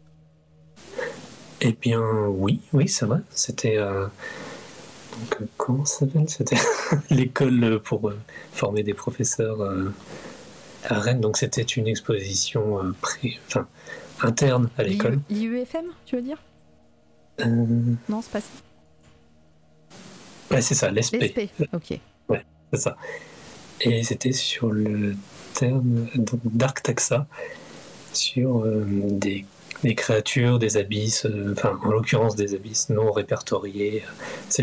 Eh bien, oui, ça va. C'était donc, comment ça s'appelle? C'était l'école pour former des professeurs à Rennes. Donc c'était une exposition interne à l'école. L'IUFM, tu veux dire? Non, c'est pas ça. Ouais, c'est ça, l'ESP. Ok. Ouais, c'est ça. Et c'était sur le terme Dark Taxa, sur des créatures, des abysses, en l'occurrence des abysses non répertoriés. C'est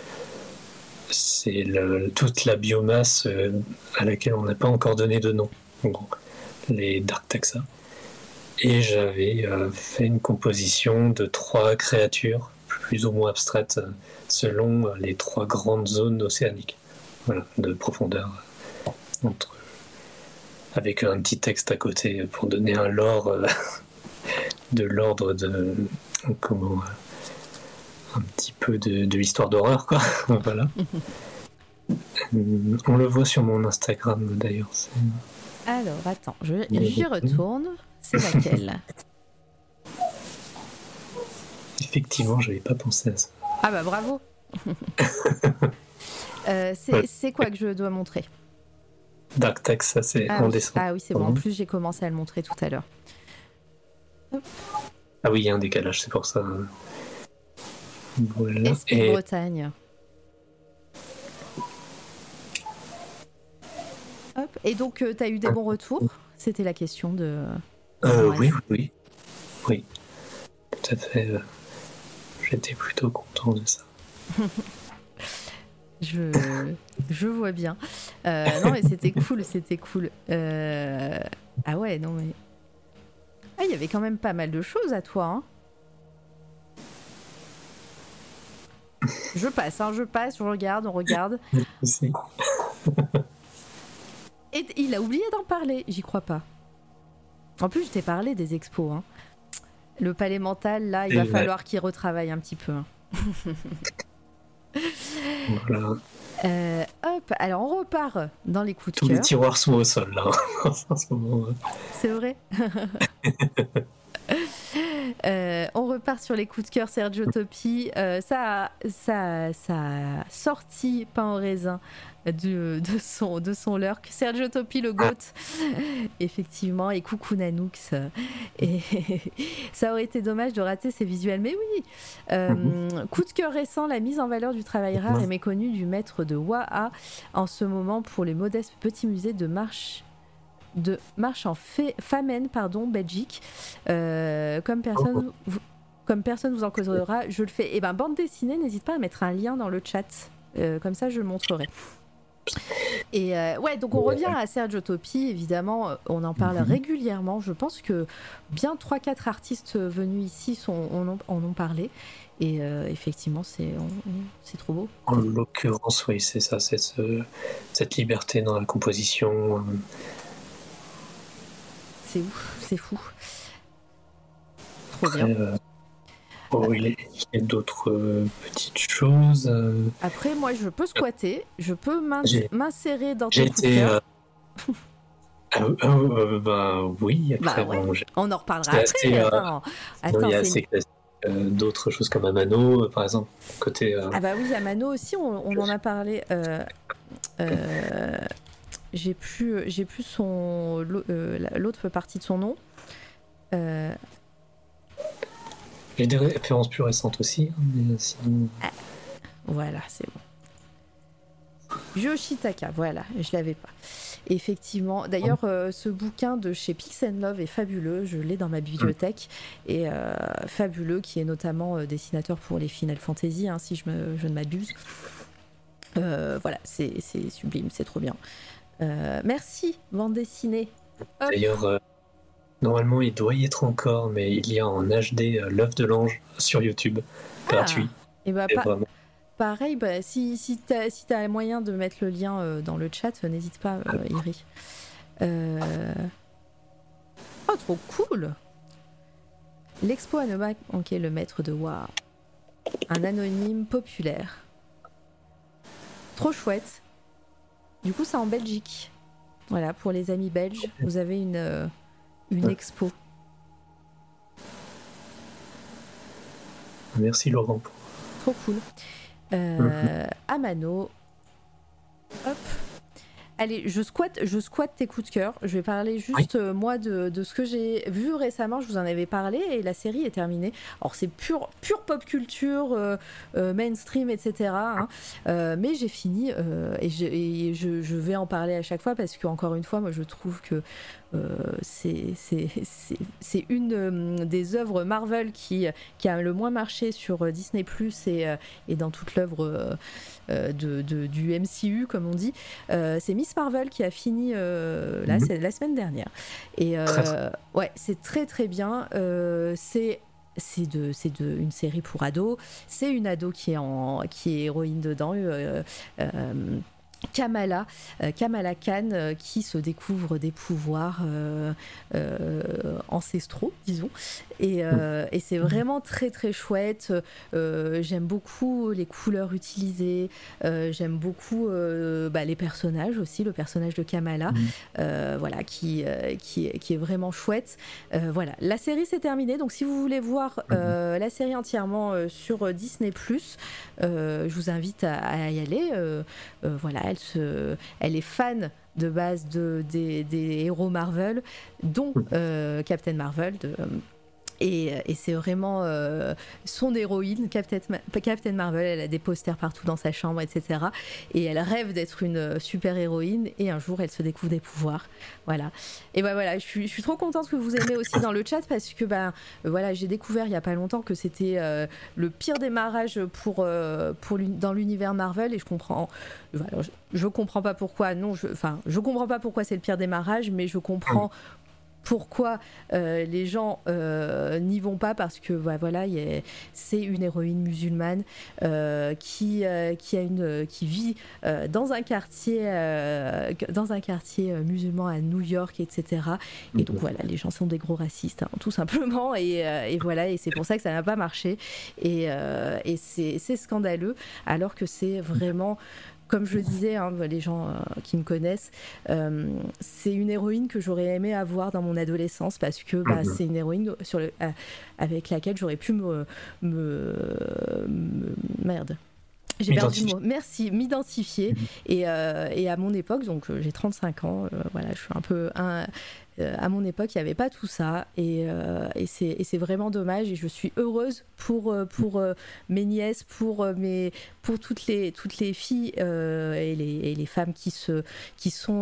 toute la biomasse à laquelle on n'a pas encore donné de nom, en gros, les Dark Taxa. Et j'avais fait une composition de 3 créatures, plus ou moins abstraites, selon les 3 grandes zones océaniques, voilà, de profondeur, avec un petit texte à côté pour donner un lore de l'ordre de un petit peu de l'histoire d'horreur, quoi. Voilà. On le voit sur mon Instagram d'ailleurs. Alors attends, j'y retourne. C'est laquelle? Effectivement, j'avais pas pensé à ça. Ah bah bravo. C'est quoi que je dois montrer? Dark Text, ça c'est en dessin. Ah oui, c'est bon. En plus, j'ai commencé à le montrer tout à l'heure. Ah oui, il y a un décalage, c'est pour ça. Voilà. Esprit Bretagne. Hop. Et donc, tu as eu des bons retours? C'était la question de... Oui. Tout à fait. J'étais plutôt content de ça. Je vois bien. Non, mais c'était cool. Ah ouais, non, mais... Ah, il y avait quand même pas mal de choses à toi, hein. Je passe, je regarde, on regarde. Et il a oublié d'en parler, j'y crois pas. En plus, je t'ai parlé des expos, hein. Le palais mental, là, il va falloir qu'il retravaille un petit peu. Hein. Voilà. Hop, alors on repart dans les coups de cœur. Tous les tiroirs sont au sol, là, en ce moment. C'est vrai. On repart sur les coups de cœur Sergio Topi. Ça a sorti pain au raisin de son lurk. Sergio Topi, le GOAT, effectivement, et coucou Nanoux. Et ça aurait été dommage de rater ces visuels, mais oui. Coup de cœur récent, la mise en valeur du travail rare et méconnu du maître de Waha en ce moment pour les modestes petits musées de marche en Famenne, Belgique. Comme personne vous en causera, je le fais. Et bande dessinée, n'hésite pas à mettre un lien dans le chat, comme ça je le montrerai. Et donc on revient à Sergio Topi, évidemment, on en parle régulièrement. Je pense que bien 3-4 artistes venus ici en ont parlé. Et effectivement, c'est trop beau. En l'occurrence, oui, c'est ça, cette liberté dans la composition. C'est ouf, c'est fou. Trop Après, bien. Il y a d'autres petites choses. Après, moi, je peux squatter, je peux m'insérer dans tes coups de cœur. Oui, après, on en reparlera après. Attends, d'autres choses comme Amano, par exemple, côté... Ah bah oui, Amano aussi, on en a parlé. J'ai plus l'autre partie de son nom. J'ai des références plus récentes aussi, mais sinon... Voilà, c'est bon. Yoshitaka, voilà, je l'avais pas. Effectivement, d'ailleurs, ce bouquin de chez Pix & Love est fabuleux, je l'ai dans ma bibliothèque, et fabuleux, qui est notamment dessinateur pour les Final Fantasy, si je ne m'abuse. Voilà, c'est sublime, c'est trop bien. Merci, bande dessinée. Hop. D'ailleurs, normalement, il doit y être encore, mais il y a en HD L'œuvre de l'ange sur YouTube, gratuit. Et bah, vraiment... Pareil, bah, si t'as moyen de mettre le lien dans le chat, n'hésite pas, Iri. Oh, trop cool! L'expo à ne pas manquer, le maître de Waouh. Un anonyme populaire. Trop chouette. Du coup, c'est en Belgique. Voilà, pour les amis belges, vous avez une expo. Merci Laurent. Trop cool. Amano. Hop. Allez, je squatte tes coups de cœur. Je vais parler juste, moi, de ce que j'ai vu récemment. Je vous en avais parlé et la série est terminée. Alors, c'est pure pop culture, mainstream, etc. Mais j'ai fini et je vais en parler à chaque fois parce qu'encore une fois, moi, je trouve que c'est une des œuvres Marvel qui a le moins marché sur Disney+, et dans toute l'œuvre du MCU, comme on dit. C'est Miss Marvel qui a fini la semaine dernière. Et ouais, c'est très très bien. C'est une série pour ados. C'est une ado qui est héroïne dedans. Kamala Khan qui se découvre des pouvoirs ancestraux, disons, et c'est vraiment très très chouette. J'aime beaucoup les couleurs utilisées, j'aime beaucoup les personnages aussi, le personnage de Kamala, voilà, qui est vraiment chouette. Voilà, la série s'est terminée, donc si vous voulez voir la série entièrement sur Disney+, je vous invite à y aller. Voilà, elle est fan de base des héros Marvel, dont Captain Marvel. Et c'est vraiment son héroïne, Captain Marvel. Elle a des posters partout dans sa chambre, etc. Et elle rêve d'être une super héroïne. Et un jour, elle se découvre des pouvoirs. Voilà. Et ben voilà, je suis trop contente que vous aimez aussi dans le chat parce que voilà, j'ai découvert il y a pas longtemps que c'était le pire démarrage dans l'univers Marvel. Et je comprends. Voilà, je comprends pas pourquoi. Non, je comprends pas pourquoi c'est le pire démarrage, mais je comprends. Pourquoi les gens n'y vont pas, parce que voilà, c'est une héroïne musulmane qui vit dans un quartier musulman à New York, etc. Et donc voilà, les gens sont des gros racistes, tout simplement, et voilà, et c'est pour ça que ça n'a pas marché, et c'est scandaleux, alors que c'est vraiment... Comme je le disais, les gens qui me connaissent, c'est une héroïne que j'aurais aimé avoir dans mon adolescence parce que c'est une héroïne avec laquelle j'aurais pu merde. J'ai perdu le mot. Merci, m'identifier. Et à mon époque, donc j'ai 35 ans, voilà, je suis un peu... à mon époque, il n'y avait pas tout ça, et c'est vraiment dommage. Et je suis heureuse pour mes nièces, pour toutes les filles et les femmes qui sont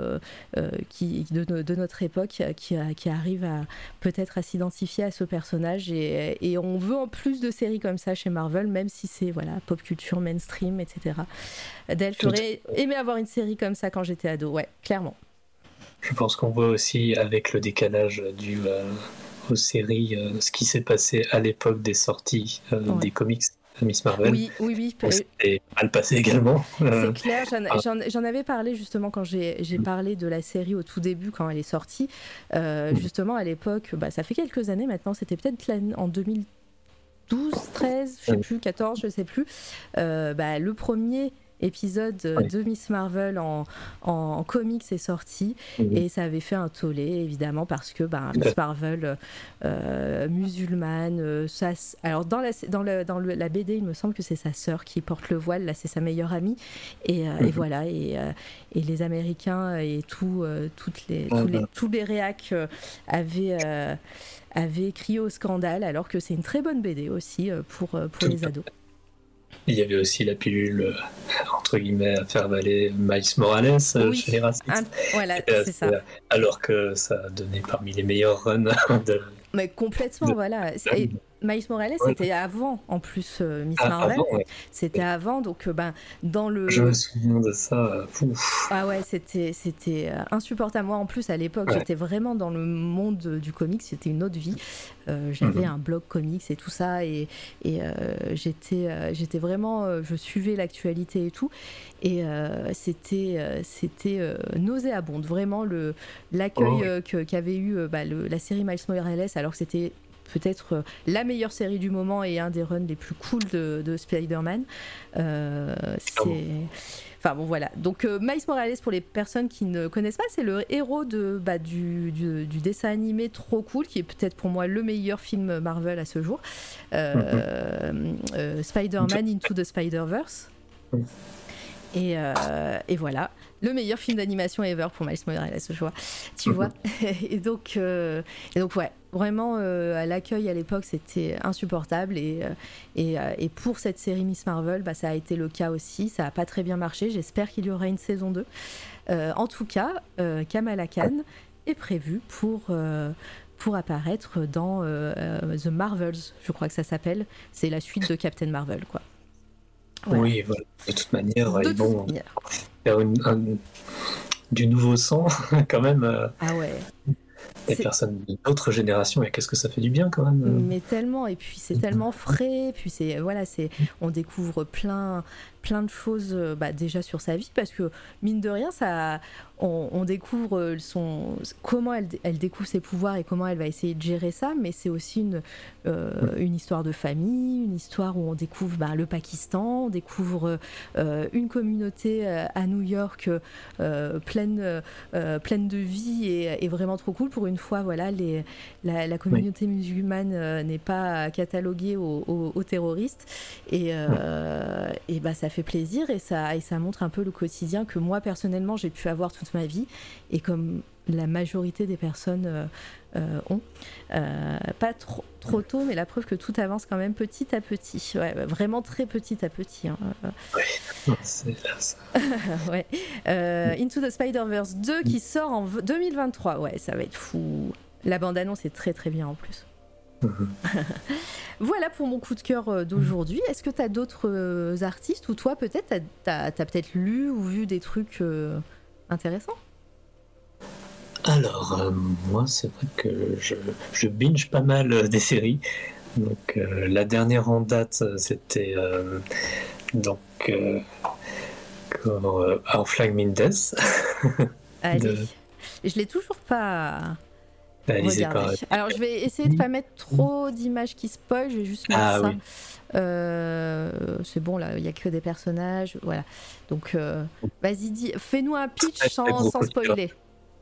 de notre époque, qui arrivent peut-être à s'identifier à ce personnage. Et on veut en plus de séries comme ça chez Marvel, même si c'est pop culture, mainstream, etc. Delph, j'aurais aimé avoir une série comme ça quand j'étais ado, ouais, clairement. Je pense qu'on voit aussi, avec le décalage dû aux séries, ce qui s'est passé à l'époque des sorties des comics de Miss Marvel. Oui. C'était mal passé également. C'est clair, j'en avais parlé justement quand j'ai parlé de la série au tout début, quand elle est sortie. Justement, à l'époque, ça fait quelques années maintenant, c'était peut-être en 2012, 13, je sais plus, 14, je sais plus. Le premier épisode de Miss Marvel en comics est sorti, et ça avait fait un tollé, évidemment, parce que Miss Marvel musulmane, alors dans la BD, il me semble que c'est sa sœur qui porte le voile, là c'est sa meilleure amie, et voilà, et les Américains et tous les réacs avaient crié au scandale, alors que c'est une très bonne BD aussi pour les ados. Il y avait aussi la pilule, entre guillemets, à faire valer Miles Morales chez les racistes. Voilà, c'est ça. Alors que ça a donné parmi les meilleurs runs de... Mais complètement, voilà. Et Miles Morales, c'était avant, en plus, Miss Marvel. Avant, ouais. C'était avant, donc dans le... Je me souviens de ça. Ah ouais, c'était insupportable. Moi, en plus, à l'époque, j'étais vraiment dans le monde du comics, c'était une autre vie. J'avais un blog comics et tout ça, et j'étais vraiment... je suivais l'actualité et tout, et c'était nauséabond. Vraiment, l'accueil qu'avait eu la série Miles Morales, alors que c'était peut-être la meilleure série du moment et un des runs les plus cool de Spider-Man. Enfin bon, voilà. Donc Miles Morales, pour les personnes qui ne connaissent pas, c'est le héros du dessin animé trop cool, qui est peut-être pour moi le meilleur film Marvel à ce jour. Spider-Man Into the Spider-Verse. Et voilà, le meilleur film d'animation ever pour Miles Morales, tu vois. Et donc ouais, vraiment l'accueil à l'époque c'était insupportable, et pour cette série Miss Marvel, ça a été le cas aussi. Ça n'a pas très bien marché, j'espère qu'il y aura une saison 2. En tout cas, Kamala Khan est prévue pour apparaître dans The Marvels, je crois que ça s'appelle. C'est la suite de Captain Marvel, quoi. Voilà. Oui, voilà. De toute manière, ils vont faire du nouveau sang, quand même. Ah ouais. Des personnes d'autres générations, et qu'est-ce que ça fait du bien, quand même. Mais tellement, et puis c'est tellement frais, puis on découvre plein de choses déjà sur sa vie, parce que mine de rien, on découvre comment elle découvre ses pouvoirs et comment elle va essayer de gérer ça, mais c'est aussi une histoire de famille, une histoire où on découvre le Pakistan, on découvre une communauté à New York pleine de vie, et vraiment trop cool. Pour une fois, voilà, la communauté musulmane n'est pas cataloguée aux terroristes, et ça fait plaisir, et ça montre un peu le quotidien que moi personnellement j'ai pu avoir toute ma vie, et comme la majorité des personnes ont, pas trop tôt, mais la preuve que tout avance quand même petit à petit, vraiment très petit à petit, hein. Oui, c'est là ça. Ouais. Into the Spider-Verse 2 qui sort en 2023, ça va être fou. La bande-annonce est très très bien en plus. Voilà pour mon coup de cœur d'aujourd'hui. Est-ce que tu as d'autres artistes, ou toi peut-être t'as peut-être lu ou vu des trucs intéressants? Alors moi c'est vrai que je binge pas mal des séries. Donc la dernière en date c'était Our Flag Means Death. Allez, je l'ai toujours pas... Regardez. Alors je vais essayer de pas mettre trop d'images qui spoil, je vais juste mettre ça. Oui. C'est bon, là il n'y a que des personnages, voilà. Donc vas-y, fais-nous un pitch sans spoiler.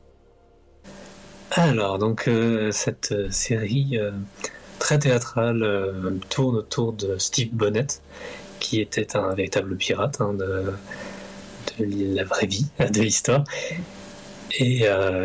Alors donc cette série très théâtrale tourne autour de Steve Bonnet, qui était un véritable pirate de la vraie vie, de l'histoire, et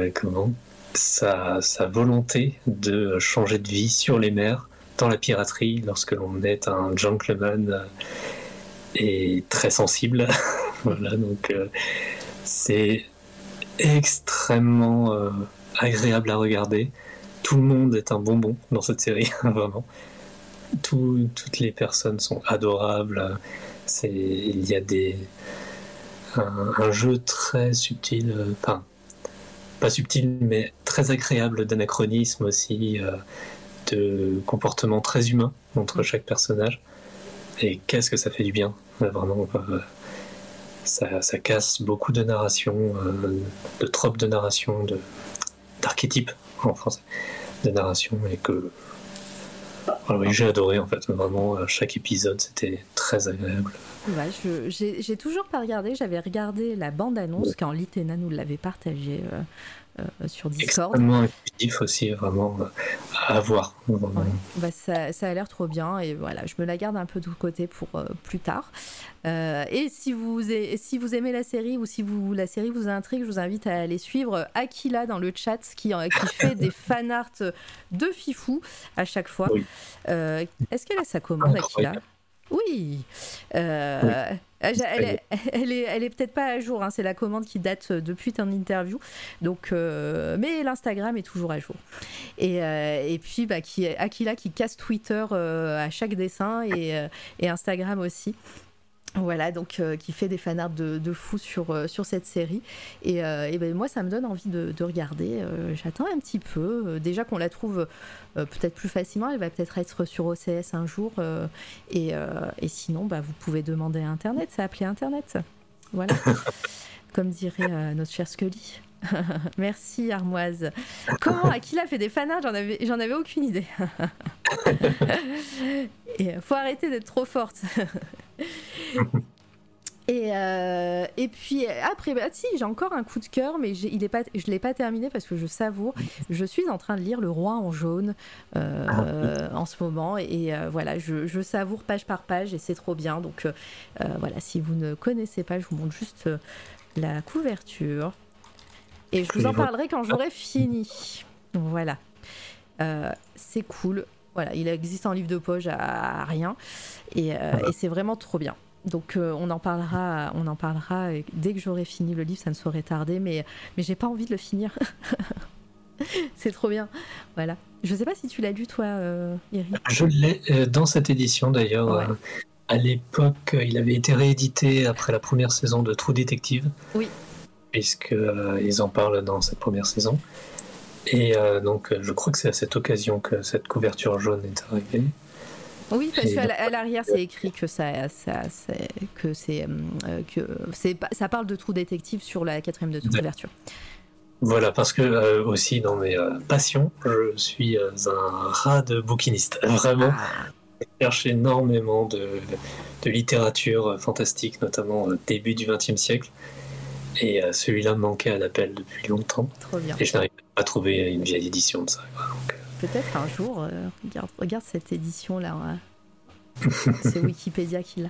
sa volonté de changer de vie sur les mers, dans la piraterie, lorsque l'on est un gentleman et très sensible. Voilà, donc c'est extrêmement agréable à regarder. Tout le monde est un bonbon dans cette série, vraiment. Toutes les personnes sont adorables. Il y a un jeu très subtil, pas subtil, mais très agréable d'anachronisme aussi, de comportement très humain entre chaque personnage. Et qu'est-ce que ça fait du bien, vraiment. Ça casse beaucoup de narration, de tropes de narration, d'archétypes en français, de narration, et que Ah oui, j'ai adoré en fait, vraiment, chaque épisode c'était très agréable. Ouais, j'ai toujours pas regardé. J'avais regardé la bande-annonce quand Litena nous l'avait partagée sur Discord. Extrêmement intuitif aussi, vraiment à voir. Vraiment. Ouais. Bah, ça a l'air trop bien et voilà, je me la garde un peu de côté pour plus tard. Et si vous aimez la série ou si la série vous intrigue, je vous invite à aller suivre Aquila dans le chat qui fait des fanarts de Fifou à chaque fois. Oui. Est-ce qu'elle a sa commande, Aquila ? Incroyable. Oui. Elle est peut-être pas à jour, hein, c'est la commande qui date depuis ton interview, donc, mais l'Instagram est toujours à jour. Et puis Aquila qui casse Twitter à chaque dessin et Instagram aussi. Voilà, donc qui fait des fanarts de fou sur cette série. Et ben, moi, ça me donne envie de regarder. J'attends un petit peu. Déjà qu'on la trouve peut-être plus facilement, elle va peut-être être sur OCS un jour. Et sinon, bah, vous pouvez demander à Internet, ça appelé Internet. Voilà, comme dirait notre cher Scully. Merci Armoise. Comment Aquila fait des fanarts, j'en avais aucune idée. Et faut arrêter d'être trop forte. Et puis après, bah, si, j'ai encore un coup de cœur, mais je l'ai pas terminé parce que je savoure. Je suis en train de lire Le Roi en jaune en ce moment et voilà, je savoure page par page et c'est trop bien. Donc voilà, si vous ne connaissez pas, je vous montre juste la couverture et je vous en parlerai quand j'aurai fini. Voilà, c'est cool. Voilà, il existe en livre de poche à rien et c'est vraiment trop bien. Donc on en parlera dès que j'aurai fini le livre, ça ne saurait tarder, mais j'ai pas envie de le finir. C'est trop bien. Voilà. Je sais pas si tu l'as lu toi, Eric. Je l'ai dans cette édition d'ailleurs. Ouais. À l'époque, il avait été réédité après la première saison de True Detective. Oui. Puisque ils en parlent dans cette première saison. Et donc je crois que c'est à cette occasion que cette couverture jaune est arrivée. Oui, parce qu'à l'arrière c'est écrit que ça parle de True Detective sur la 4e de couverture. Voilà, parce que aussi dans mes passions, je suis un rat de bouquiniste. Vraiment, je cherche énormément de littérature fantastique, notamment au début du XXe siècle. Et celui-là me manquait à l'appel depuis longtemps. Trop bien. Et je n'arrive pas à trouver une vieille édition de ça. Donc, peut-être un jour, regarde cette édition-là. C'est Wikipédia qui l'a.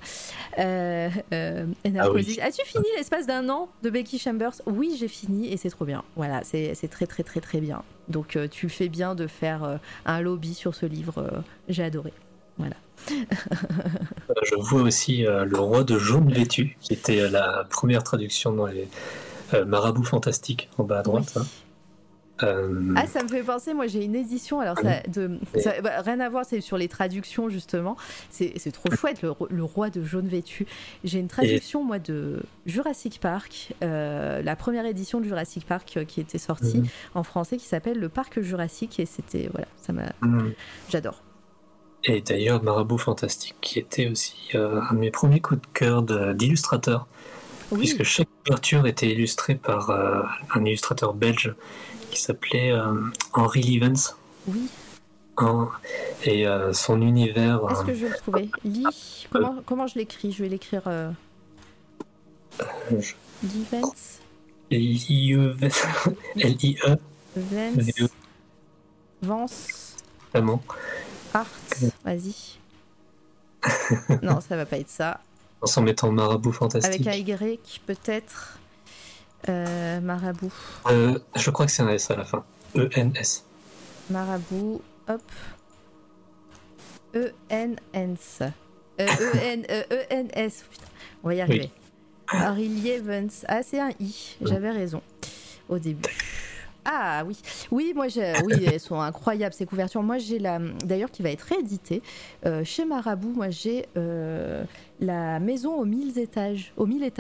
oui. As-tu fini l'espace d'un an de Becky Chambers ? Oui, j'ai fini et c'est trop bien. Voilà, c'est très très très très bien. Donc tu fais bien de faire un lobby sur ce livre. J'ai adoré. Voilà. Je vois aussi Le Roi de jaune vêtu, qui était la première traduction dans les Marabouts fantastiques en bas à droite. Oui. Hein. Ça me fait penser, moi j'ai une édition, alors rien à voir, c'est sur les traductions justement, c'est trop chouette, le Roi de jaune vêtu. J'ai une traduction moi de Jurassic Park, la première édition de Jurassic Park qui était sortie en français, qui s'appelle Le Parc Jurassique, et c'était, voilà, ça m'a... J'adore. Et d'ailleurs, Marabout Fantastique, qui était aussi un de mes premiers coups de cœur d'illustrateur, puisque chaque couverture était illustrée par un illustrateur belge qui s'appelait Henry Livens. Oui. Et son univers... Est-ce que je vais le trouver ? Comment je l'écris ? Je vais l'écrire... Livens. L-I-E. Vance. Vance. Vraiment. Art, vas-y. Non, ça va pas être ça. En mettant Marabout Fantastique. Avec un Y, peut-être. Marabout. Je crois que c'est un S à la fin. E-N-S. Marabout, hop. E-N-S. E-N-S. Putain, on va y arriver. Henry Livens. Ah, c'est un I. J'avais raison au début. Ah oui, moi elles sont incroyables ces couvertures. Moi j'ai d'ailleurs qui va être rééditée chez Marabout. Moi j'ai la maison aux 1000 étages,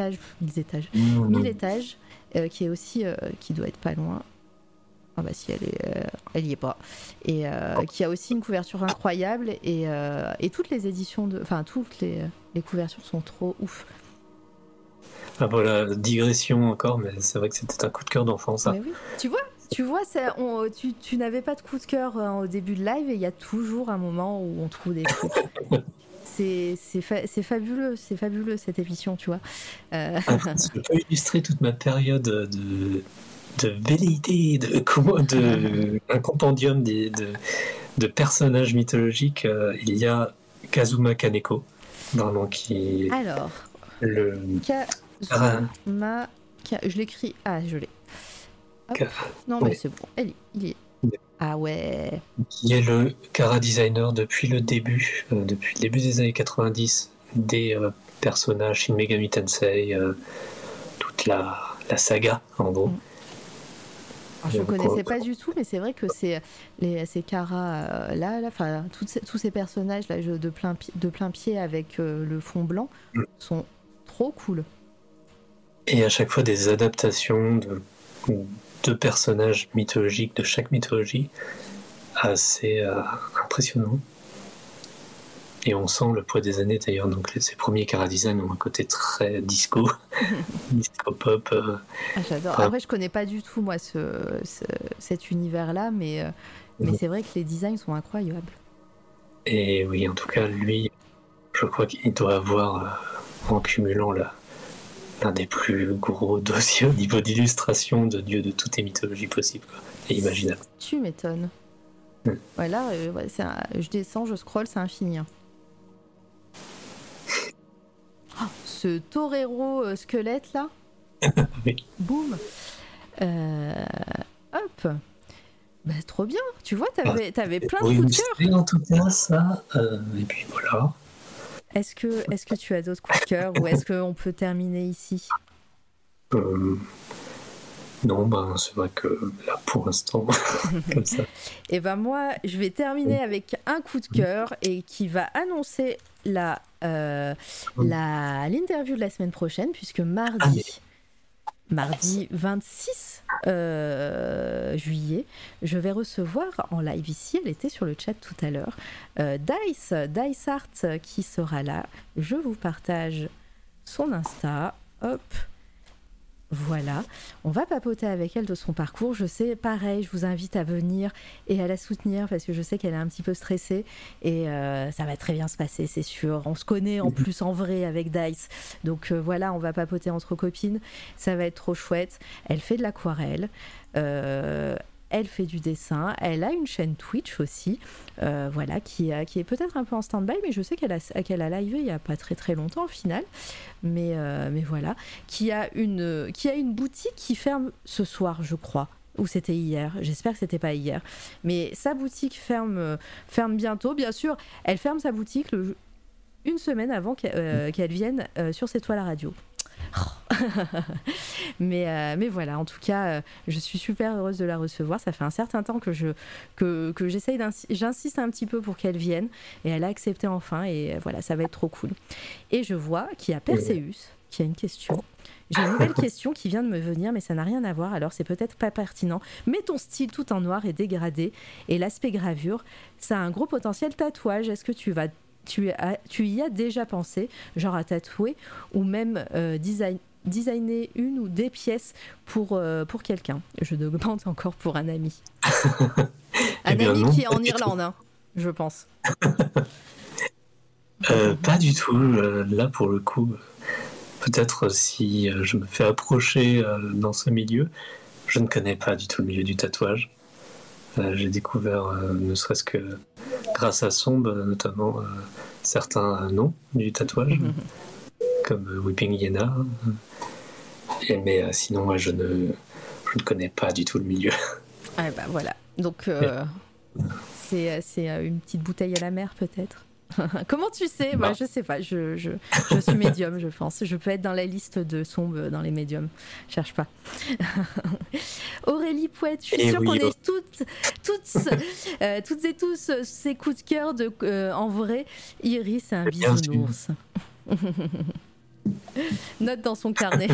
qui est aussi qui doit être pas loin. Ah bah si elle y est pas. Et qui a aussi une couverture incroyable et toutes les éditions toutes les couvertures sont trop ouf. Ah voilà, digression encore, mais c'est vrai que c'était un coup de cœur d'enfant ça. Mais oui. Tu vois, Tu vois, tu n'avais pas de coup de cœur au début de live et il y a toujours un moment où on trouve des trucs. C'est fabuleux cette émission, tu vois. Je peux illustrer toute ma période de velléité, un compendium de personnages mythologiques. Il y a Kazuma Kaneko, vraiment qui. Alors, Le. Kazuma, je l'écris. Ah, je l'ai. Non, mais c'est bon, il y est. Ah ouais. Qui est le Kara designer depuis le début des années 90, des personnages Shin Megami Tensei, toute la saga en gros. Alors, je ne connaissais pas du tout, mais c'est vrai que ces Kara là, enfin tous ces personnages là de plein pied avec le fond blanc sont trop cool. Et à chaque fois des adaptations de personnages mythologiques de chaque mythologie assez impressionnant. Et on sent le poids des années d'ailleurs, donc ces premiers Kara Design ont un côté très disco, disco pop. J'adore. Après, je connais pas du tout moi cet univers-là, mais c'est vrai que les designs sont incroyables. Et oui, en tout cas, lui, je crois qu'il doit avoir, en cumulant l'un des plus gros dossiers au niveau d'illustration de dieux de toutes les mythologies possibles et imaginables. Tu m'étonnes. Ouais, là, je descends, je scroll, c'est infini. Oh, ce torero squelette là. Oui. Boum. Hop. Bah, trop bien. Tu vois, t'avais plein de coups de cœur. En tout cas, ça. Et puis voilà. Est-ce que tu as d'autres coups de cœur ou est-ce qu'on peut terminer ici? Non, c'est vrai que là, pour l'instant, comme ça. Et moi, je vais terminer avec un coup de cœur et qui va annoncer l'interview de la semaine prochaine, puisque mardi 26 juillet, je vais recevoir en live ici, elle était sur le chat tout à l'heure, Dice Art qui sera là. Je vous partage son Insta. Hop. Voilà, on va papoter avec elle de son parcours. Je sais, pareil, je vous invite à venir et à la soutenir parce que je sais qu'elle est un petit peu stressée et ça va très bien se passer, c'est sûr. On se connaît en plus en vrai avec Dice. Donc voilà, on va papoter entre copines. Ça va être trop chouette. Elle fait de l'aquarelle. Elle fait du dessin, elle a une chaîne Twitch aussi, voilà, qui est peut-être un peu en stand-by, mais je sais qu'elle a live il n'y a pas très très longtemps au final, mais voilà, qui a une boutique qui ferme ce soir, je crois, ou c'était hier, j'espère que c'était pas hier, mais sa boutique ferme bientôt, bien sûr, elle ferme sa boutique une semaine avant qu'elle vienne sur C'est toi la radio. mais voilà, en tout cas, je suis super heureuse de la recevoir. Ça fait un certain temps que j'insiste un petit peu pour qu'elle vienne et elle a accepté enfin et voilà, ça va être trop cool. Et je vois qu'il y a Perseus qui a une question. J'ai une nouvelle question qui vient de me venir, mais ça n'a rien à voir, alors c'est peut-être pas pertinent. Mais ton style tout en noir est dégradé et l'aspect gravure, ça a un gros potentiel tatouage. Est-ce que tu y as déjà pensé, genre à tatouer ou même designer une ou des pièces pour quelqu'un? Je demande encore pour un ami. Un ami non, qui est en Irlande, hein, je pense. Pas du tout. Là, pour le coup, peut-être si je me fais approcher dans ce milieu, je ne connais pas du tout le milieu du tatouage. J'ai découvert, ne serait-ce que grâce à Somb, notamment certains noms du tatouage, comme Weeping Hyena. Mais sinon, moi, je ne connais pas du tout le milieu. Ah bah voilà. Donc, c'est une petite bouteille à la mer, peut-être. Comment tu sais? Bah, je sais pas. Je suis médium, je pense. Je peux être dans la liste de Somb dans les médiums. Cherche pas. Aurélie Pouette, je suis sûre qu'on est toutes et tous ces coups de cœur en vrai. Iris, c'est un bisounours. Note dans son carnet.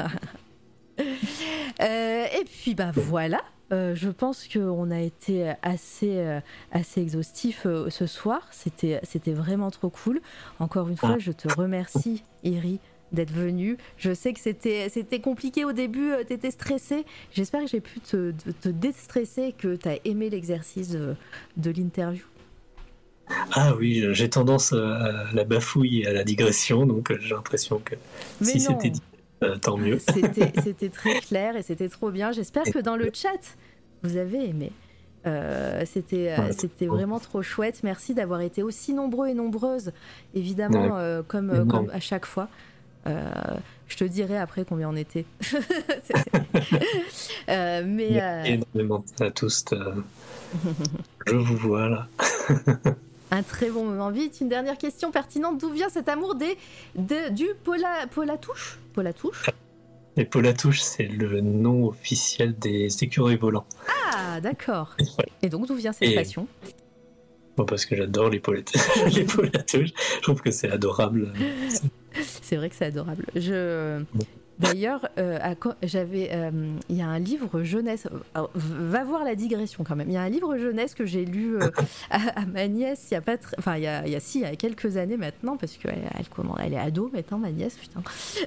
Et puis voilà. Je pense qu'on a été assez exhaustif ce soir. C'était vraiment trop cool. Encore une fois, je te remercie, Iri, d'être venu. Je sais que c'était compliqué au début, t'étais stressé. J'espère que j'ai pu te déstresser, que t'as aimé l'exercice de l'interview. Ah oui, j'ai tendance à la bafouille et à la digression, donc j'ai l'impression que Mais si non. c'était dit, tant mieux. C'était très clair et c'était trop bien. J'espère que dans le chat, vous avez aimé. C'était vraiment trop chouette. Merci d'avoir été aussi nombreux et nombreuses, évidemment, comme à chaque fois. Je te dirai après combien on était. Énormément à tous. Je vous vois là. Un très bon moment. Vite, une dernière question pertinente. D'où vient cet amour du Polatouche ? Les Polatouches, c'est le nom officiel des écureuils volants. Ah, d'accord. Et donc, d'où vient cette passion ? Bon, parce que j'adore les Polatouches. Les Polatouches, je trouve que c'est adorable. C'est vrai que c'est adorable. D'ailleurs, il y a un livre jeunesse. Alors, va voir la digression quand même. Il y a un livre jeunesse que j'ai lu à ma nièce il y a pas il y a quelques années maintenant, parce qu'elle est ado maintenant, ma nièce, putain.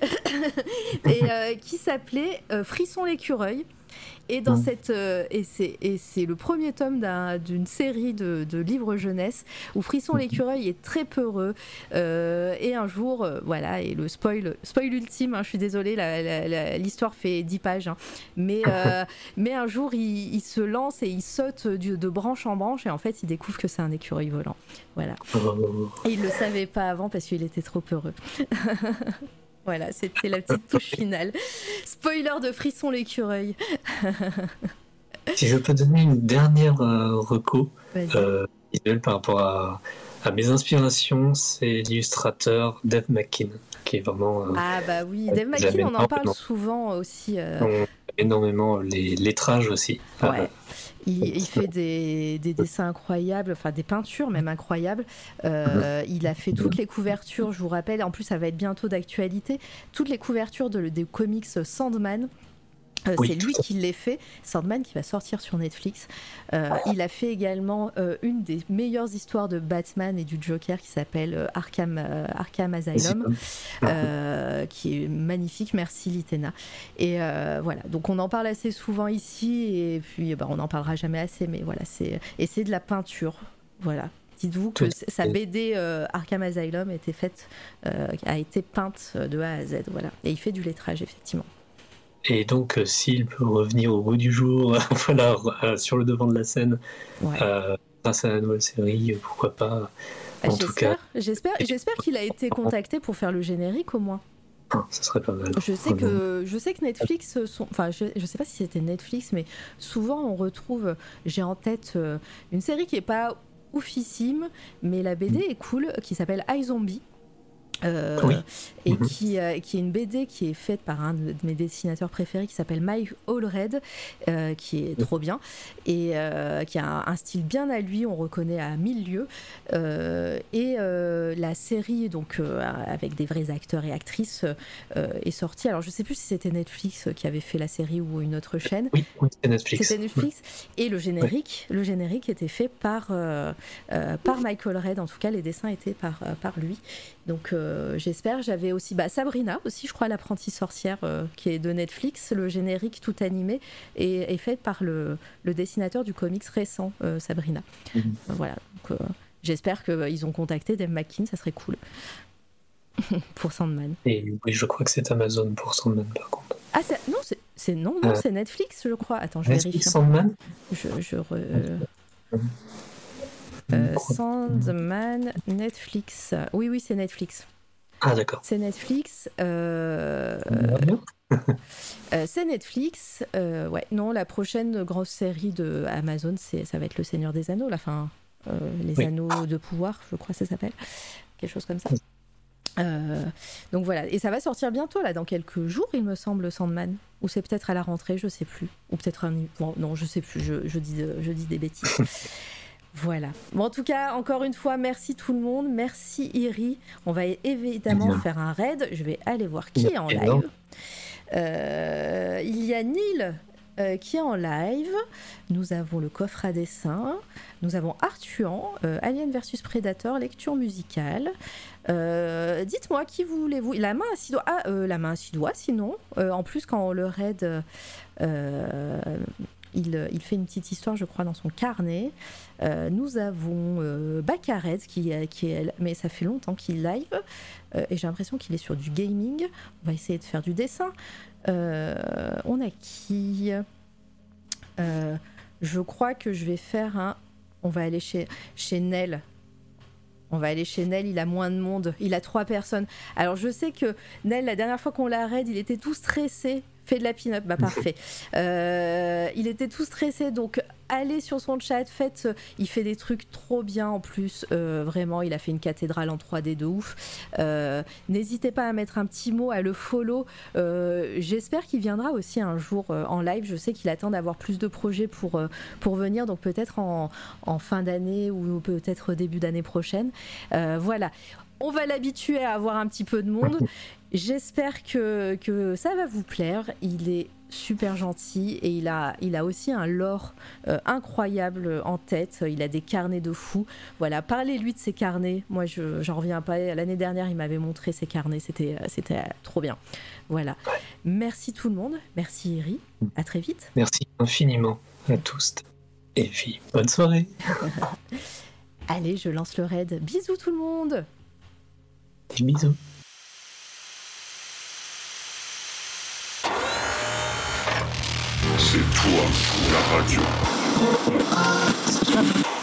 Et qui s'appelait Frisson l'écureuil. Et dans et c'est le premier tome d'une série de livres jeunesse où Frisson l'écureuil est très peureux et un jour voilà, et le spoil ultime, hein, je suis désolée, l'histoire fait 10 pages, hein, mais un jour il se lance et il saute de branche en branche et en fait il découvre que c'est un écureuil volant, voilà. Et il le savait pas avant parce qu'il était trop peureux. Voilà, c'était la petite touche finale. Spoiler de Frisson l'écureuil. Si je peux donner une dernière reco visuelle par rapport à mes inspirations, c'est l'illustrateur Dave McKean, qui est vraiment... ah bah oui, Dave McKean, on en parle souvent aussi. Énormément les lettrages aussi. Ouais. Il fait des dessins incroyables, enfin des peintures même incroyables. Il a fait toutes les couvertures, je vous rappelle, en plus ça va être bientôt d'actualité, toutes les couvertures des comics Sandman. C'est lui qui les fait, Sandman, qui va sortir sur Netflix. Il a fait également une des meilleures histoires de Batman et du Joker qui s'appelle Arkham Asylum, qui est magnifique. Merci Litena. Et voilà, donc on en parle assez souvent ici et puis on n'en parlera jamais assez, mais voilà, c'est de la peinture, voilà. Dites-vous que sa BD Arkham Asylum a été peinte de A à Z, voilà. Et il fait du lettrage, effectivement. Et donc, s'il peut revenir au bout du jour, voilà, sur le devant de la scène, grâce à la nouvelle série, pourquoi pas. En tout cas, j'espère qu'il a été contacté pour faire le générique au moins. Ça serait pas mal. Je sais que Netflix enfin, je sais pas si c'était Netflix, mais souvent on retrouve. J'ai en tête une série qui est pas oufissime, mais la BD est cool, qui s'appelle iZombie. Et qui est une BD qui est faite par un de mes dessinateurs préférés qui s'appelle Mike Allred, qui est trop bien et qui a un style bien à lui, on reconnaît à 1000 lieues, et la série donc avec des vrais acteurs et actrices est sortie. Alors je sais plus si c'était Netflix qui avait fait la série ou une autre chaîne. Oui, c'était Netflix. Et le générique était fait par Mike Allred, en tout cas les dessins étaient par lui. Donc j'espère. J'avais aussi Sabrina aussi, je crois, l'apprentie sorcière, qui est de Netflix. Le générique tout animé est fait par le dessinateur du comics récent, Sabrina. Voilà, donc j'espère qu'ils ont contacté Dave McKean, ça serait cool. Pour Sandman. Et oui, je crois que c'est Amazon pour Sandman par contre. Ah non, c'est Netflix, je crois. Attends, je Netflix, vérifie. Sandman. Sandman, Netflix. Oui, c'est Netflix. Ah d'accord. C'est Netflix. C'est Netflix. Ouais, non, la prochaine grosse série de Amazon, ça va être Le Seigneur des Anneaux, les Anneaux de pouvoir, je crois que ça s'appelle, quelque chose comme ça. Donc voilà, et ça va sortir bientôt là, dans quelques jours, il me semble, Sandman. Ou c'est peut-être à la rentrée, je sais plus. Ou peut-être non, je sais plus. Je dis des bêtises. Voilà. Bon, en tout cas, encore une fois, merci tout le monde. Merci Iri. On va évidemment faire un raid. Je vais aller voir qui est en live. Il y a Neil qui est en live. Nous avons le coffre à dessin. Nous avons Artuan, Alien vs Predator, lecture musicale. Dites-moi, qui voulez-vous? La main à 6 doigts. La main à 6 doigts, sinon. En plus, quand on le raid, il fait une petite histoire, je crois, dans son carnet. Nous avons Bakared, qui est... Mais ça fait longtemps qu'il live. Et j'ai l'impression qu'il est sur du gaming. On va essayer de faire du dessin. On a qui? Je crois que je vais faire un... On va aller chez Nel. On va aller chez Nel, il a moins de monde. Il a 3 personnes. Alors je sais que Nel, la dernière fois qu'on l'a raid, il était tout stressé. Fait de la pin-up, bah parfait. Il était tout stressé, donc allez sur son chat, il fait des trucs trop bien en plus, vraiment, il a fait une cathédrale en 3D de ouf. N'hésitez pas à mettre un petit mot, à le follow. J'espère qu'il viendra aussi un jour en live. Je sais qu'il attend d'avoir plus de projets pour venir, donc peut-être en fin d'année ou peut-être début d'année prochaine. Voilà. On va l'habituer à avoir un petit peu de monde. J'espère que ça va vous plaire. Il est super gentil et il a aussi un lore incroyable en tête. Il a des carnets de fou. Voilà, parlez-lui de ses carnets. Moi, j'en reviens pas. L'année dernière, il m'avait montré ses carnets. C'était trop bien. Voilà. Merci tout le monde. Merci Eri. À très vite. Merci infiniment à tous. Et puis, bonne soirée. Allez, je lance le raid. Bisous tout le monde. Des bisous. C'est toi, la radio.